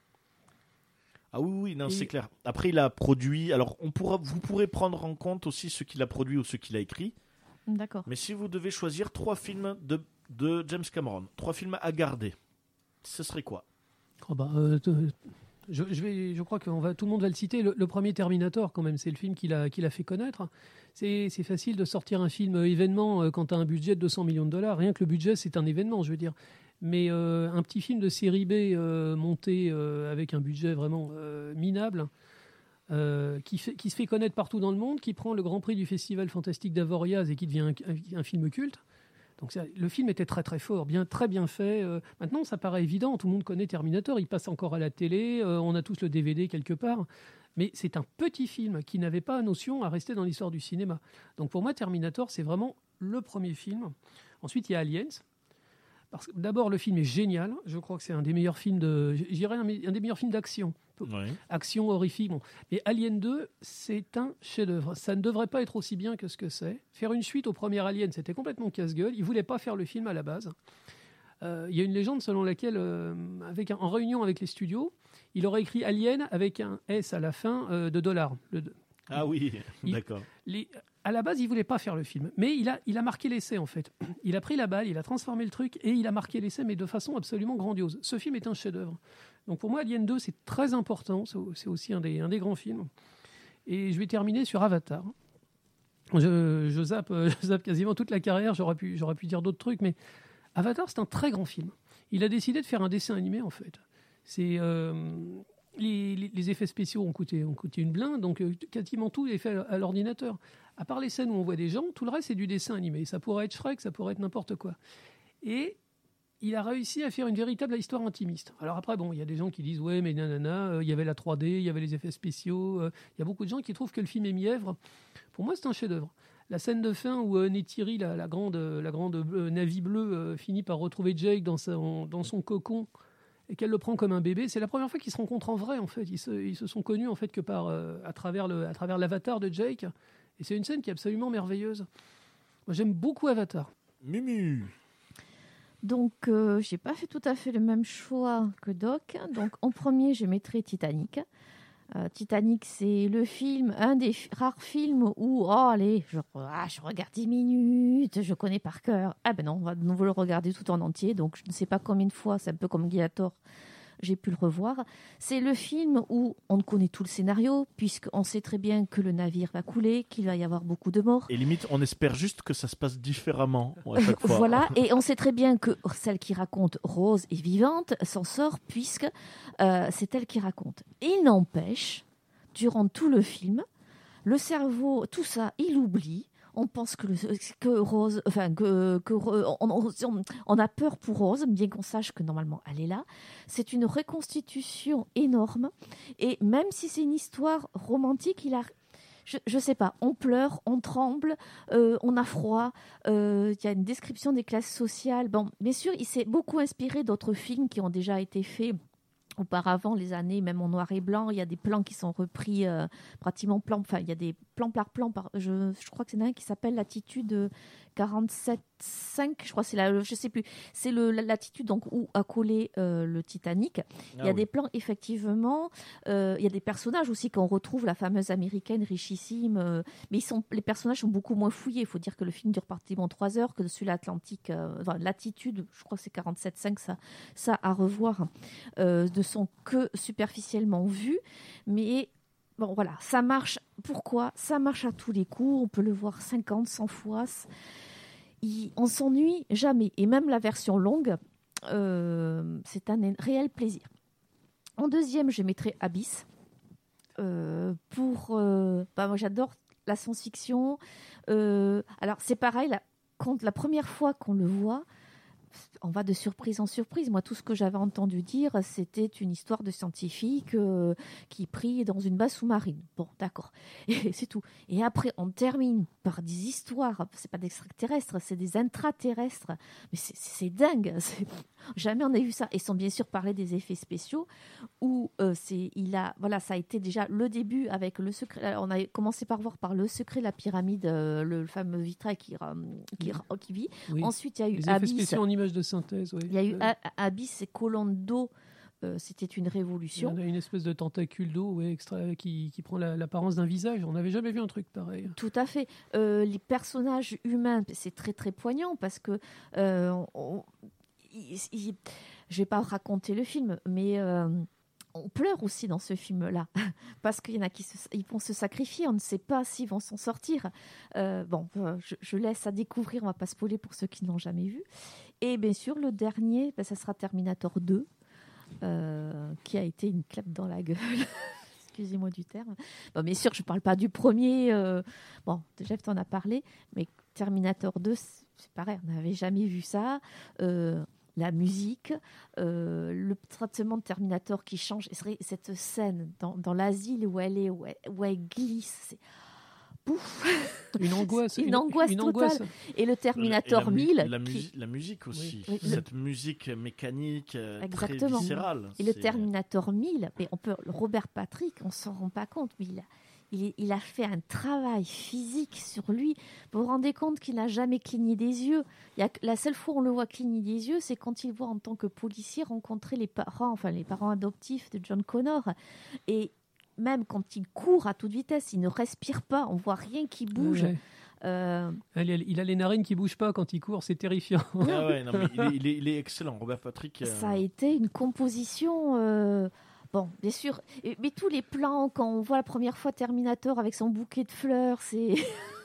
Ah oui, oui, non, Et... c'est clair. Après, il a produit... Alors, on pourra, vous pourrez prendre en compte aussi ce qu'il a produit ou ce qu'il a écrit. D'accord. Mais si vous devez choisir trois films de, de James Cameron, trois films à garder, ce serait quoi? Oh bah, euh, je, je, vais, je crois que on va, tout le monde va le citer. Le, le premier Terminator, quand même, c'est le film qu'il a, qu'il a fait connaître. C'est, c'est facile de sortir un film événement quand tu as un budget de deux cents millions de dollars. Rien que le budget, c'est un événement, je veux dire. Mais euh, un petit film de série B euh, monté euh, avec un budget vraiment euh, minable, euh, qui, fait, qui se fait connaître partout dans le monde, qui prend le Grand Prix du Festival Fantastique d'Avoriaz et qui devient un, un, un film culte. Donc ça, le film était très très fort, bien, très bien fait. Euh, maintenant, ça paraît évident, tout le monde connaît Terminator, il passe encore à la télé, euh, on a tous le D V D quelque part. Mais c'est un petit film qui n'avait pas notion à rester dans l'histoire du cinéma. Donc pour moi, Terminator, c'est vraiment le premier film. Ensuite, il y a Aliens. Parce que d'abord, le film est génial. Je crois que c'est un des meilleurs films de, je dirais un, un des meilleurs films d'action. Ouais. Action, horrifique. Bon. Mais Alien deux, c'est un chef-d'œuvre. Ça ne devrait pas être aussi bien que ce que c'est. Faire une suite au premier Alien, c'était complètement casse-gueule. Ils ne voulaient pas faire le film à la base. Euh, il y a une légende selon laquelle, euh, avec un, en réunion avec les studios, il aurait écrit Alien avec un S à la fin euh, de dollars. Le, ah oui, il, d'accord. Les, à la base, il ne voulait pas faire le film. Mais il a, il a marqué l'essai, en fait. Il a pris la balle, il a transformé le truc et il a marqué l'essai, mais de façon absolument grandiose. Ce film est un chef-d'œuvre. Donc pour moi, Alien deux, c'est très important. C'est, c'est aussi un des, un des grands films. Et je vais terminer sur Avatar. Je, je, zappe, je zappe quasiment toute la carrière, j'aurais pu, j'aurais pu dire d'autres trucs, mais Avatar, c'est un très grand film. Il a décidé de faire un dessin animé, en fait. C'est, euh, les, les, les effets spéciaux ont coûté, ont coûté une blinde, donc euh, quasiment tout est fait à, à l'ordinateur. À part les scènes où on voit des gens, tout le reste, c'est du dessin animé. Ça pourrait être Shrek, ça pourrait être n'importe quoi. Et il a réussi à faire une véritable histoire intimiste. Alors après, bon, il y a des gens qui disent « Ouais, mais nanana, euh, il y avait la trois D, il y avait les effets spéciaux. Euh, » Il y a beaucoup de gens qui trouvent que le film est mièvre. Pour moi, c'est un chef-d'œuvre. La scène de fin où euh, Neytiri, la, la grande, la grande euh, Navi bleue, euh, finit par retrouver Jake dans, sa, en, dans son cocon et qu'elle le prend comme un bébé, c'est la première fois qu'ils se rencontrent en vrai, en fait. Ils se, ils se sont connus, en fait, que par, euh, à, travers le, à travers l'avatar de Jake. Et c'est une scène qui est absolument merveilleuse. Moi, j'aime beaucoup Avatar. Mumu. Donc, euh, j'ai pas fait tout à fait le même choix que Doc. Donc, en premier, je mettrai Titanic. Euh, Titanic, c'est le film, un des f- rares films où, oh, allez, je, ah, je regarde dix minutes, je connais par cœur. Ah ben non, on va de nouveau le regarder tout en entier. Donc, je ne sais pas combien de fois, c'est un peu comme Gladiator, j'ai pu le revoir. C'est le film où on connaît tout le scénario, puisqu'on sait très bien que le navire va couler, qu'il va y avoir beaucoup de morts. Et limite, on espère juste que ça se passe différemment à chaque fois. Voilà, et on sait très bien que celle qui raconte, Rose, est vivante, s'en sort, puisque euh, c'est elle qui raconte. Il n'empêche, durant tout le film, le cerveau, tout ça, il oublie. On pense que, le, que Rose, enfin que, que on, on, on a peur pour Rose, bien qu'on sache que normalement elle est là. C'est une reconstitution énorme, et même si c'est une histoire romantique, il a, je, je sais pas, on pleure, on tremble, euh, on a froid. Il euh, y a une description des classes sociales. Bon, bien sûr, il s'est beaucoup inspiré d'autres films qui ont déjà été faits auparavant, les années, même en noir et blanc. Il y a des plans qui sont repris euh, pratiquement plan, enfin il y a des plans par plan. Par, je, je crois que c'est un qui s'appelle Latitude quarante-sept cinq, je crois, c'est la, je sais plus, c'est le, la latitude donc où a collé euh, le Titanic. Ah, il y a oui. des plans effectivement, euh, il y a des personnages aussi qu'on retrouve, la fameuse américaine richissime, euh, mais ils sont, les personnages sont beaucoup moins fouillés. Il faut dire que le film dure pratiquement trois heures, que celui l'Atlantique, euh, enfin, Latitude, je crois que c'est quarante-sept cinq, ça, ça à revoir, euh, ne sont que superficiellement vus, mais bon, voilà, ça marche. Pourquoi ? Ça marche à tous les coups. On peut le voir cinquante, cent fois. Il, on s'ennuie jamais. Et même la version longue, euh, c'est un réel plaisir. En deuxième, je mettrai Abyss. Euh, pour, euh, bah, moi, j'adore la science-fiction. Euh, alors, c'est pareil. La, quand, la première fois qu'on le voit, on va de surprise en surprise. Moi, tout ce que j'avais entendu dire, c'était une histoire de scientifique euh, qui prie dans une base sous-marine. Bon, d'accord. Et c'est tout. Et après, on termine par des histoires. C'est pas des extraterrestres, c'est des intraterrestres. Mais c'est, c'est dingue. C'est... Jamais on a vu ça. Et sans bien sûr parler des effets spéciaux, où euh, c'est, il a, voilà, ça a été déjà le début avec le secret. On a commencé par voir par le secret de la pyramide, euh, le, le fameux vitrail qui, qui, oui. qui vit. Oui. Ensuite, il y a eu les Abyss. Effets spéciaux en images de synthèse, oui. Il y a eu euh, Abyss et colonne d'eau. Euh, c'était une révolution. Il y a une espèce de tentacule d'eau ouais, extra, qui, qui prend la, l'apparence d'un visage. On n'avait jamais vu un truc pareil. Tout à fait. Euh, les personnages humains, c'est très très poignant parce que euh, on, il, il, je vais pas raconter le film, mais euh, on pleure aussi dans ce film-là parce qu'il y en a qui se, ils vont se sacrifier. On ne sait pas s'ils vont s'en sortir. Euh, bon, je, je laisse à découvrir. On va pas spoiler pour ceux qui n'ont jamais vu. Et bien sûr, le dernier, ben, ça sera Terminator deux. Euh, qui a été une claque dans la gueule. Excusez-moi du terme. Bon, bien sûr, je ne parle pas du premier. Euh... Bon, déjà, tu en as parlé, mais Terminator deux, c'est pareil, on n'avait jamais vu ça. Euh, la musique, euh, le traitement de Terminator qui change. Cette scène dans, dans l'asile où elle est, où elle, où elle glisse, c'est... Pouf. Une angoisse, une, une, angoisse une totale. Angoisse. Et le Terminator et la, mille. La, qui... musique, la musique aussi. Oui. Cette le... musique mécanique Exactement. très viscérale. Et le Terminator mille, mais on peut, Robert Patrick, on ne s'en rend pas compte, mais il a, il, il a fait un travail physique sur lui. Vous vous rendez compte qu'il n'a jamais cligné des yeux. Il y a, la seule fois où on le voit cligner des yeux, c'est quand il voit en tant que policier rencontrer les parents, enfin les parents adoptifs de John Connor. Et même quand il court à toute vitesse, il ne respire pas, on voit rien qui bouge. Ouais. Euh... Il a les narines qui bougent pas quand il court, c'est terrifiant. Ah ouais, non, mais il, est, il, est, il est excellent, Robert Patrick. Euh... Ça a été une composition. Euh... Bon, bien sûr, mais tous les plans quand on voit la première fois Terminator avec son bouquet de fleurs, c'est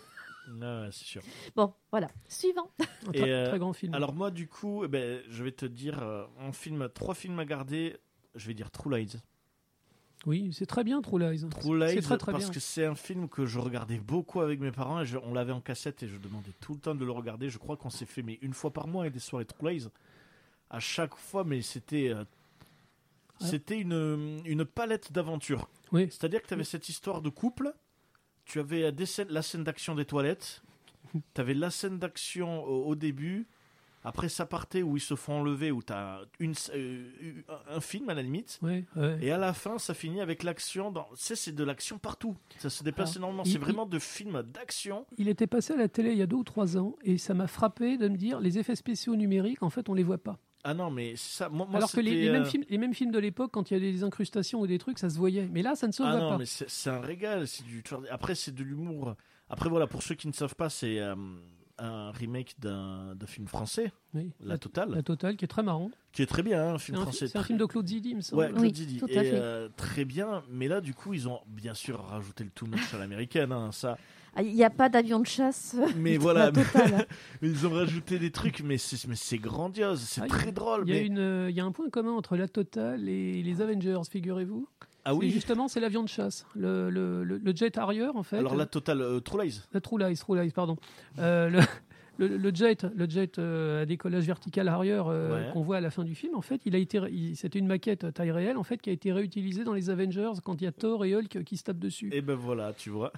Non, ouais, c'est sûr. Bon, voilà. Suivant. Un Et, très, euh, très grand film. Alors moi, du coup, eh ben, je vais te dire, euh, en film, trois films à garder, je vais dire True Lies. Oui, c'est très bien, True Lies. True C'est Lies, très, très parce bien. que c'est un film que je regardais beaucoup avec mes parents, et je- on l'avait en cassette, et je demandais tout le temps de le regarder. Je crois qu'on s'est fait mais une fois par mois, et des soirées True Lies. À chaque fois, mais c'était... euh, C'était une, une palette d'aventures. Oui. C'est-à-dire que tu avais cette histoire de couple, tu avais des scènes- la scène d'action des toilettes, tu avais la scène d'action au, au début, après ça partait où ils se font enlever, où tu as une, euh, un film à la limite, Oui, ouais. et à la fin ça finit avec l'action. Dans... Tu sais, c'est de l'action partout, ça se déplace Alors, énormément, il- c'est vraiment de films d'action. Il était passé à la télé il y a deux ou trois ans et ça m'a frappé de me dire les effets spéciaux numériques, en fait, on les voit pas. Ah non, mais c'est ça, moi, moi, Alors que les, c'était, les mêmes euh, films, les mêmes films de l'époque, quand il y a des incrustations ou des trucs, ça se voyait. Mais là, ça ne se Ah voit non, pas. mais c'est c'est un régal. C'est du... Après, c'est de l'humour. Après, voilà, pour ceux qui ne savent pas, c'est euh, un remake d'un d'un film français, Oui. La Totale, La Totale, qui est très marrant. qui est très bien, hein, un C'est film un, français. fi- c'est un très- film de Claude Zidi, il me semble. Ouais, Claude Oui, Zidi. tout à Et fait. euh, très bien, mais là, du coup, ils ont bien sûr rajouté le too much à l'américaine, hein, ça. Ah, il n'y a pas d'avion de chasse. Mais La voilà, mais- totale. ils ont rajouté des trucs, mais c'est mais c'est grandiose, c'est Ah, il- très drôle. Il y, a mais... une, euh, il y a un point commun entre La Totale et les Avengers, figurez-vous. Ah C'est oui. justement, c'est l'avion de chasse. Le, le, le, le jet Harrier, en fait. Alors la Totale, euh, True Lies. La True Lies, True Lies, pardon. Euh, le, le, le jet, le jet euh, à décollage vertical Harrier euh, Ouais. qu'on voit à la fin du film, en fait, il a été, ré- il- c'était une maquette à taille réelle, en fait, qui a été réutilisée dans les Avengers quand il y a Thor et Hulk qui se tapent dessus. Et ben voilà, tu vois.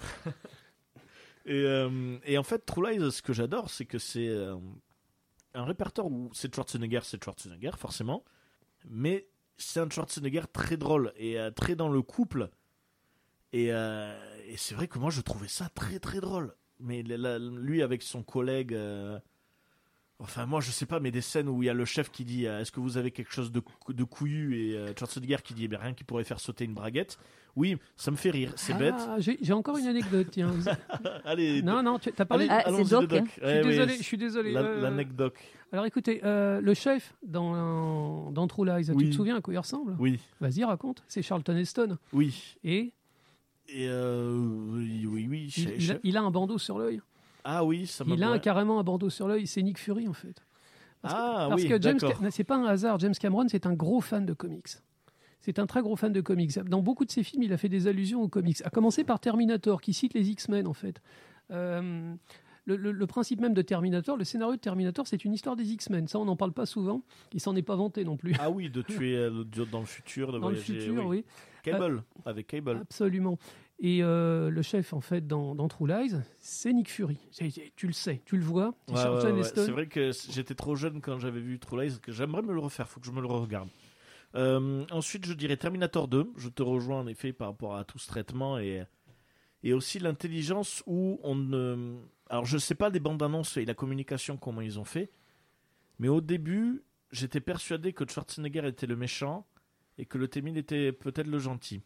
et, euh, et en fait, True Lies, ce que j'adore, c'est que c'est euh, un répertoire où c'est Schwarzenegger, c'est Schwarzenegger, forcément. Mais c'est un Schwarzenegger très drôle et euh, très dans le couple. Et, euh, et c'est vrai que moi, je trouvais ça très très drôle. Mais la- la- lui, avec son collègue. euh, Enfin, moi, je sais pas, mais des scènes où il y a le chef qui dit euh, est-ce que vous avez quelque chose de, cou- de couillu et euh, Schwarzenegger qui dit eh bien, rien qui pourrait faire sauter une braguette. Oui, ça me fait rire, c'est Ah, bête. J'ai, j'ai encore une anecdote, tiens. Allez, non, non, tu as parlé. allez, Ah, c'est allons-y, Doc, le doc. hein. Je suis Ouais, oui, désolé, je suis désolé. la- euh, L'anecdote. Alors écoutez, euh, le chef dans, dans True Lies, Oui. tu te souviens à quoi il ressemble? Oui, Vas-y, raconte. C'est Charlton Heston. oui. Et Et euh, oui, oui, oui. il, chef- il a, il a un bandeau sur l'œil. Ah oui, ça m'a. Il a ouais. carrément un bandeau sur l'œil. C'est Nick Fury, en fait. Parce que, Ah parce oui, que James, d'accord. Ca- c'est pas un hasard. James Cameron, c'est un gros fan de comics. C'est un très gros fan de comics. Dans beaucoup de ses films, il a fait des allusions aux comics. À commencer par Terminator, qui cite les X-Men, en fait. Euh, le, le- le principe même de Terminator, le scénario de Terminator, c'est une histoire des X-Men. Ça, on n'en parle pas souvent. Il s'en est pas vanté non plus. Ah oui, de tuer euh, de- dans le futur, de Dans le voyager. futur, oui. Cable, avec Cable. Absolument. Et euh, le chef, en fait, dans, dans True Lies, c'est Nick Fury. C'est- c'est- tu le sais, tu le vois. C'est Ouais, Charlton ouais, ouais. Heston. C'est vrai que j'étais trop jeune quand j'avais vu True Lies, que j'aimerais me le refaire, faut que je me le regarde. Euh, ensuite, je dirais Terminator deux. Je te rejoins en effet par rapport à tout ce traitement et, et aussi l'intelligence où on ne. Alors, je sais pas des bandes annonces et la communication, comment ils ont fait, mais au début, j'étais persuadé que Schwarzenegger était le méchant et que le T mille était peut-être le gentil.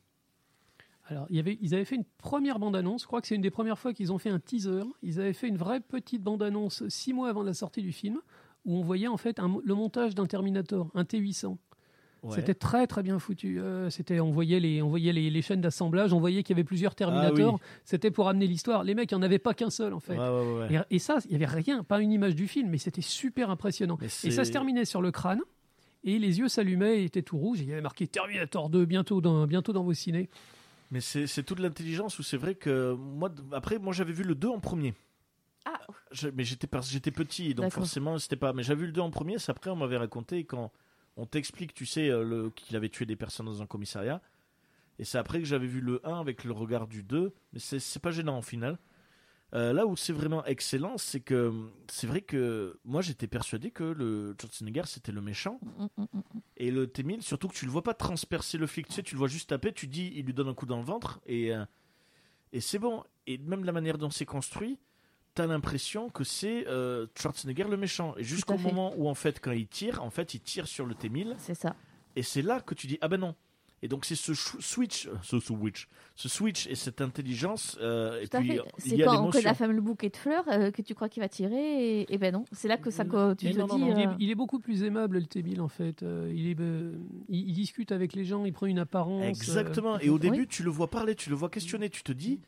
Alors, il y avait, ils avaient fait une première bande-annonce. Je crois que c'est une des premières fois qu'ils ont fait un teaser. Ils avaient fait une vraie petite bande-annonce six mois avant la sortie du film, où on voyait en fait un- le montage d'un Terminator, un T huit cents. Ouais. C'était très très bien foutu. Euh, c'était, on voyait les, on voyait les, les chaînes d'assemblage, on voyait qu'il y avait plusieurs Terminators. Ah oui. C'était pour amener l'histoire. Les mecs, il n'y en avait pas qu'un seul en fait. Ouais, ouais, ouais. Et, et ça, il n'y avait rien, pas une image du film, mais c'était super impressionnant. Mais Et c'est- ça se terminait sur le crâne, et les yeux s'allumaient, et étaient tout rouges. Et il y avait marqué Terminator deux bientôt dans, bientôt dans vos ciné. Mais c'est c'est toute l'intelligence où c'est vrai que moi, d- après, moi j'avais vu le deux en premier. Ah, Je- mais j'étais pas- j'étais petit, donc D'accord. forcément c'était pas. Mais j'avais vu le deux en premier, c'est après on m'avait raconté quand on t'explique, tu sais, euh, le- qu'il avait tué des personnes dans un commissariat. Et c'est après que j'avais vu le un avec le regard du deux, mais c'est c'est pas gênant au final. Euh, là où c'est vraiment excellent, c'est que c'est vrai que moi j'étais persuadé que le Schwarzenegger c'était le méchant. mm, mm, mm. Et le T mille, surtout que tu le vois pas transpercer le flic, tu sais, tu le vois juste taper, tu dis, il lui donne un coup dans le ventre, et, euh, et c'est bon. Et même la manière dont c'est construit, t'as l'impression que c'est euh, Schwarzenegger le méchant. Et jusqu'au Tout à fait. moment où, en fait, quand il tire, en fait, il tire sur le T mille, C'est ça. et c'est là que tu dis, ah ben non. Et donc c'est ce chou- switch, euh, ce switch, ce switch et cette intelligence, euh, et Tout à puis fait. il C'est y a quand on l'émotion. connaît la femme le bouquet de fleurs euh, que tu crois qu'il va tirer et, et ben non, c'est là que ça que tu Mais te non, non, dis. non, il, est, euh, il est beaucoup plus aimable, le T-Bill, en fait. Euh, il, est, euh, il, il discute avec les gens, il prend une apparence. euh, Exactement. Et au Oui. début, tu le vois parler, tu le vois questionner, tu te dis,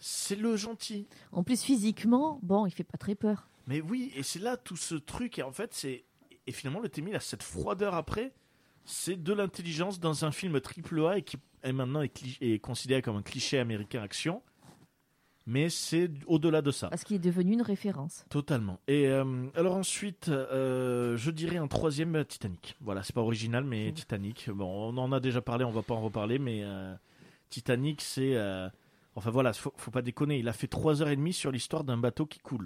c'est le gentil. En plus, physiquement, bon, il fait pas très peur. Mais oui, et c'est là tout ce truc. Et en fait, c'est. Et finalement, le Témil a cette froideur après. C'est de l'intelligence dans un film triple A et qui est maintenant est, cli- est considéré comme un cliché américain action. Mais c'est au-delà de ça. Parce qu'il est devenu une référence. Totalement. Et euh, alors ensuite, euh, je dirais un troisième euh, Titanic. Voilà, c'est pas original, mais Mmh. Titanic. Bon, on en a déjà parlé, on va pas en reparler, mais euh, Titanic, c'est. Euh, enfin voilà, faut, faut pas déconner. Il a fait trois heures et demie sur l'histoire d'un bateau qui coule.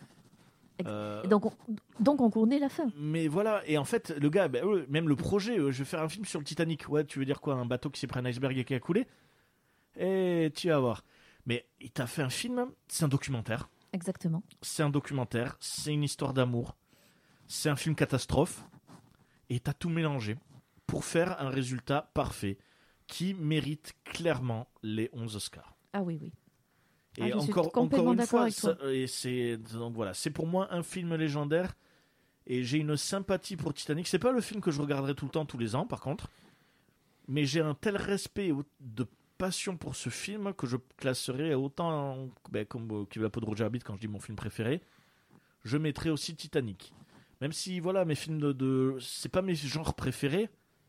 Euh, Et donc, on, donc, on connaît la fin. mais voilà, et en fait, le gars, ben, eux, même le projet, euh, je vais faire un film sur le Titanic. Ouais, tu veux dire quoi? Un bateau qui s'est pris un iceberg et qui a coulé? Eh, tu vas voir. Mais il t'a fait un film, c'est un documentaire. Exactement. C'est un documentaire, c'est une histoire d'amour, c'est un film catastrophe, et t'as tout mélangé pour faire un résultat parfait qui mérite clairement les onze Oscars. Ah oui, oui. Et Ah, je suis encore, complètement encore une d'accord fois, avec toi. ça- et c'est donc voilà, c'est pour moi un film légendaire, et j'ai une sympathie pour Titanic. C'est pas le film que je regarderai tout le temps, tous les ans, par contre, mais j'ai un tel respect de passion pour ce film que je classerai autant ben, comme euh, Qui veut la peau de Roger Rabbit quand je dis mon film préféré. Je mettrai aussi Titanic. Même si voilà, mes films de, de c'est pas mes genres préférés,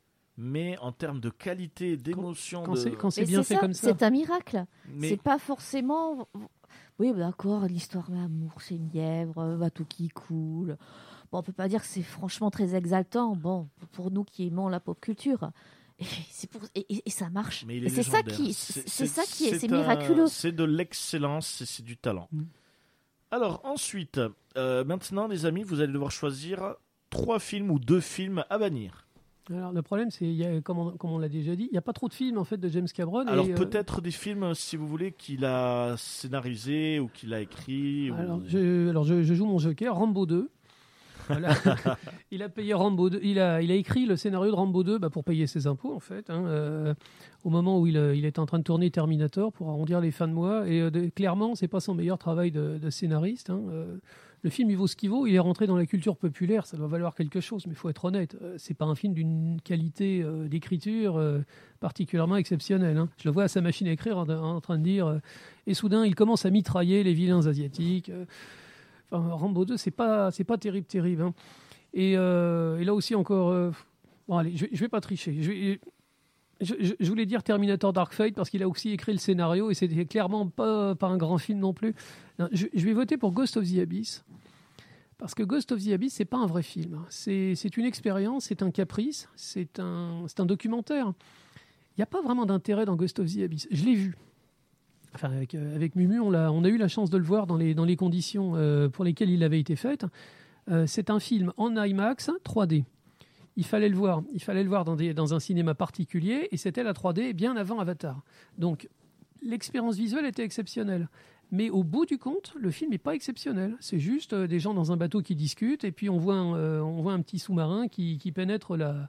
mais en termes de qualité, d'émotion, Quand de... c'est quand c'est Mais bien c'est fait ça, comme ça. c'est un miracle. mais C'est pas forcément. Oui, bah d'accord, l'histoire d'amour, c'est une lièvre, un bateau qui coule. Bon, on peut pas dire que c'est franchement très exaltant. Bon, pour nous qui aimons la pop culture. Et, c'est pour, et, et- et ça marche. mais il Et est c'est ça légendaire. qui, C'est- c'est, c'est ça qui est, c'est un- miraculeux. C'est de l'excellence, et c'est du talent. Mm. Alors ensuite, euh, maintenant les amis, vous allez devoir choisir trois films ou deux films à bannir. Alors, le problème, c'est, il y a, comme, on, comme on l'a déjà dit, il n'y a pas trop de films en fait, de James Cameron. Alors et, euh, peut-être des films, si vous voulez, qu'il a scénarisé ou qu'il a écrit. ou- Alors, je, alors je, je joue mon joker, Rambo deux. Voilà. il a payé Rambo deux. Il a, il a écrit le scénario de Rambo deux bah, pour payer ses impôts, en fait. hein, euh, au moment où il, euh, il est en train de tourner Terminator pour arrondir les fins de mois. Et euh, de- clairement, c'est pas son meilleur travail de, de scénariste. hein, euh, le film, il vaut ce qu'il vaut. Il est rentré dans la culture populaire. Ça doit valoir quelque chose, mais il faut être honnête. Euh, c'est pas un film d'une qualité euh, d'écriture euh, particulièrement exceptionnelle. hein. Je le vois à sa machine à écrire en, en train de dire. euh, et soudain, il commence à mitrailler les vilains asiatiques. euh, Enfin, Rambo deux, c'est pas, c'est pas terrible, terrible. hein. Et, euh, et là aussi encore, euh, bon allez, je, je vais pas tricher. Je, vais- je, je- je voulais dire Terminator Dark Fate parce qu'il a aussi écrit le scénario et c'était clairement pas, pas un grand film non plus. Non, je, je vais voter pour Ghost of the Abyss parce que Ghost of the Abyss c'est pas un vrai film. C'est, c'est une expérience, c'est un caprice, c'est un, c'est un documentaire. Il n'y a pas vraiment d'intérêt dans Ghost of the Abyss. Je l'ai vu. Enfin, avec, euh, avec Mumu, on a, on a eu la chance de le voir dans les, dans les conditions euh, pour lesquelles il avait été fait. Euh, c'est un film en IMAX trois D. Il fallait le voir, il fallait le voir dans, des, dans un cinéma particulier et c'était la trois D bien avant Avatar. Donc, l'expérience visuelle était exceptionnelle. Mais au bout du compte, le film n'est pas exceptionnel. C'est juste euh, des gens dans un bateau qui discutent et puis on voit un, euh, on voit un petit sous-marin qui, qui pénètre la,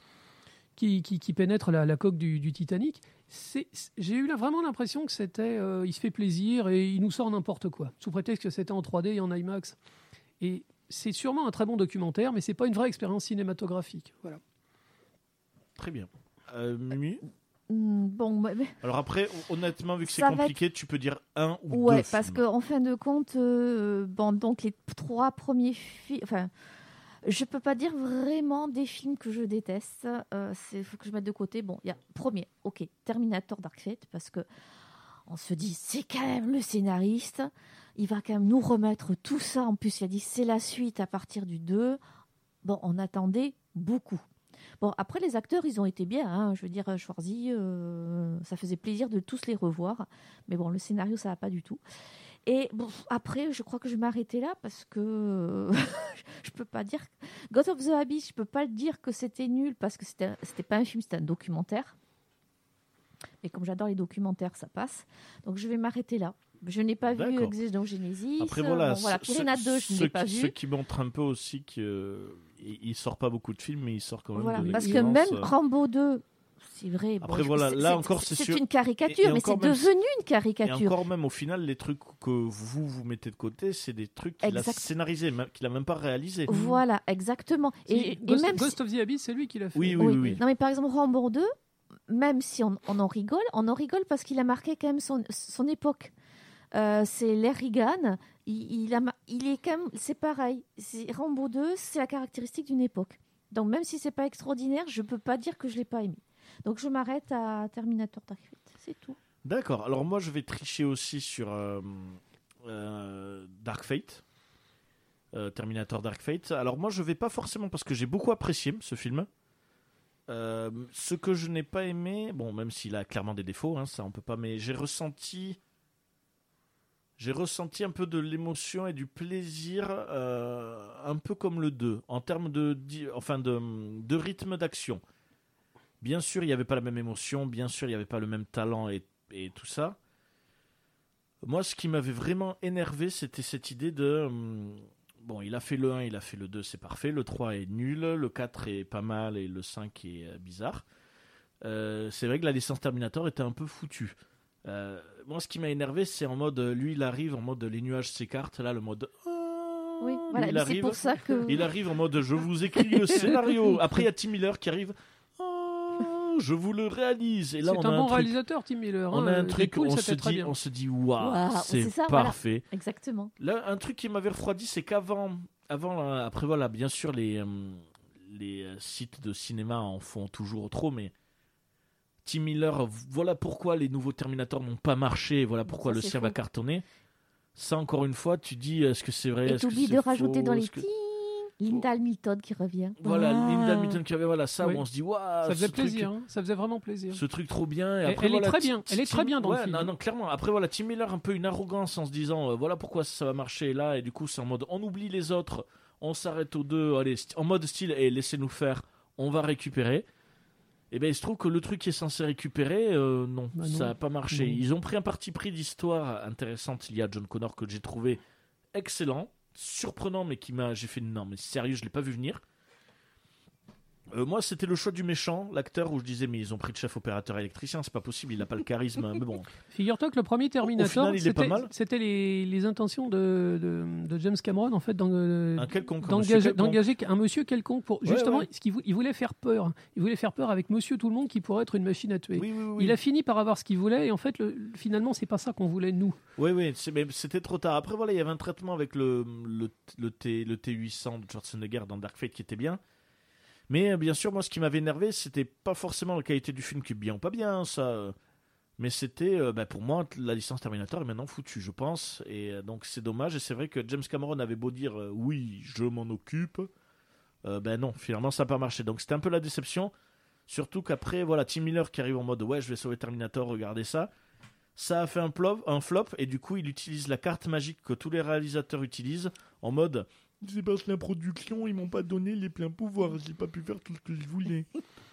qui, qui, qui pénètre la, la coque du, du Titanic. C'est, c'est- j'ai eu là vraiment l'impression que c'était, euh, il se fait plaisir et il nous sort n'importe quoi, sous prétexte que c'était en trois D et en IMAX. Et c'est sûrement un très bon documentaire, mais c'est pas une vraie expérience cinématographique. Voilà. Très bien. Euh, Mimi. Hmm, Bon, mais- mais- Alors après, honnêtement, vu que c'est Ça va compliqué, tu peux dire un ou ouais, deux parce films. qu'en fin de compte, euh, bon, donc les trois premiers films, enfin, je peux pas dire vraiment des films que je déteste. Il faut que je mette de côté. Bon, il y a premier, ok, Terminator Dark Fate, parce que on se dit, c'est quand même le scénariste, il va quand même nous remettre tout ça. En plus, il a dit, c'est la suite à partir du deux. Bon, on attendait beaucoup. Bon, après, les acteurs, ils ont été bien. hein. Je veux dire, Schwarzy, euh, ça faisait plaisir de tous les revoir. Mais bon, le scénario, ça va pas du tout. Et bon, après, je crois que je vais m'arrêter là parce que je peux pas dire. God of the Abyss, je peux pas le dire que c'était nul parce que c'était, c'était pas un film, c'était un documentaire. Et comme j'adore les documentaires, ça passe. Donc je vais m'arrêter là. Je n'ai pas vu D'accord. Xenogenesis. Après voilà, Bon, voilà. ce- Piranha ce- deux, je ne ce l'ai pas qui- vu. Ce qui montre un peu aussi qu'il il sort pas beaucoup de films, mais il sort quand même Voilà, de parce que l'excellence, même euh. Rambo deux, c'est vrai. bon, Après, voilà, c'est- là c'est- encore, c'est c'est sûr. une caricature, Et- et mais c'est encore même- devenu une Et caricature. encore même, au final, les trucs que vous vous mettez de côté, c'est des trucs qu'il a Exact. scénarisés, même- qu'il a même pas réalisés. Voilà, exactement. Si, Et, et Ghost, même Ghost of the Abyss, c'est lui qui l'a fait. Oui, oui, Oui. oui. oui. Non, mais par exemple, Rambo deux, même si on, on en rigole, on en rigole parce qu'il a marqué quand même son, son époque. Euh, c'est Larry Reagan. Il, il, a, il est quand même, c'est pareil. C'est, Rambo deux, c'est la caractéristique d'une époque. Donc même si c'est pas extraordinaire, je peux pas dire que je l'ai pas aimé. Donc je m'arrête à Terminator Dark Fate, c'est tout. D'accord. Alors moi, je vais tricher aussi sur euh, euh, Dark Fate, euh, Terminator Dark Fate. Alors moi, je vais pas forcément parce que j'ai beaucoup apprécié ce film. Euh, ce que je n'ai pas aimé, bon, même s'il a clairement des défauts, hein, ça on peut pas, mais j'ai ressenti, j'ai ressenti un peu de l'émotion et du plaisir, euh, un peu comme le deux, en termes de, enfin de, de rythme d'action. Bien sûr, il n'y avait pas la même émotion, bien sûr, il n'y avait pas le même talent et, et tout ça. Moi, ce qui m'avait vraiment énervé, c'était cette idée de... Hum, bon, il a fait le un, il a fait le deux, c'est parfait. Le trois est nul, le quatre est pas mal et le cinq est euh, bizarre. Euh, c'est vrai que la licence Terminator était un peu foutue. Euh, moi, ce qui m'a énervé, c'est en mode... Lui, il arrive en mode les nuages s'écartent. Là, le mode... Oui, voilà, il mais arrive, c'est pour ça que... Il arrive en mode je vous écris le scénario. Après, il y a Tim Miller qui arrive... Je vous le réalise. Et là, c'est on un a bon un truc, réalisateur, Tim Miller. on hein, a un truc, cool, on, ça se fait très dit, bien. on se dit, waouh, Wow, c'est, c'est ça, parfait. Voilà. Exactement. Là, un truc qui m'avait refroidi, c'est qu'avant, avant, là, après voilà, bien sûr, les, euh, les euh, sites de cinéma en font toujours trop, mais Tim Miller, voilà pourquoi les nouveaux Terminator n'ont pas marché, voilà pourquoi Ça, le c'est sien faux. va cartonner. Ça, encore une fois, tu dis, est-ce que c'est vrai, Et est-ce que t'oublies c'est de faux, rajouter dans les est-ce que- petits Linda Hamilton qui revient. Voilà, Ah. Linda Hamilton qui avait voilà ça, Oui. où on se dit, waouh, Ça faisait ce truc- plaisir, hein, ça faisait vraiment plaisir. ce truc trop bien. Et Elle- après, elle est voilà, très Ti- bien, elle est Tim- très bien dans le ouais, film. Non, non, clairement. Après, voilà, Tim Miller, un peu une arrogance en se disant, euh, voilà pourquoi ça va marcher là. Et du coup, c'est en mode, on oublie les autres, on s'arrête aux deux, allez, st- en mode style, et laissez-nous faire, on va récupérer. Et bien, il se trouve que le truc qui est censé récupérer, euh, non, Bah non. ça n'a pas marché. Non. Ils ont pris un parti pris d'histoire intéressante lié à John Connor que j'ai trouvé excellent, surprenant, mais qui m'a. J'ai fait, non, mais sérieux, je l'ai pas vu venir. Euh, moi, c'était le choix du méchant, l'acteur, où je disais, mais ils ont pris le chef opérateur électricien, c'est pas possible, il n'a pas le charisme. Mais bon, Figure-toi que le premier Terminator, final, il est pas c'était, mal. c'était les, les intentions de, de, de James Cameron, en fait, d'en- un quelconque. un monsieur d'engager, quelconque. d'engager un monsieur quelconque pour Ouais, justement ouais. ce qu'il vou- il voulait faire peur. Il voulait faire peur avec monsieur tout le monde qui pourrait être une machine à tuer. Oui, oui, oui. Il a fini par avoir ce qu'il voulait et en fait, le, finalement, c'est pas ça qu'on voulait nous. Oui, oui, c'est- mais c'était trop tard. Après, voilà, il y avait un traitement avec le, le, le, T, le T huit cents de Schwarzenegger dans Dark Fate qui était bien. Mais euh, bien sûr, moi, ce qui m'avait énervé, c'était pas forcément la qualité du film qui est bien ou pas bien, ça. euh, Mais c'était, euh, bah, pour moi, la licence Terminator est maintenant foutue, je pense. Et euh, donc, c'est dommage. Et c'est vrai que James Cameron avait beau dire euh, oui, je m'en occupe. Euh, ben non, finalement, ça n'a pas marché. Donc, c'était un peu la déception. Surtout qu'après, voilà, Tim Miller qui arrive en mode ouais, je vais sauver Terminator, regardez ça. Ça a fait un flop, un flop, et du coup, il utilise la carte magique que tous les réalisateurs utilisent en mode c'est parce que la production, ils m'ont pas donné les pleins pouvoirs, j'ai pas pu faire tout ce que je voulais.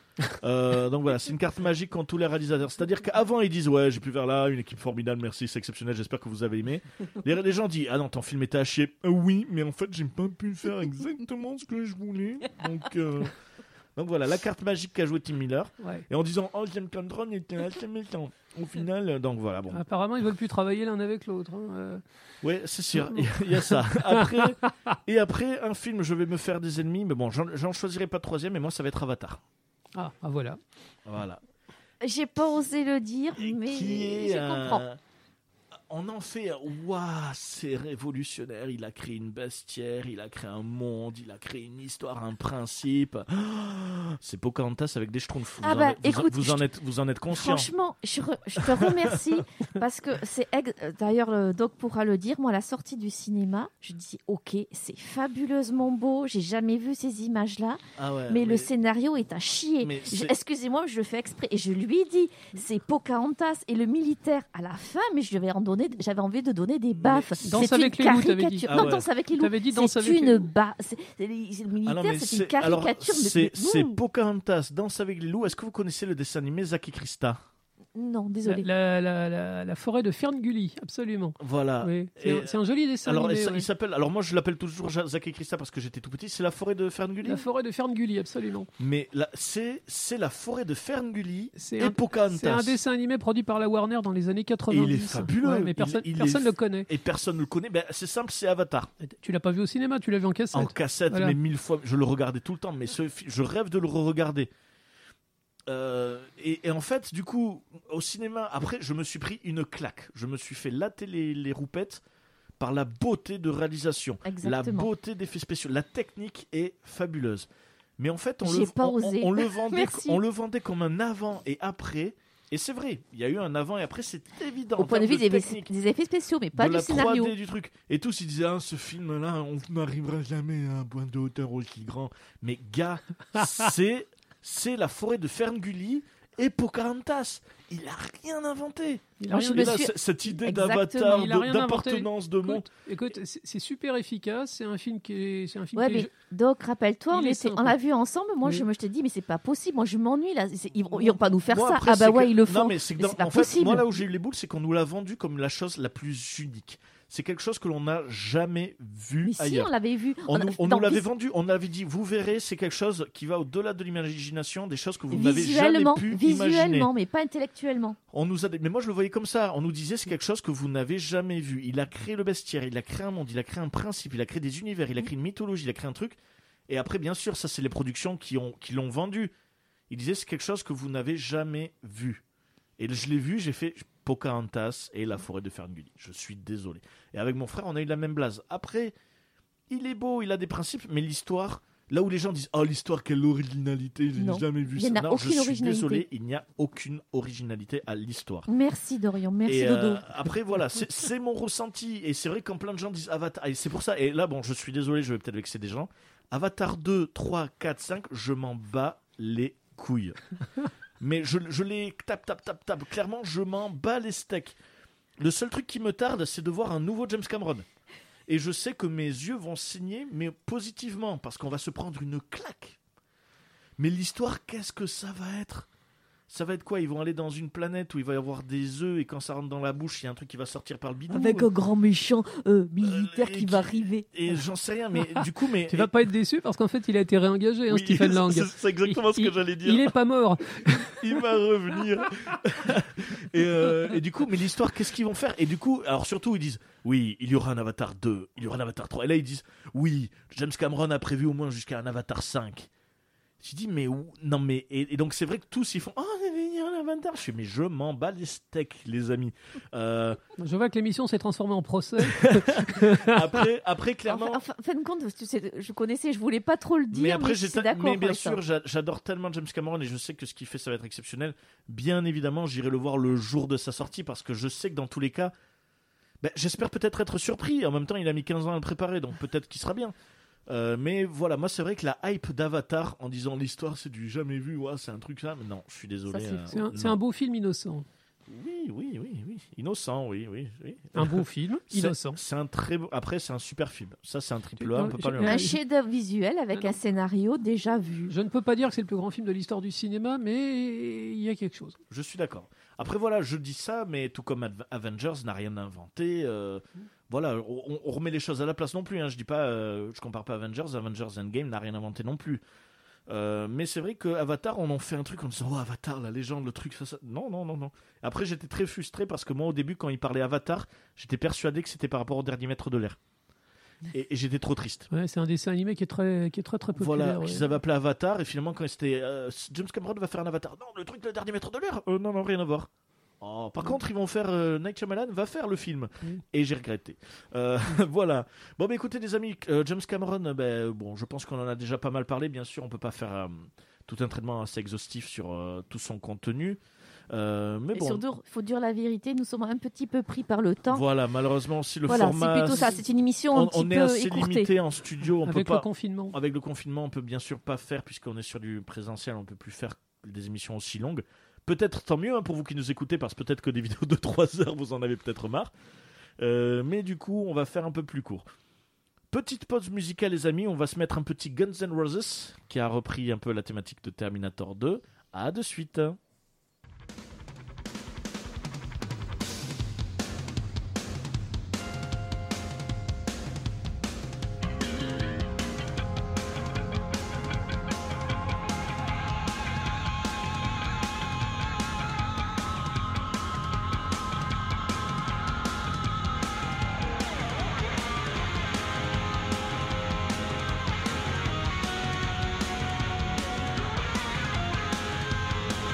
Euh, donc voilà, c'est une carte magique qu'ont tous les réalisateurs. C'est-à-dire qu'avant, ils disent ouais, j'ai pu faire là, une équipe formidable, merci, c'est exceptionnel, j'espère que vous avez aimé. Les, les gens disent ah non, ton film était à chier. Euh, oui, mais en fait, j'ai pas pu faire exactement ce que je voulais. Donc. Euh... Donc voilà, la carte magique qu'a joué Tim Miller. Ouais. Et en disant, oh, James Cameron était assez méchant. Au final, euh, donc voilà, bon. Apparemment, ils veulent plus travailler l'un avec l'autre. hein, euh. Ouais, c'est sûr, il y, a- il y a ça. Après, et après, un film, je vais me faire des ennemis, mais bon, j'en, j'en choisirai pas de troisième, mais moi, ça va être Avatar. Ah, ah, voilà. Voilà. J'ai pas osé le dire, Et mais qui est, je euh, comprends. On en fait, waouh, c'est révolutionnaire. Il a créé une bestiaire, il a créé un monde, il a créé une histoire, un principe. C'est Pocahontas avec des schtroumpfs. Vous, Ah en, bah, êtes, vous, en- écoute, vous en je- êtes, vous en êtes conscient. Franchement, je, re- je te remercie parce que c'est ex- euh, d'ailleurs le doc pourra le dire. Moi, à la sortie du cinéma, je dis ok, c'est fabuleusement beau. J'ai jamais vu ces images-là, Ah ouais, mais, le scénario est à chier. mais Je- c'est- Excusez-moi, je le fais exprès et je lui ai dit c'est Pocahontas et le militaire à la fin, mais je vais en donner. J'avais envie de donner des baffes. Mais Danse C'est avec une les loups, t'avais dit. caricature. Ah non, ouais. danse avec les loups. T'avais dit Danse C'est avec les une loups. baffe. C'est- c'est- Le Ah non, militaire, mais c'est une c'est- alors, caricature. de- c'est, de- c'est Ouh. Pocahontas, Danse avec les loups. Est-ce que vous connaissez le dessin animé Zack et Krista? Non, La, désolé. la, la, la, la forêt de Ferngully, absolument. Voilà. Oui. C'est, Et- un, c'est un joli dessin Alors, animé. il, s- ouais. il s'appelle. Alors, moi, je l'appelle toujours Ja- Zack et Krista parce que j'étais tout petit. C'est la forêt de Ferngully. La forêt de Ferngully, absolument. Mais là, c'est, c'est la forêt de Ferngully C'est et un, Pocahontas. c'est un dessin animé produit par la Warner dans les années quatre-vingt-dix. Et il est fabuleux. Ouais, mais Il- personne il est personne ne f- le connaît. Et personne ne le connaît. Ben, c'est simple, c'est Avatar. Tu l'as pas vu au cinéma, tu l'as vu en cassette. En cassette, Voilà. mais mille fois. Je le regardais tout le temps, mais ce fi- je rêve de le re-regarder. Euh, et, et en fait, du coup, au cinéma, après, je me suis pris une claque. Je me suis fait latter les, les roupettes par la beauté de réalisation, Exactement. la beauté d'effets spéciaux. La technique est fabuleuse. Mais en fait, on, J'ai le, pas on, osé. on- on le vendait, Merci. on le vendait comme un avant et après. Et c'est vrai, il y a eu un avant et après, c'est évident. Au en point de termes vue des, technique, des effets spéciaux, mais pas de du la scénario. trois D du truc. Et tous ils disaient ah, ce film là on n'arrivera jamais à un point de hauteur aussi grand. Mais gars, c'est c'est la forêt de Ferngully et Pocahontas. Il a rien inventé. Il a Moi, rien je Et me là, suis- c- cette idée Exactement. d'avatar, Il a de- rien d'appartenance de monde. Écoute, écoute, c'est c'est super efficace. C'est un film qui est, c'est un film Ouais, qui est- mais Doc, rappelle-toi, on, Il est était- simple. on l'a vu ensemble. Moi, Oui. je me je t'ai dit, mais c'est pas possible. Moi, je m'ennuie là. C'est- Ils, vont- ils vont pas nous faire Moi, ça. après, Ah bah c'est ouais, que- ils le font. Non, mais c'est que Mais dans- c'est pas en fait, possible. moi là où j'ai eu les boules, c'est qu'on nous l'a vendu comme la chose la plus unique. C'est quelque chose que l'on n'a jamais vu Mais si, ailleurs. on l'avait vu. On, a- nous, on dans nous l'avait Vis- vendu, on avait dit, vous verrez, c'est quelque chose qui va au-delà de l'imagination, des choses que vous n'avez jamais Visuellement, pu imaginer. visuellement, mais pas intellectuellement. On nous a, mais moi je le voyais comme ça. On nous disait c'est quelque chose que vous n'avez jamais vu. Il a créé le bestiaire, il a créé un monde, il a créé un principe, il a créé des univers, il a créé une mythologie, il a créé un truc. Et après, bien sûr, ça c'est les productions qui ont, qui l'ont vendu. Il disait c'est quelque chose que vous n'avez jamais vu. Et je l'ai vu, j'ai fait Pocahontas et la forêt de Ferngully. Je suis désolé. Et avec mon frère, on a eu la même blase. Après, il est beau, il a des principes, mais l'histoire, là où les gens disent oh l'histoire quelle originalité, j'ai Non. jamais vu Il y ça. en a Non, je aucune suis originalité. désolé, il n'y a aucune originalité à l'histoire. Merci Dorian, merci Et Dodo. euh, après voilà, c'est c'est mon ressenti et c'est vrai que quand plein de gens disent Avatar, et c'est pour ça, et là bon je suis désolé, je vais peut-être vexer des gens, Avatar deux, trois, quatre, cinq, je m'en bats les couilles. Mais je, je les tape, tape, tape, tape, clairement je m'en bats les steaks. Le seul truc qui me tarde c'est de voir un nouveau James Cameron. Et je sais que mes yeux vont saigner, mais positivement, parce qu'on va se prendre une claque. Mais l'histoire, qu'est-ce que ça va être ? Ça va être quoi ? Ils vont aller dans une planète où il va y avoir des œufs et quand ça rentre dans la bouche, il y a un truc qui va sortir par le bidou. Avec un grand méchant euh, militaire Euh, qui et va qui- arriver. Et j'en sais rien, mais du coup, mais Tu vas pas être déçu parce qu'en fait, il a été réengagé, hein, oui, Stephen Lang. c'est- C'est exactement ce que Il- j'allais dire. Il est pas mort. Il va revenir. et, euh, et du coup, mais l'histoire, qu'est-ce qu'ils vont faire ? Et du coup, alors surtout, ils disent oui, il y aura un Avatar deux, il y aura un Avatar trois. Et là, ils disent oui, James Cameron a prévu au moins jusqu'à un Avatar cinq. Je dis mais où ? Non mais et, et donc c'est vrai que tous ils font oh il y a un Avatar. Je fais mais je m'en bats les steaks les amis. Euh, Je vois que l'émission s'est transformée en procès. après après clairement. Enfin, en fin de compte, tu sais, je connaissais, je voulais pas trop le dire, Mais mais, après, je j'ai suis ta- d'accord. mais bien avec ça. sûr, j'a- j'adore tellement James Cameron et je sais que ce qu'il fait, ça va être exceptionnel. Bien évidemment, j'irai le voir le jour de sa sortie parce que je sais que dans tous les cas, ben, j'espère peut-être être surpris. En même temps, il a mis quinze ans à le préparer, donc peut-être qu'il sera bien. Euh, mais voilà, moi c'est vrai que la hype d'Avatar en disant l'histoire c'est du jamais vu, ouais, c'est un truc ça, mais non, je suis désolé. Ça, c'est euh, C'est un, non. c'est un beau film innocent. Oui, oui, oui, oui, innocent, oui, oui, oui. Un beau film C'est- innocent. C'est un très beau. Après, c'est un super film. Ça, c'est un triple Tu- A, on non, peut pas j'ai- lui Un enlever. chef-d'œuvre visuel avec Non. un scénario déjà vu. Je ne peux pas dire que c'est le plus grand film de l'histoire du cinéma, mais il y a quelque chose. Je suis d'accord. Après, voilà, je dis ça, mais tout comme Adv- Avengers n'a rien inventé. euh, voilà, on, on remet les choses à la place non plus. Hein, je dis pas, euh, je compare pas Avengers. Avengers Endgame n'a rien inventé non plus. Euh, mais c'est vrai que Avatar, on en fait un truc en disant oh, Avatar, la légende, le truc, ça, ça. Non, non, non, non. Après, j'étais très frustré parce que moi, au début, quand il parlait Avatar, j'étais persuadé que c'était par rapport au dernier maître de l'air. Et, et j'étais trop triste. Ouais, c'est un dessin animé qui est très, qui est très, très populaire. Voilà, ouais. qu'ils avaient appelé Avatar, et finalement, quand c'était euh, James Cameron va faire un Avatar. Non, le truc, le dernier maître de l'air. Euh, non, non, rien à voir. Oh, par contre, ils vont faire. Euh, Night Shyamalan va faire le film. Oui. Et j'ai regretté. Euh, voilà. Bon, bah écoutez, les amis, euh, James Cameron, euh, ben, bon, je pense qu'on en a déjà pas mal parlé. Bien sûr, on peut pas faire euh, tout un traitement assez exhaustif sur euh, tout son contenu. Euh, mais Et bon. surtout, il faut dire la vérité, nous sommes un petit peu pris par le temps. Voilà, malheureusement, aussi le Voilà, format. c'est plutôt ça. C'est une émission un On, petit on est peu assez écourtée. limité en studio. On Avec peut le pas. confinement. Avec le confinement, on peut bien sûr pas faire, puisqu'on est sur du présentiel, on peut plus faire des émissions aussi longues. Peut-être tant mieux hein, pour vous qui nous écoutez, parce que peut-être que des vidéos de trois heures, vous en avez peut-être marre. Euh, mais du coup, on va faire un peu plus court. Petite pause musicale, les amis. On va se mettre un petit Guns N' Roses, qui a repris un peu la thématique de Terminator deux. À de suite. Thank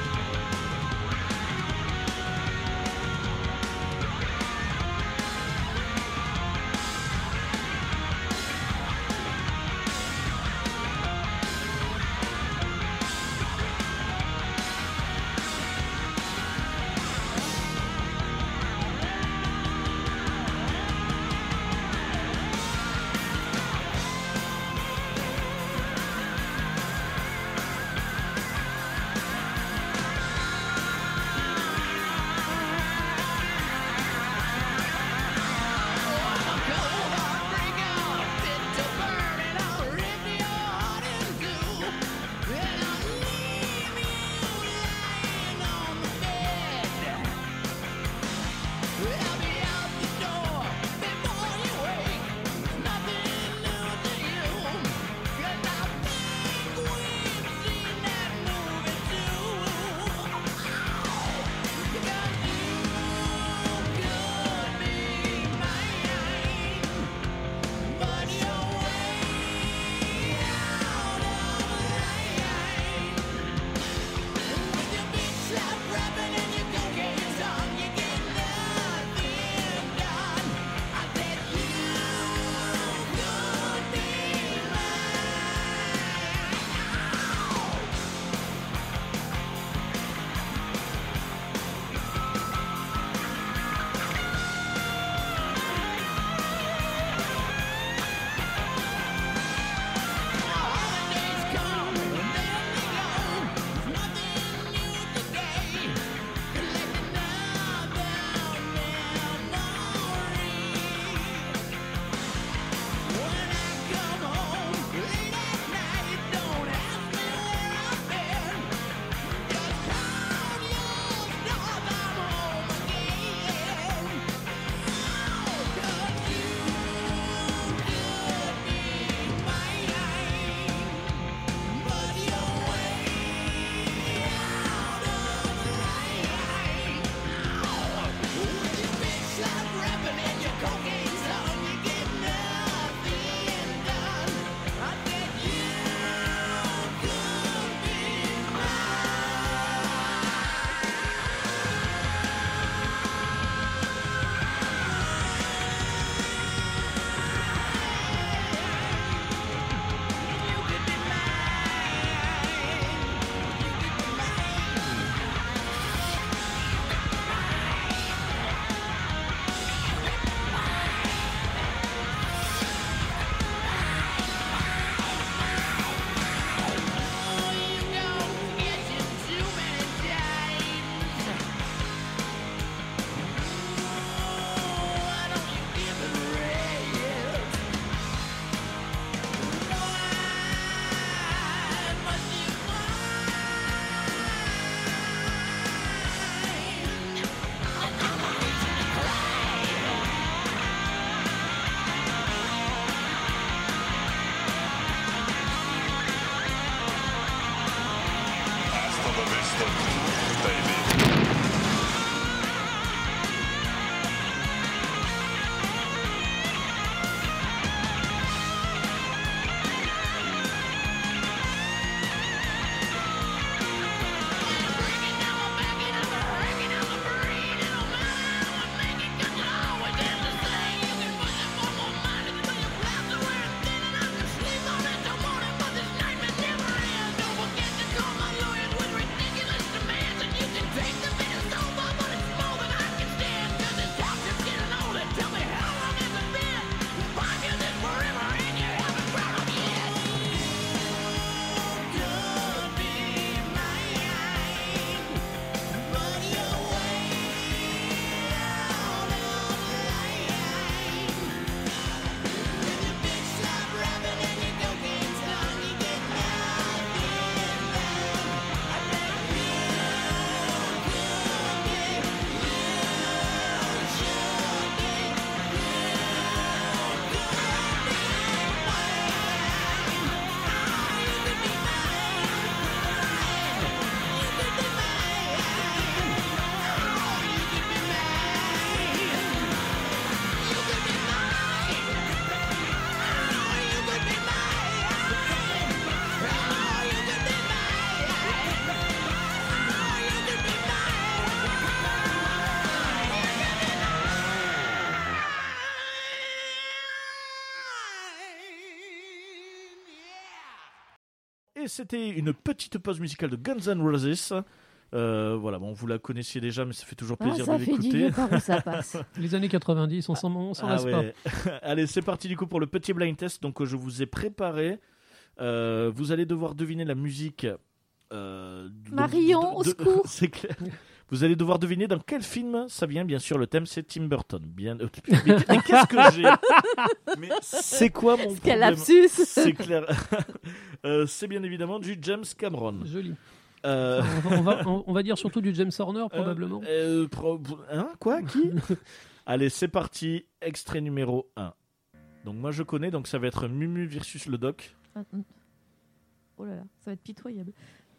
Et c'était une petite pause musicale de Guns N' Roses. Euh, voilà, bon, vous la connaissiez déjà, mais ça fait toujours plaisir ah, de ça fait dix l'écouter. lieues par où ça passe. Les années quatre-vingt-dix, on s'en, on s'en Ah lasse ouais. pas. Allez, c'est parti du coup pour le petit blind test. Donc, je vous ai préparé. Euh, vous allez devoir deviner la musique. Euh, de- Marion, de- au de- secours. C'est clair. Vous allez devoir deviner dans quel film ça vient. Bien sûr, le thème c'est Tim Burton. Bien. euh, Mais, mais qu'est-ce que j'ai Mais c'est quoi mon Quel problème lapsus. C'est clair. Euh, c'est bien évidemment du James Cameron. Joli. Euh, On va, on, va, on- on va dire surtout du James Horner, probablement. euh, euh, pro- hein Quoi Qui Allez, c'est parti. Extrait numéro un. Donc moi je connais, donc ça va être Mumu versus le doc. Oh là là, ça va être pitoyable.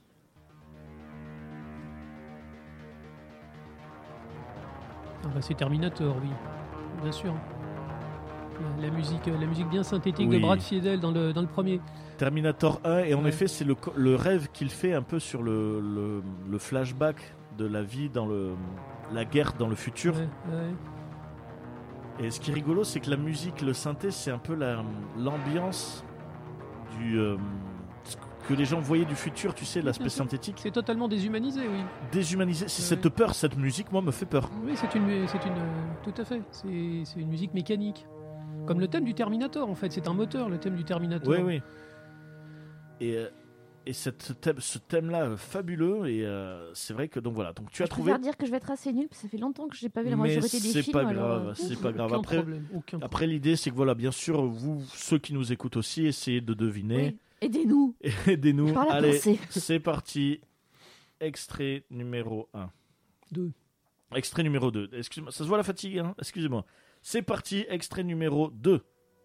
Ah bah, c'est Terminator, oui. Bien sûr. La, la musique, la musique bien synthétique Oui. de Brad Fiedel dans le, dans le premier. Terminator un, et en Ouais. effet c'est le, co- le rêve qu'il fait un peu sur le, le, le flashback de la vie dans le, la guerre dans le futur. Ouais, ouais. Et ce qui est rigolo, c'est que la musique, le synthé, c'est un peu la, l'ambiance du, euh, ce que les gens voyaient du futur, tu sais, l'aspect Bien sûr. synthétique. C'est totalement déshumanisé, oui. Déshumanisé. C'est Ouais. cette peur, cette musique, moi, me fait peur. Oui, c'est une, c'est une, euh, tout à fait. C'est, c'est une musique mécanique, comme le thème du Terminator. En fait, c'est un moteur, le thème du Terminator. Oui, oui. Et, euh, et cette, ce thème, ce thème-là, euh, fabuleux. Et euh, c'est vrai que, donc voilà. Donc tu as Je trouvé. préfère dire que je vais être assez nulle, parce que ça fait longtemps que j'ai pas vu la Mais majorité des c'est films. pas alors, grave, euh, c'est pas grave. Aucun Après, problème. Aucun après l'idée, c'est que voilà, bien sûr, vous, ceux qui nous écoutent aussi, essayez de deviner. oui. Aidez-nous Et aidez-nous. par la Allez, pensée. c'est parti. Extrait numéro un. Deux. Extrait numéro deux. Excusez-moi, ça se voit la fatigue, hein Excusez-moi. C'est parti, extrait numéro deux.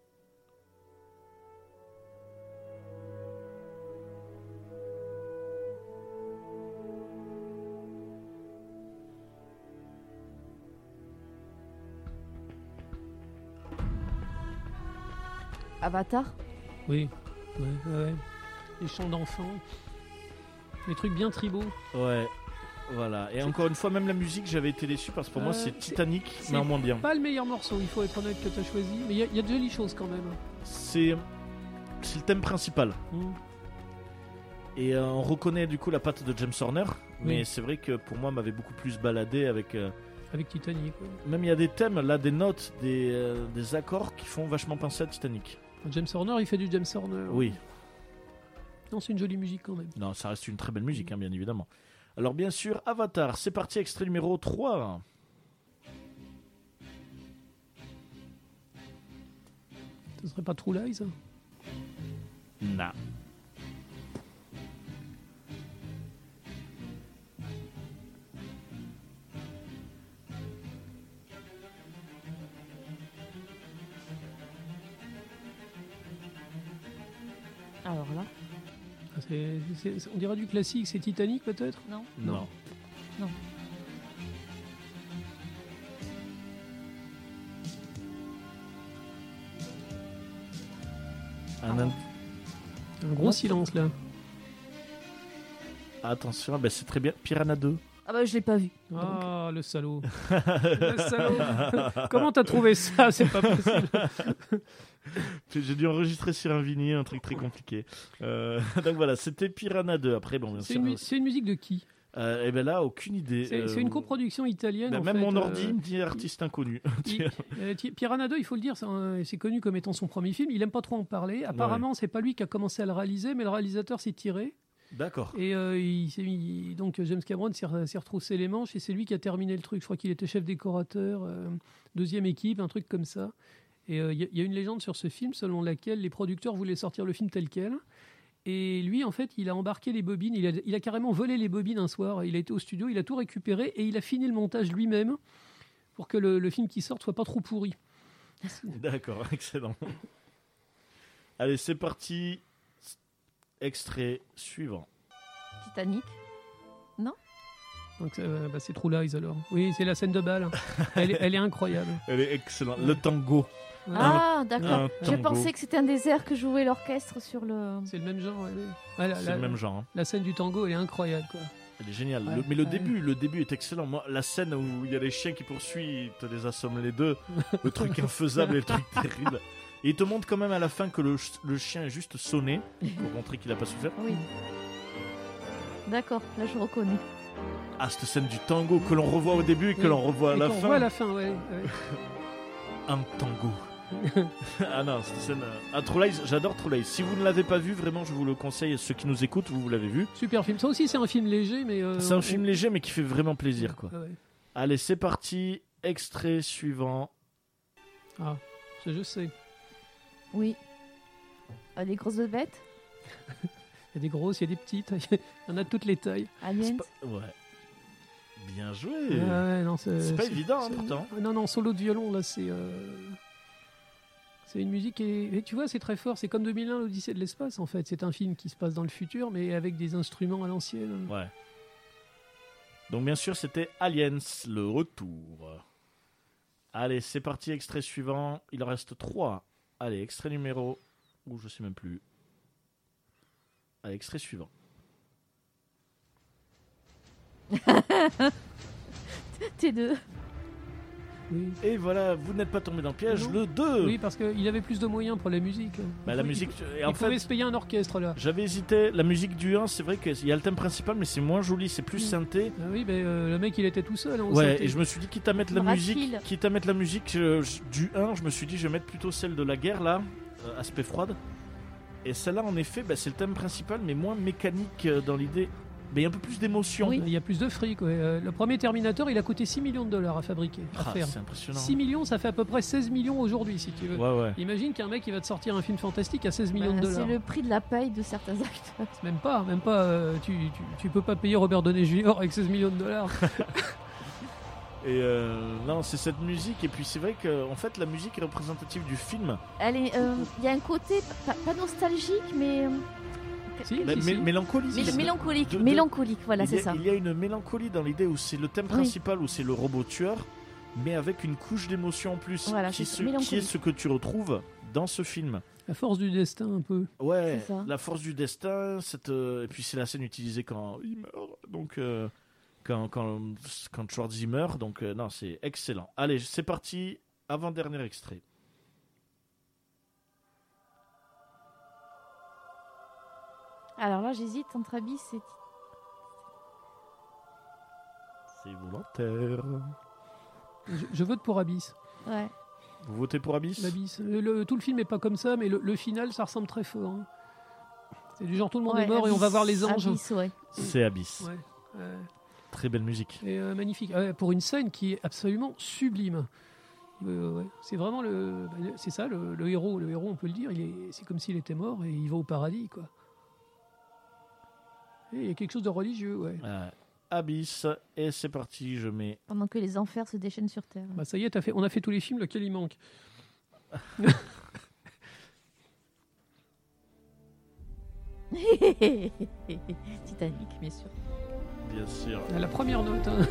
Avatar. Oui. Ouais, ouais, ouais. Les chants d'enfants. Les trucs bien tribaux. Ouais. Voilà. Et encore une fois, même la musique, j'avais été déçu parce que pour moi, Euh, c'est c'est- Titanic, c'est mais en moins bien. Pas le meilleur morceau, il faut être honnête, que tu as choisi. Mais il y, a- il y a de jolies choses quand même. C'est c'est le thème principal. Mm. Et euh, on reconnaît du coup la patte de James Horner, mais Oui. c'est vrai que pour moi, m'avait beaucoup plus baladé avec. euh, Avec Titanic. ouais. Même il y a des thèmes, là, des notes, des, euh, des accords qui font vachement penser à Titanic. James Horner, il fait du James Horner. Oui. Non, c'est une jolie musique quand même. Non, ça reste une très belle musique, hein, bien évidemment. Alors, bien sûr, Avatar, c'est parti, extrait numéro trois. Ce serait pas True Lies? Non. Alors là, Ah, c'est- c'est- c'est- on dirait du classique, c'est Titanic peut-être? non. Non. Non. Un ind- Un gros silence là. Attention, ben, c'est très bien. Piranha deux. Ah bah je l'ai pas vu. Ah, le salaud. Le salaud. Comment t'as trouvé ça? C'est pas possible. J'ai dû enregistrer sur un vinyle, un truc très compliqué. Euh, donc voilà, c'était Piranha deux. Après, bon, bien C'est sûr. une, mu- c'est une musique de qui? Euh, et ben là, aucune idée. C'est Euh, c'est une coproduction italienne. ben, en même fait, mon euh, ordi me dit artiste inconnu. il- euh, Ti- Piranha deux, il faut le dire, c'est un- c'est connu comme étant son premier film. Il aime pas trop en parler. Apparemment, c'est pas lui qui a commencé à le réaliser, mais le réalisateur s'est tiré. D'accord. Et euh, il s'est mis- donc James Cameron s'est re- s'est retroussé les manches et c'est lui qui a terminé le truc. Je crois qu'il était chef décorateur, euh, deuxième équipe, un truc comme ça. Et euh, il y, a- il y a une légende sur ce film selon laquelle les producteurs voulaient sortir le film tel quel. Et lui, en fait, il a embarqué les bobines. Il a, il a carrément volé les bobines un soir. Il a été au studio, il a tout récupéré et il a fini le montage lui-même pour que le, le film qui sorte soit pas trop pourri. D'accord, excellent. Allez, c'est parti. Extrait suivant. Titanic. Donc euh, bah, c'est True Lies alors. Oui, c'est la scène de balle. Elle, est- elle est incroyable. Elle est excellente. Le tango. Ah d'accord. un J'ai tango. pensé que c'était un des airs que jouait l'orchestre sur le. C'est le même genre. ouais, ouais. Ouais, la, C'est la- le même genre. hein. la scène du tango, elle est incroyable, quoi. Elle est géniale. Ouais, Le- mais le ouais. début, le début est excellent. Moi, la scène où il y a les chiens qui poursuivent, ils te les assomment les deux. Le truc infaisable et le truc terrible. Et il te montre quand même à la fin que le, ch- le chien est juste sonné pour montrer qu'il a pas souffert. Oui. D'accord, là je reconnais. Ah, cette scène du tango que l'on revoit au début et que Oui. l'on revoit à Et la qu'on fin. voit à la fin, ouais. ouais. Un tango. Ah non, cette scène. euh, Ah, True Lies, j'adore True Lies. Si vous ne l'avez pas vu, vraiment, je vous le conseille. Ceux qui nous écoutent, vous, vous l'avez vu. Super film. Ça aussi, c'est un film léger, mais. euh, C'est un on- film léger, mais qui fait vraiment plaisir, quoi. Ah ouais. Allez, c'est parti. Extrait suivant. Ah, ça, je sais. Oui. Ah, les grosses bêtes. Il y a des grosses, il y a des petites. Il y en a de toutes les tailles. Aliens. Pas- Ouais. Bien joué. Ouais, non, c'est, C'est pas évident, hein, c'est- pourtant. Ah, Non, non, solo de violon, là, c'est. euh, C'est une musique et, et tu vois, c'est très fort. C'est comme deux mille un, l'Odyssée de l'espace, en fait. C'est un film qui se passe dans le futur, mais avec des instruments à l'ancienne. Ouais. Donc, bien sûr, c'était Aliens, le retour. Allez, c'est parti. Extrait suivant. Il en reste trois. Allez, extrait numéro. Ou je sais même plus. Allez, extrait suivant. T deux. Oui. Et voilà, vous n'êtes pas tombé dans le piège. Non. Le deux. Oui, parce qu'il avait plus de moyens pour la musique. Bah, la Il- musique. Il, Et il en pouvait fait, se payer un orchestre, là. j'avais hésité. La musique du un, c'est vrai qu'il y a le thème principal, mais c'est moins joli. C'est plus Mm. synthé. Ah oui, mais euh, le mec, il était tout seul. Hein, au Ouais, synthé. et je me suis dit, quitte à mettre la Brad musique, Pitt. quitte à mettre la musique euh, du un, je me suis dit, je vais mettre plutôt celle de la guerre, là, euh, aspect froide. Et celle-là, en effet, bah, c'est le thème principal, mais moins mécanique euh, dans l'idée. Mais il y a un peu plus d'émotion. Oui. Il y a plus de fric. Ouais. Euh, Le premier Terminator, il a coûté six millions de dollars à fabriquer, à Ah, faire. c'est impressionnant. six millions, ça fait à peu près seize millions aujourd'hui, si tu veux. Ouais, ouais. Imagine qu'un mec, il va te sortir un film fantastique à seize millions Bah, de c'est dollars. le prix de la paille de certains acteurs. Même pas, même pas. euh, tu, tu, tu peux pas payer Robert Downey junior avec seize millions de dollars. Et euh, non, c'est cette musique. Et puis c'est vrai que, en fait, la musique est représentative du film. Elle est, euh, il y a un côté pas, pas nostalgique, mais euh, Si, Bah, si, mé- si. mélancolie. mé- c'est- mélancolique. de- de- mélancolique, voilà, il, y c'est a, ça. il y a une mélancolie dans l'idée où c'est le thème Oui. principal, où c'est le robot tueur, mais avec une couche d'émotion en plus, Voilà, qui, c'est ça, ce- qui est mélancolique. ce que tu retrouves dans ce film. La force du destin, un peu. Ouais, C'est ça. la force du destin, cette, euh, et puis c'est la scène utilisée quand il meurt, donc euh, quand, quand, quand Schwarzy meurt, donc euh, non, c'est excellent. Allez, c'est parti, avant-dernier extrait. Alors là, j'hésite entre Abyss et. C'est volontaire. Je, je vote pour Abyss. Ouais. Vous votez pour Abyss? Abyss. Le- le- tout le film est pas comme ça, mais le, le final, ça ressemble très fort. hein. C'est du genre tout le monde Ouais, est mort et on va Abyss- voir les anges. Abyss, ouais. C'est Abyss. Ouais. Euh, Très belle musique. et euh, magnifique. Euh, pour une scène qui est absolument sublime. Euh, ouais. C'est vraiment le, bah, le- c'est ça le, le héros. Le héros, on peut le dire. Il est, c'est comme s'il était mort et il va au paradis, quoi. Et il y a quelque chose de religieux, ouais. Euh, Abyss, et c'est parti, je mets. Pendant que les enfers se déchaînent sur Terre. Bah ça y est, t'as fait, on a fait tous les films, lequel il manque. Titanic, bien sûr. Bien sûr. La première note. hein.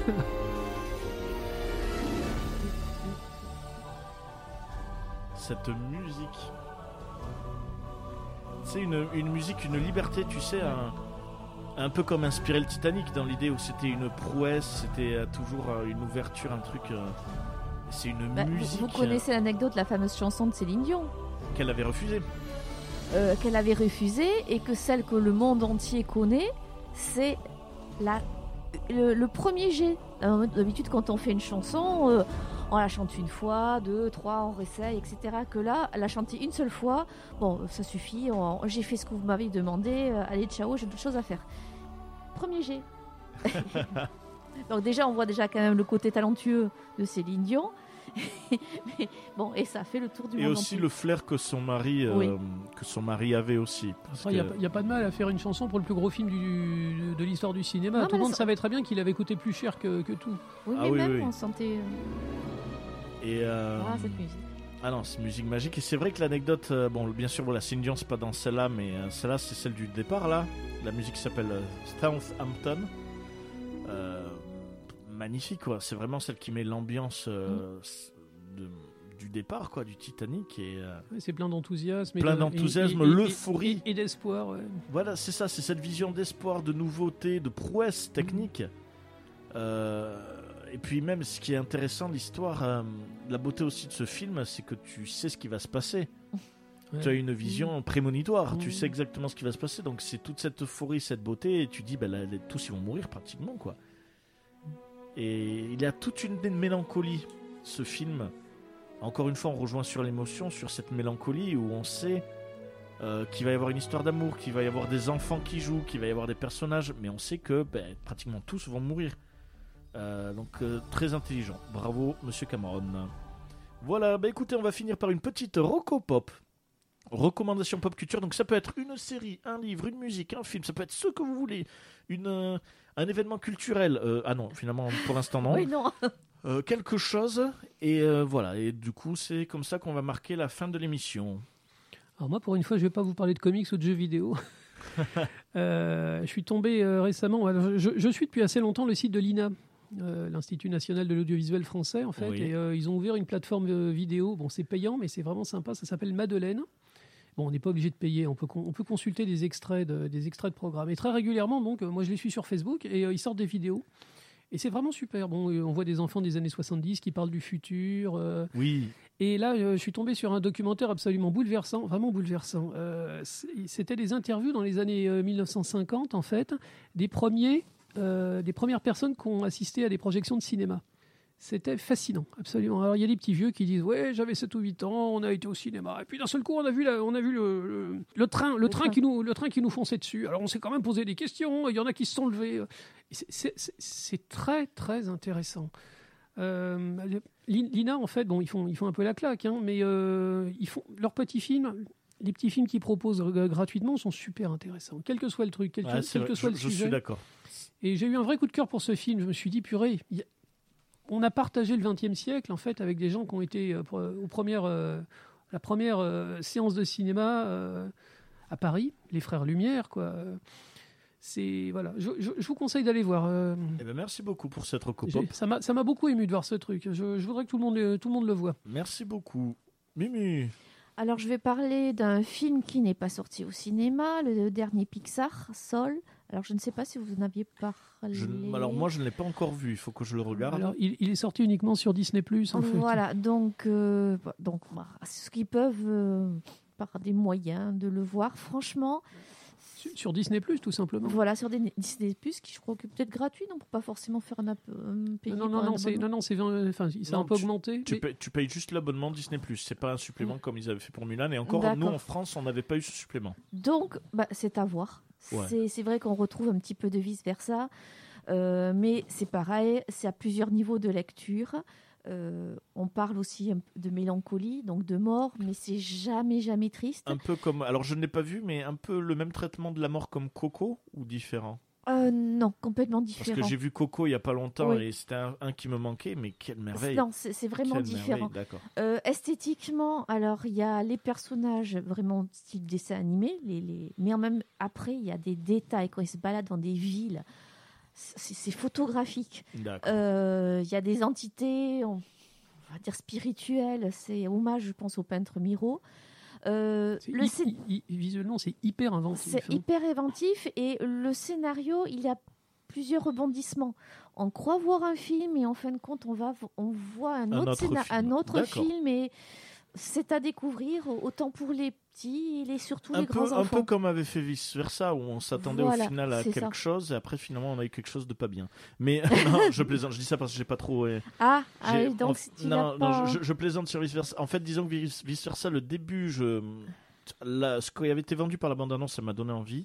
Cette musique. C'est une, une musique, une liberté, tu sais, un, un peu comme inspirer le Titanic dans l'idée où c'était une prouesse, c'était euh, toujours euh, une ouverture, un truc. euh, c'est une Bah, vous- musique vous, connaissez l'anecdote, la fameuse chanson de Céline Dion, euh, qu'elle avait refusée. euh, qu'elle avait refusée et que celle que le monde entier connaît, c'est la, le, le premier jet. Alors, d'habitude, quand on fait une chanson, euh, on la chante une fois, deux, trois, on réessaye, et cetera. Que là, la chanter une seule fois, bon, ça suffit, on- j'ai fait ce que vous m'avez demandé, euh, allez, ciao, j'ai d'autres choses à faire. Premier jet. Donc déjà, on voit déjà quand même le côté talentueux de Céline Dion. Mais bon, et ça fait le tour du Et monde aussi entier. le flair que son mari, euh, Oui. que son mari avait aussi. Parce Il n'y a, que- pas- y a pas de mal à faire une chanson pour le plus gros film du- de l'histoire du cinéma. Non, Tout le mais monde ça- savait très bien qu'il avait coûté plus cher que, que tout. Oui, Ah mais oui, même, oui. on sentait... euh, Et euh, Ah, cette musique. ah non, c'est musique magique. Et c'est vrai que l'anecdote, euh, bon, bien sûr, voilà, Céline Dion, c'est pas dans celle-là, mais euh, celle-là, c'est celle du départ, là. La musique s'appelle euh, Southampton. Euh, magnifique, quoi. C'est vraiment celle qui met l'ambiance euh, de- du départ, quoi, du Titanic. Et euh, Ouais, c'est plein d'enthousiasme. et Plein de- d'enthousiasme, et- et- l'euphorie. Et, et d'espoir. ouais. voilà, c'est ça, c'est cette vision d'espoir, de nouveauté, de prouesse technique. Euh, et puis même, ce qui est intéressant, l'histoire, euh, la beauté aussi de ce film, c'est que tu sais ce qui va se passer. Ouais. Tu as une vision prémonitoire, Mmh. tu sais exactement ce qui va se passer, donc c'est toute cette euphorie, cette beauté, et tu dis, bah, là, les- tous ils vont mourir pratiquement, quoi. Et il y a toute une mélancolie, ce film. Encore une fois, on rejoint sur l'émotion, sur cette mélancolie où on sait euh, qu'il va y avoir une histoire d'amour, qu'il va y avoir des enfants qui jouent, qu'il va y avoir des personnages, mais on sait que ben, pratiquement tous vont mourir. Euh, donc euh, très intelligent. Bravo, Monsieur Cameron. Voilà, bah écoutez, on va finir par une petite roco-pop. Recommandation pop culture. Donc ça peut être une série, un livre, une musique, un film, ça peut être ce que vous voulez. Une, euh, un événement culturel. Euh, ah non, finalement, pour l'instant, non. Oui, non. Euh, quelque chose. Et euh, voilà, et du coup, c'est comme ça qu'on va marquer la fin de l'émission. Alors moi, pour une fois, je ne vais pas vous parler de comics ou de jeux vidéo. euh, je suis tombé euh, récemment... alors, je, je suis depuis assez longtemps le site de l'I N A, euh, l'Institut National de l'Audiovisuel Français, en fait. Oui. Et euh, ils ont ouvert une plateforme euh, vidéo. Bon, c'est payant, mais c'est vraiment sympa. Ça s'appelle Madeleine. Bon, on n'est pas obligé de payer. On peut, con- on peut consulter des extraits de, des extraits de programmes. Et très régulièrement, donc, euh, moi, je les suis sur Facebook et euh, ils sortent des vidéos. Et c'est vraiment super. Bon, euh, on voit des enfants des années soixante-dix qui parlent du futur. euh, Oui. Et là, euh, je suis tombé sur un documentaire absolument bouleversant, vraiment bouleversant. Euh, c- C'était des interviews dans les années euh, mille neuf cent cinquante, en fait, des, premiers, euh, des premières personnes qui ont assisté à des projections de cinéma. C'était fascinant, absolument. Alors, il y a des petits vieux qui disent « Ouais, j'avais sept ou huit ans, on a été au cinéma. » Et puis, d'un seul coup, on a vu, la- on a vu le, le, le train, le, train train. qui nous, le train qui nous fonçait dessus. Alors, on s'est quand même posé des questions. Il y en a qui se sont levés. Et c'est- C'est c'est- c'est très, très intéressant. Euh, L'I N A, en fait, bon, ils font, ils font un peu la claque, hein, mais euh, ils font leurs petits films. Les petits films qu'ils proposent euh, gratuitement sont super intéressants, quel que soit le truc, quel, que- Ouais, c'est quel vrai, que soit je, le je sujet. suis d'accord. Et j'ai eu un vrai coup de cœur pour ce film. Je me suis dit, purée, il y a- on a partagé le vingtième siècle, en fait, avec des gens qui ont été euh, pour- aux premières, euh, la première euh, séance de cinéma euh, à Paris, les Frères Lumière, quoi. C'est, voilà. Je, je- je vous conseille d'aller voir. euh, Eh ben, merci beaucoup pour cette j'ai- recopop. ça m'a ça m'a beaucoup ému de voir ce truc. Je, je voudrais que tout le monde, le- tout le monde le voit. Merci beaucoup. Mumu. Alors, je vais parler d'un film qui n'est pas sorti au cinéma, le dernier Pixar, Soul. Alors, je ne sais pas si vous en aviez parlé. Je n- alors moi, je ne l'ai pas encore vu. Il faut que je le regarde. Alors, il, il est sorti uniquement sur Disney plus, en fait. Voilà, donc, euh, donc bah, ceux qui peuvent, euh, par des moyens, de le voir, franchement, Sur, sur Disney plus, tout simplement. voilà, sur des Disney plus, qui je crois que peut-être gratuit, non, pour pas forcément faire un, app- un payer Non, pour non, un non, c'est, abonnement. non, non, c'est, vingt- enfin, ça a Non, un peu augmenté. Tu mais- payes, tu payes juste l'abonnement Disney+. C'est pas un supplément comme ils avaient fait pour Mulan. Et encore, D'accord. nous, en France, on n'avait pas eu ce supplément. Donc, bah, c'est à voir. Ouais. C'est, c'est vrai qu'on retrouve un petit peu de vice-versa, euh, mais c'est pareil, c'est à plusieurs niveaux de lecture. Euh, on parle aussi un peu de mélancolie, donc de mort, mais c'est jamais, jamais triste. Un peu comme... Alors, je ne l'ai pas vu, mais un peu le même traitement de la mort comme Coco ou différent? Euh, non, complètement Parce différent. que j'ai vu Coco il y a pas longtemps Oui. et c'était un, un qui me manquait, mais quelle merveille. Non, c'est, c'est vraiment Quelle différent. merveille, d'accord. Euh, esthétiquement, alors il y a les personnages vraiment style dessin animé, les, les... mais en même après il y a des détails quand ils se baladent dans des villes, c'est, c'est photographique. D'accord. Euh, Il y a des entités, on va dire spirituelles, c'est hommage, je pense, au peintre Miro. Euh, c'est le hy- scén- hy- hy- visuellement, c'est hyper inventif. c'est hein. hyper inventif et le scénario, il y a plusieurs rebondissements. On croit voir un film et en fin de compte, on, va, on voit un Un autre, autre scénar- film. un autre D'accord. film et c'est à découvrir autant pour les petits et surtout Un les peu, grands un enfants. peu comme avait fait vice versa, où on s'attendait Voilà, au final à c'est quelque ça. chose et après finalement on a eu quelque chose de pas bien. Mais non, je plaisante, je dis ça parce que j'ai pas trop. ouais. Ah, ah J'ai- oui, donc en- si tu non, l'as pas... non, je, je plaisante sur vice versa. En fait, disons que vice vice versa, le début, je, la- ce qui avait été vendu par la bande-annonce, ça m'a donné envie.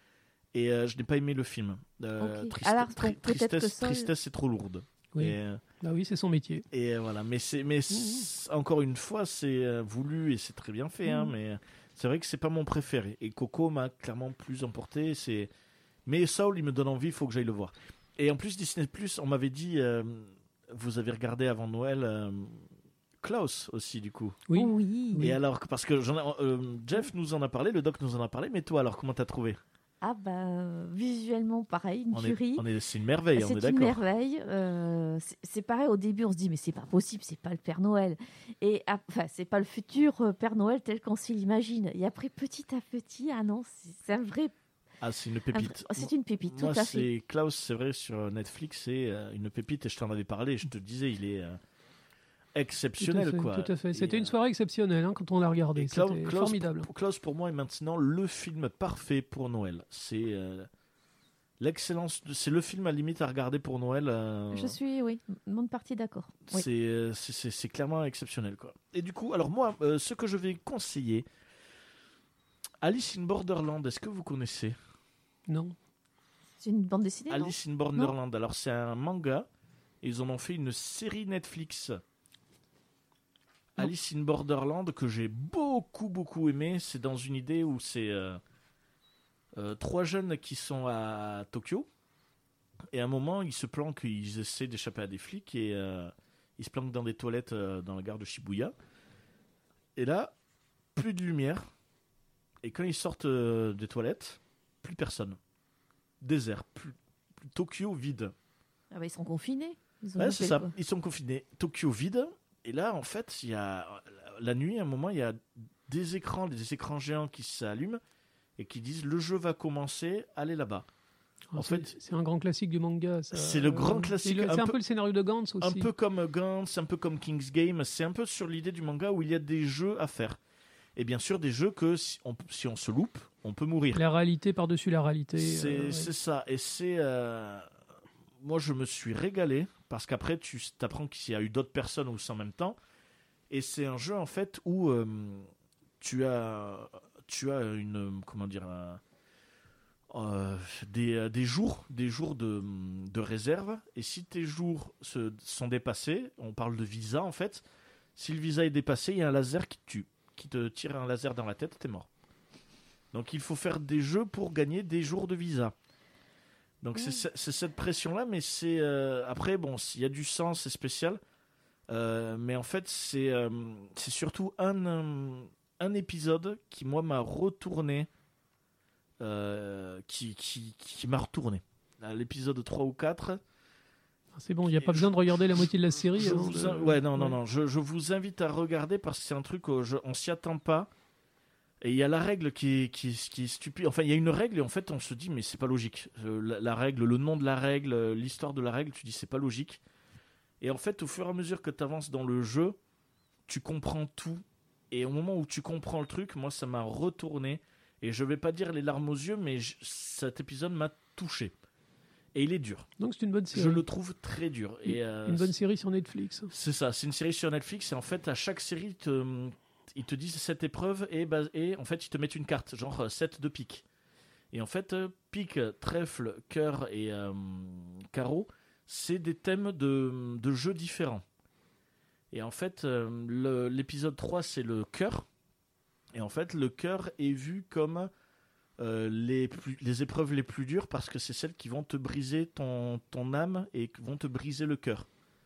Et euh, je n'ai pas aimé le film. Euh, Ok. triste- Alors, tri- donc, peut-être que tristesse, ça- tristesse, c'est trop lourde. Oui. Et, euh, Bah oui, c'est son métier. et euh, voilà. Mais c'est, mais c'est- encore une fois, c'est euh, voulu et c'est très bien fait. Hein, Mhm. mais c'est vrai que c'est pas mon préféré. Et Coco m'a clairement plus emporté. C'est, mais Saul, il me donne envie. Il faut que j'aille le voir. Et en plus Disney Plus, on m'avait dit, euh, vous avez regardé avant Noël. euh, Klaus aussi du coup. Oui. Oui. Et alors parce que j'en ai- euh, Jeff nous en a parlé, le doc nous en a parlé, mais toi alors comment t'as trouvé? Ah bah, visuellement, pareil, une On est, tuerie. on est, c'est une merveille, on C'est est une d'accord. merveille. euh, c'est, c'est pareil, au début, on se dit, mais c'est pas possible, c'est pas le Père Noël. Et ap- enfin, c'est pas le futur euh, Père Noël tel qu'on se l'imagine. Et après, petit à petit, ah non, c'est, c'est un vrai. Ah, c'est une pépite. Un- C'est une pépite, Moi, tout à fait. c'est Klaus, c'est vrai, sur Netflix, c'est euh, une pépite, et je t'en avais parlé, je te disais, il est euh, exceptionnel, tout à fait, quoi. Tout à fait. Et, C'était euh, une soirée exceptionnelle hein, quand on l'a regardé. et Klaus, C'était Klaus, formidable. pour, Klaus, pour moi, est maintenant le film parfait pour Noël. C'est euh, l'excellence, de- c'est le film à limite à regarder pour Noël. euh, Je suis, oui, monde partie d'accord. Oui. C'est, euh, c'est, c'est- c'est clairement exceptionnel, quoi. Et du coup, alors moi, euh, ce que je vais conseiller, Alice in Borderland, est-ce que vous connaissez Non. C'est une bande dessinée, non Alice in Borderland. Alors c'est un manga, et ils en ont fait une série Netflix. Non. Alice in Borderland, que j'ai beaucoup beaucoup aimé. C'est dans une idée où c'est euh, euh, trois jeunes qui sont à Tokyo, et à un moment ils se planquent, ils essaient d'échapper à des flics, et euh, ils se planquent dans des toilettes euh, dans la gare de Shibuya. Et là, plus de lumière, et quand ils sortent euh, des toilettes, plus personne. Désert, plus, plus- Tokyo vide. Ah bah, ils sont confinés. Ils ont Ouais, loupé c'est le ça. coup. Ils sont confinés. Tokyo vide. Et là, en fait, il y a la nuit, à un moment, il y a des écrans, des écrans géants qui s'allument et qui disent le jeu va commencer, allez là-bas. En C'est- fait, c'est un grand classique du manga. ça. c'est le grand Euh, classique, c'est le- un C'est un peu- peu le scénario de Gantz aussi. Un peu comme Gantz, un peu comme King's Game, c'est un peu sur l'idée du manga où il y a des jeux à faire. Et bien sûr, des jeux que si on, si on se loupe, on peut mourir. La réalité par-dessus la réalité. C'est euh, ouais. c'est ça. Et c'est. euh, Moi, je me suis régalé parce qu'après, tu apprends qu'il y a eu d'autres personnes aussi en même temps. Et c'est un jeu, en fait, où euh, tu as. Tu as une. Comment dire un- euh, des, des jours, des jours de, de réserve. Et si tes jours se, sont dépassés, on parle de visa, en fait. Si le visa est dépassé, il y a un laser qui te tue. Qui te tire un laser dans la tête, t'es mort. Donc il faut faire des jeux pour gagner des jours de visa. Donc c'est c'est c'est cette pression-là, mais c'est euh, après bon, s'il y a du sang, c'est spécial. Euh, mais en fait, c'est euh, c'est surtout un, euh, un épisode qui moi m'a retourné, euh, qui qui, qui m'a retourné. À l'épisode trois ou quatre. C'est bon, il n'y a pas besoin de regarder la moitié de la série. Je avant vous de- in- Ouais, non, non, Ouais. non. Je, je vous invite à regarder parce que c'est un truc où je- on s'y attend pas. Et il y a la règle qui est, qui, est- qui est stupide. Enfin, il y a une règle et en fait, on se dit, mais c'est pas logique. Euh, La, la règle, le nom de la règle, euh, l'histoire de la règle, tu dis, c'est pas logique. Et en fait, au fur et à mesure que tu avances dans le jeu, tu comprends tout. Et au moment où tu comprends le truc, moi, ça m'a retourné. Et je vais pas dire les larmes aux yeux, mais je- cet épisode m'a touché. Et il est dur. Donc c'est une bonne série. Je le trouve très dur. Et, euh, Une bonne série sur Netflix. c'est ça, c'est une série sur Netflix et en fait à chaque série ils te, ils te disent cette épreuve et, bas- et en fait ils te mettent une carte, genre euh, sept de pique. Et en fait euh, pique, trèfle, cœur et euh, carreau, c'est des thèmes de, de jeux différents. Et en fait euh, le- l'épisode trois c'est le cœur. Et en fait le cœur est vu comme euh, les, plus, les épreuves les plus dures parce que c'est celles qui vont te briser ton, ton âme et qui vont te briser le cœur.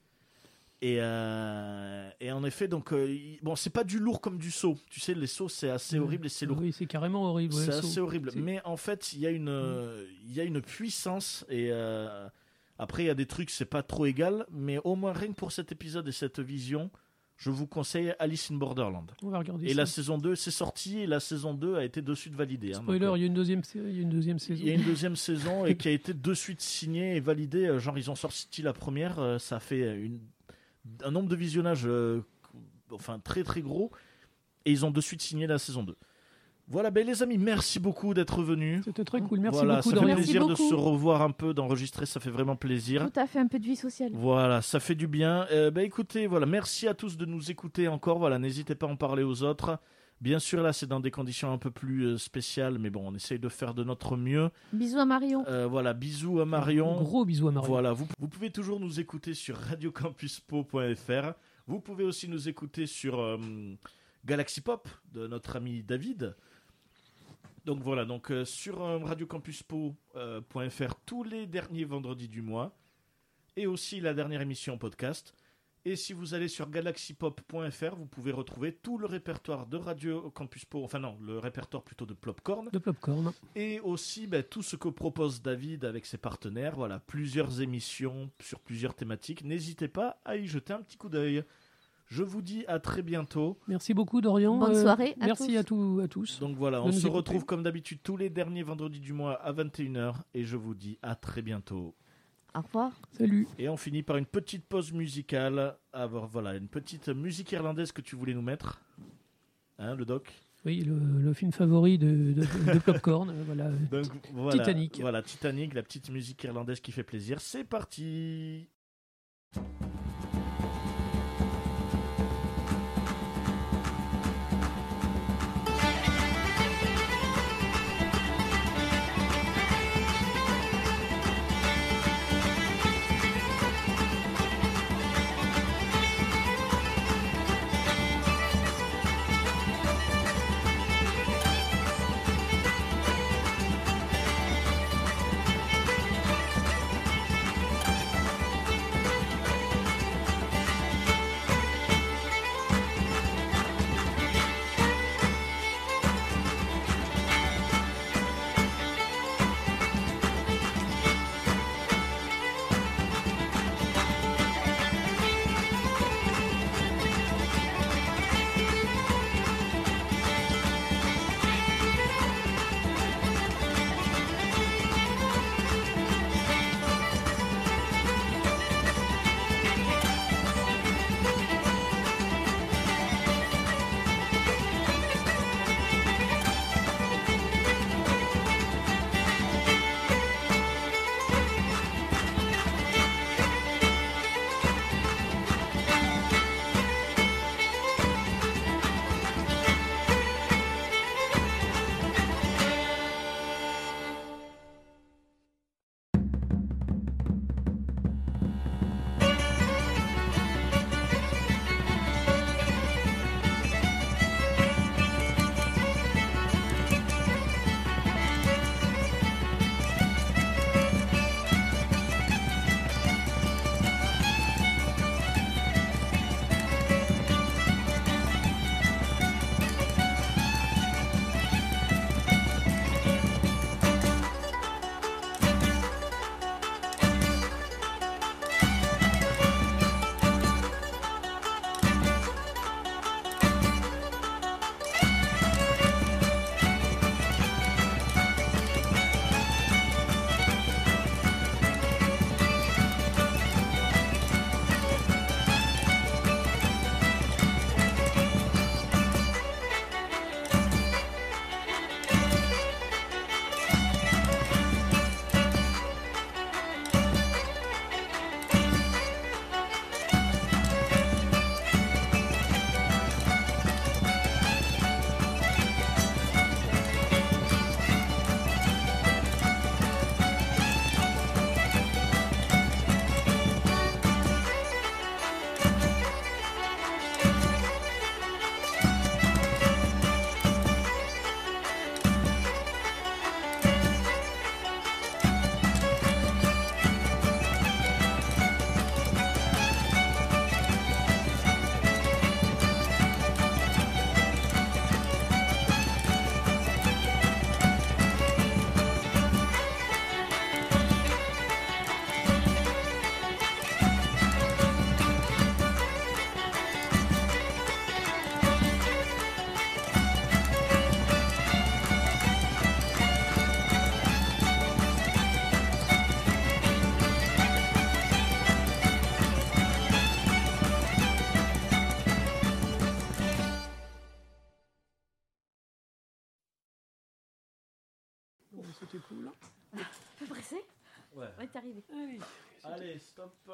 Et, euh, et en effet, donc, euh, il- bon, c'est pas du lourd comme du saut. Tu sais, les sauts, c'est assez horrible et c'est lourd. Oui, c'est carrément horrible. ouais, c'est saut. assez horrible. C'est- Mais en fait, il y a une, euh, il y a une puissance. Et euh, après, il y a des trucs, c'est pas trop égal. Mais au moins, rien que pour cet épisode et cette vision, je vous conseille Alice in Borderland. On va regarder Et ça. la saison deux, c'est sorti. Et la saison deux a été de suite validée. hein. Spoiler, Donc, euh, il y a une deuxième série, il y a une deuxième saison. il y a une deuxième saison et qui a été de suite signée et validée. Euh, Genre, ils ont sorti la première, euh, ça a fait une, un nombre de visionnages euh, enfin, très très gros. Et ils ont de suite signé la saison deux. Voilà, ben, les amis, merci beaucoup d'être venus. C'était très cool. Merci Voilà, beaucoup, ça fait Dorian. Merci plaisir de beaucoup. se revoir un peu, d'enregistrer, ça fait vraiment plaisir. Tout à fait, un peu de vie sociale. Voilà, ça fait du bien. Euh, ben, écoutez, voilà, merci à tous de nous écouter encore. Voilà, n'hésitez pas à en parler aux autres. Bien sûr, là, c'est dans des conditions un peu plus euh, spéciales, mais bon, on essaye de faire de notre mieux. Bisous à Marion. Euh, voilà, bisous à Marion. Gros bisous à Marion. Voilà, vous, vous pouvez toujours nous écouter sur radio campus po point f r. Vous pouvez aussi nous écouter sur euh, Galaxy Pop de notre ami David. Donc voilà, donc euh, sur euh, radio campus po point f r tous les derniers vendredis du mois et aussi la dernière émission en podcast. Et si vous allez sur galaxy pop point f r, vous pouvez retrouver tout le répertoire de Radio Campus Po, enfin non, le répertoire plutôt de Plopcorn. De Popcorn. Et aussi ben, tout ce que propose David avec ses partenaires. Voilà, plusieurs émissions sur plusieurs thématiques. N'hésitez pas à y jeter un petit coup d'œil. Je vous dis à très bientôt. Merci beaucoup Dorian. Bonne Euh, soirée à merci tous. à, tous, à tous. Donc voilà, De on nous se écouter. retrouve comme d'habitude tous les derniers vendredis du mois à vingt et une heures et je vous dis à très bientôt. Au revoir. Salut. Et on finit par une petite pause musicale. Alors voilà, une petite musique irlandaise que tu voulais nous mettre. Hein, le doc? Oui, le, le film favori de, de, de Popcorn. euh, voilà. Donc, voilà, Titanic. Voilà, Titanic, la petite musique irlandaise qui fait plaisir. C'est parti. C'était cool. Peu pressé? Ouais. On est arrivé. Allez. Allez, stop.